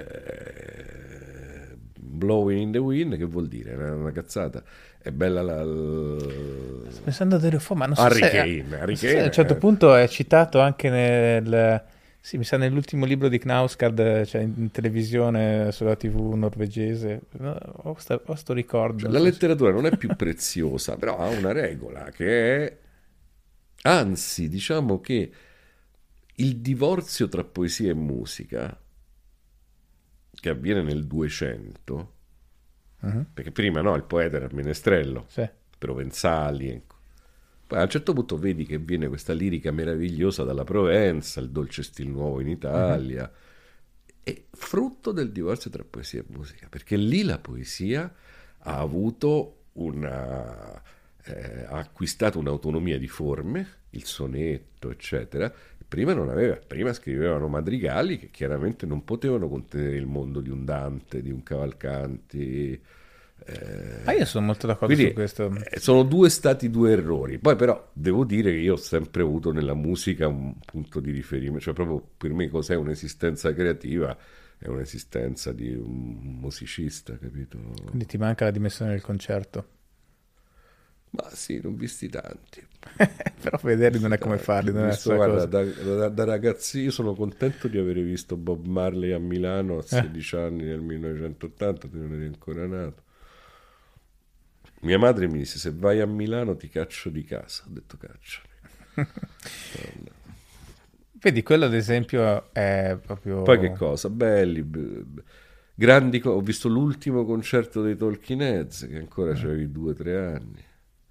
eh, Blowing in the Wind, che vuol dire? È una cazzata. È bella la... L... Sto pensando a Dario Fo, ma non so Harry se... Kane, Harry Kane, se a un certo eh. punto è citato anche nel... Sì, mi sa nell'ultimo libro di Knausgård, cioè in, in televisione sulla tivù norvegese. Ho, sta, ho sto ricordo. Cioè, la letteratura non è più preziosa, però ha una regola che è... Anzi, diciamo che il divorzio tra poesia e musica, che avviene nel duecento, uh-huh. Perché prima no, il poeta era il menestrello, sì. Provenzali, ecco. Poi a un certo punto vedi che viene questa lirica meravigliosa dalla Provenza, il dolce stil nuovo in Italia, uh-huh. È frutto del divorzio tra poesia e musica, perché lì la poesia ha avuto una eh, ha acquistato un'autonomia di forme, il sonetto, eccetera. Prima non aveva, prima scrivevano madrigali che chiaramente non potevano contenere il mondo di un Dante, di un Cavalcanti. Eh, ah, io sono molto d'accordo quindi, su questo. Eh, sono due stati due errori. Poi però devo dire che io ho sempre avuto nella musica un punto di riferimento, cioè proprio per me cos'è un'esistenza creativa? È un'esistenza di un musicista, capito? Quindi ti manca la dimensione del concerto? Ma sì, non visti tanti. Però vederli non è come farli, non è visto, la guarda, cosa. Da, da, da ragazzi io sono contento di aver visto Bob Marley a Milano a sedici eh. anni nel millenovecentottanta, tu non eri ancora nato. Mia madre mi disse: se vai a Milano ti caccio di casa. Ho detto cacciami. Vedi, quello ad esempio è proprio... Poi che cosa? Belli, b- grandi co- ho visto l'ultimo concerto dei Talking Heads, che ancora mm. c'avevi due o tre anni.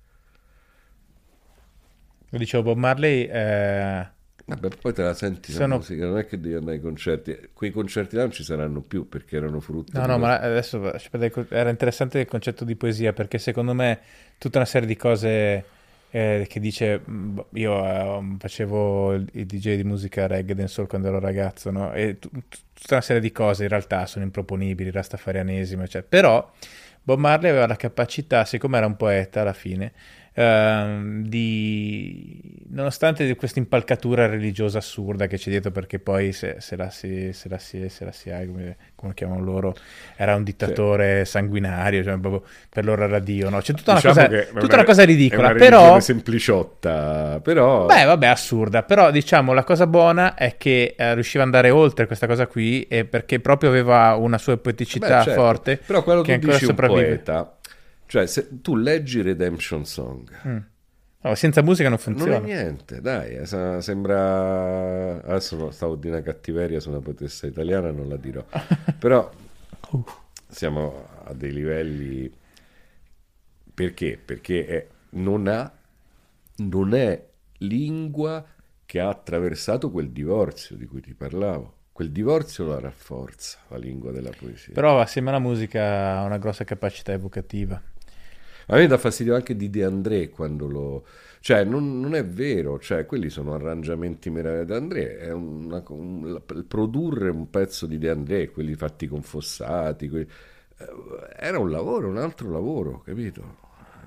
Lo dicevo, Bob Marley... Eh... Vabbè, poi te la senti Sono... la musica, non è che devi andare ai concerti. Quei concerti là non ci saranno più, perché erano frutto... No, no, ma adesso era interessante il concetto di poesia, perché secondo me tutta una serie di cose... Eh, che dice, io eh, facevo il, il D J di musica reggae dancehall quando ero ragazzo, no? E t- tutta una serie di cose in realtà sono improponibili, rastafarianesimo, eccetera. Però Bob Marley aveva la capacità, siccome era un poeta alla fine, ehm, di, nonostante questa impalcatura religiosa assurda che c'è dietro, perché poi se, se la si, se la si, se la si ha, come, come lo chiamano loro, era un dittatore sì. sanguinario, cioè proprio per loro era Dio, no? C'è tutta una, diciamo cosa, tutta una, una cosa ridicola, è una però sempliciotta, però beh, vabbè, assurda, però diciamo la cosa buona è che eh, riusciva ad andare oltre questa cosa qui, e perché proprio aveva una sua poeticità beh, certo. forte, però quello che tu dici un poeta, cioè se tu leggi Redemption Song mm. no, senza musica non funziona, non è niente, dai, sembra, adesso no, stavo di una cattiveria su una poetessa italiana, non la dirò, però uh. siamo a dei livelli, perché? Perché è, non ha non è lingua che ha attraversato quel divorzio di cui ti parlavo. Quel divorzio la rafforza, la lingua della poesia. Però assieme alla musica ha una grossa capacità evocativa. A me dà fastidio anche di De André quando lo... Cioè, non, non è vero, cioè, quelli sono arrangiamenti meravigliosi. De André è una, un, produrre un pezzo di De André, quelli fatti con Fossati, quelli, era un lavoro, un altro lavoro, capito?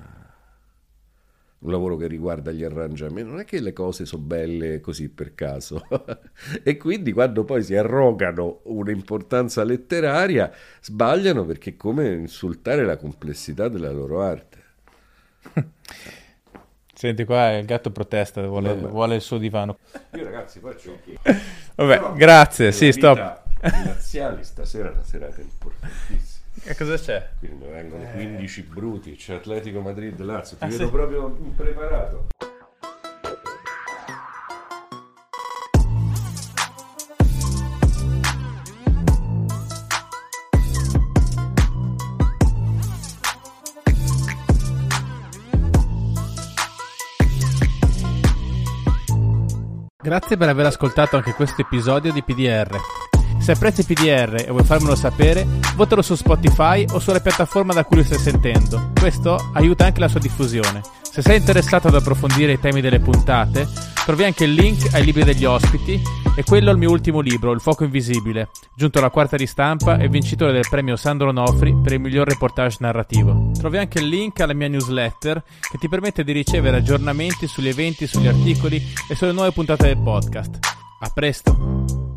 Un lavoro che riguarda gli arrangiamenti, non è che le cose sono belle così per caso. E quindi quando poi si arrogano un'importanza letteraria sbagliano, perché è come insultare la complessità della loro arte. Senti qua, il gatto protesta, vuole, vuole il suo divano. Io ragazzi faccio anche. Vabbè, però, grazie, sì, stop. I laziali stasera è una serata importantissima. E cosa c'è? Quindi vengono quindici bruti, c'è Atletico Madrid-Lazio, ti ah, vedo sì? proprio impreparato. Grazie per aver ascoltato anche questo episodio di P D R. Se apprezzi P D R e vuoi farmelo sapere, votalo su Spotify o sulla piattaforma da cui lo stai sentendo. Questo aiuta anche la sua diffusione. Se sei interessato ad approfondire i temi delle puntate, trovi anche il link ai libri degli ospiti e quello al mio ultimo libro, Il fuoco invisibile, giunto alla quarta ristampa e vincitore del premio Sandro Onofri per il miglior reportage narrativo. Trovi anche il link alla mia newsletter che ti permette di ricevere aggiornamenti sugli eventi, sugli articoli e sulle nuove puntate del podcast. A presto!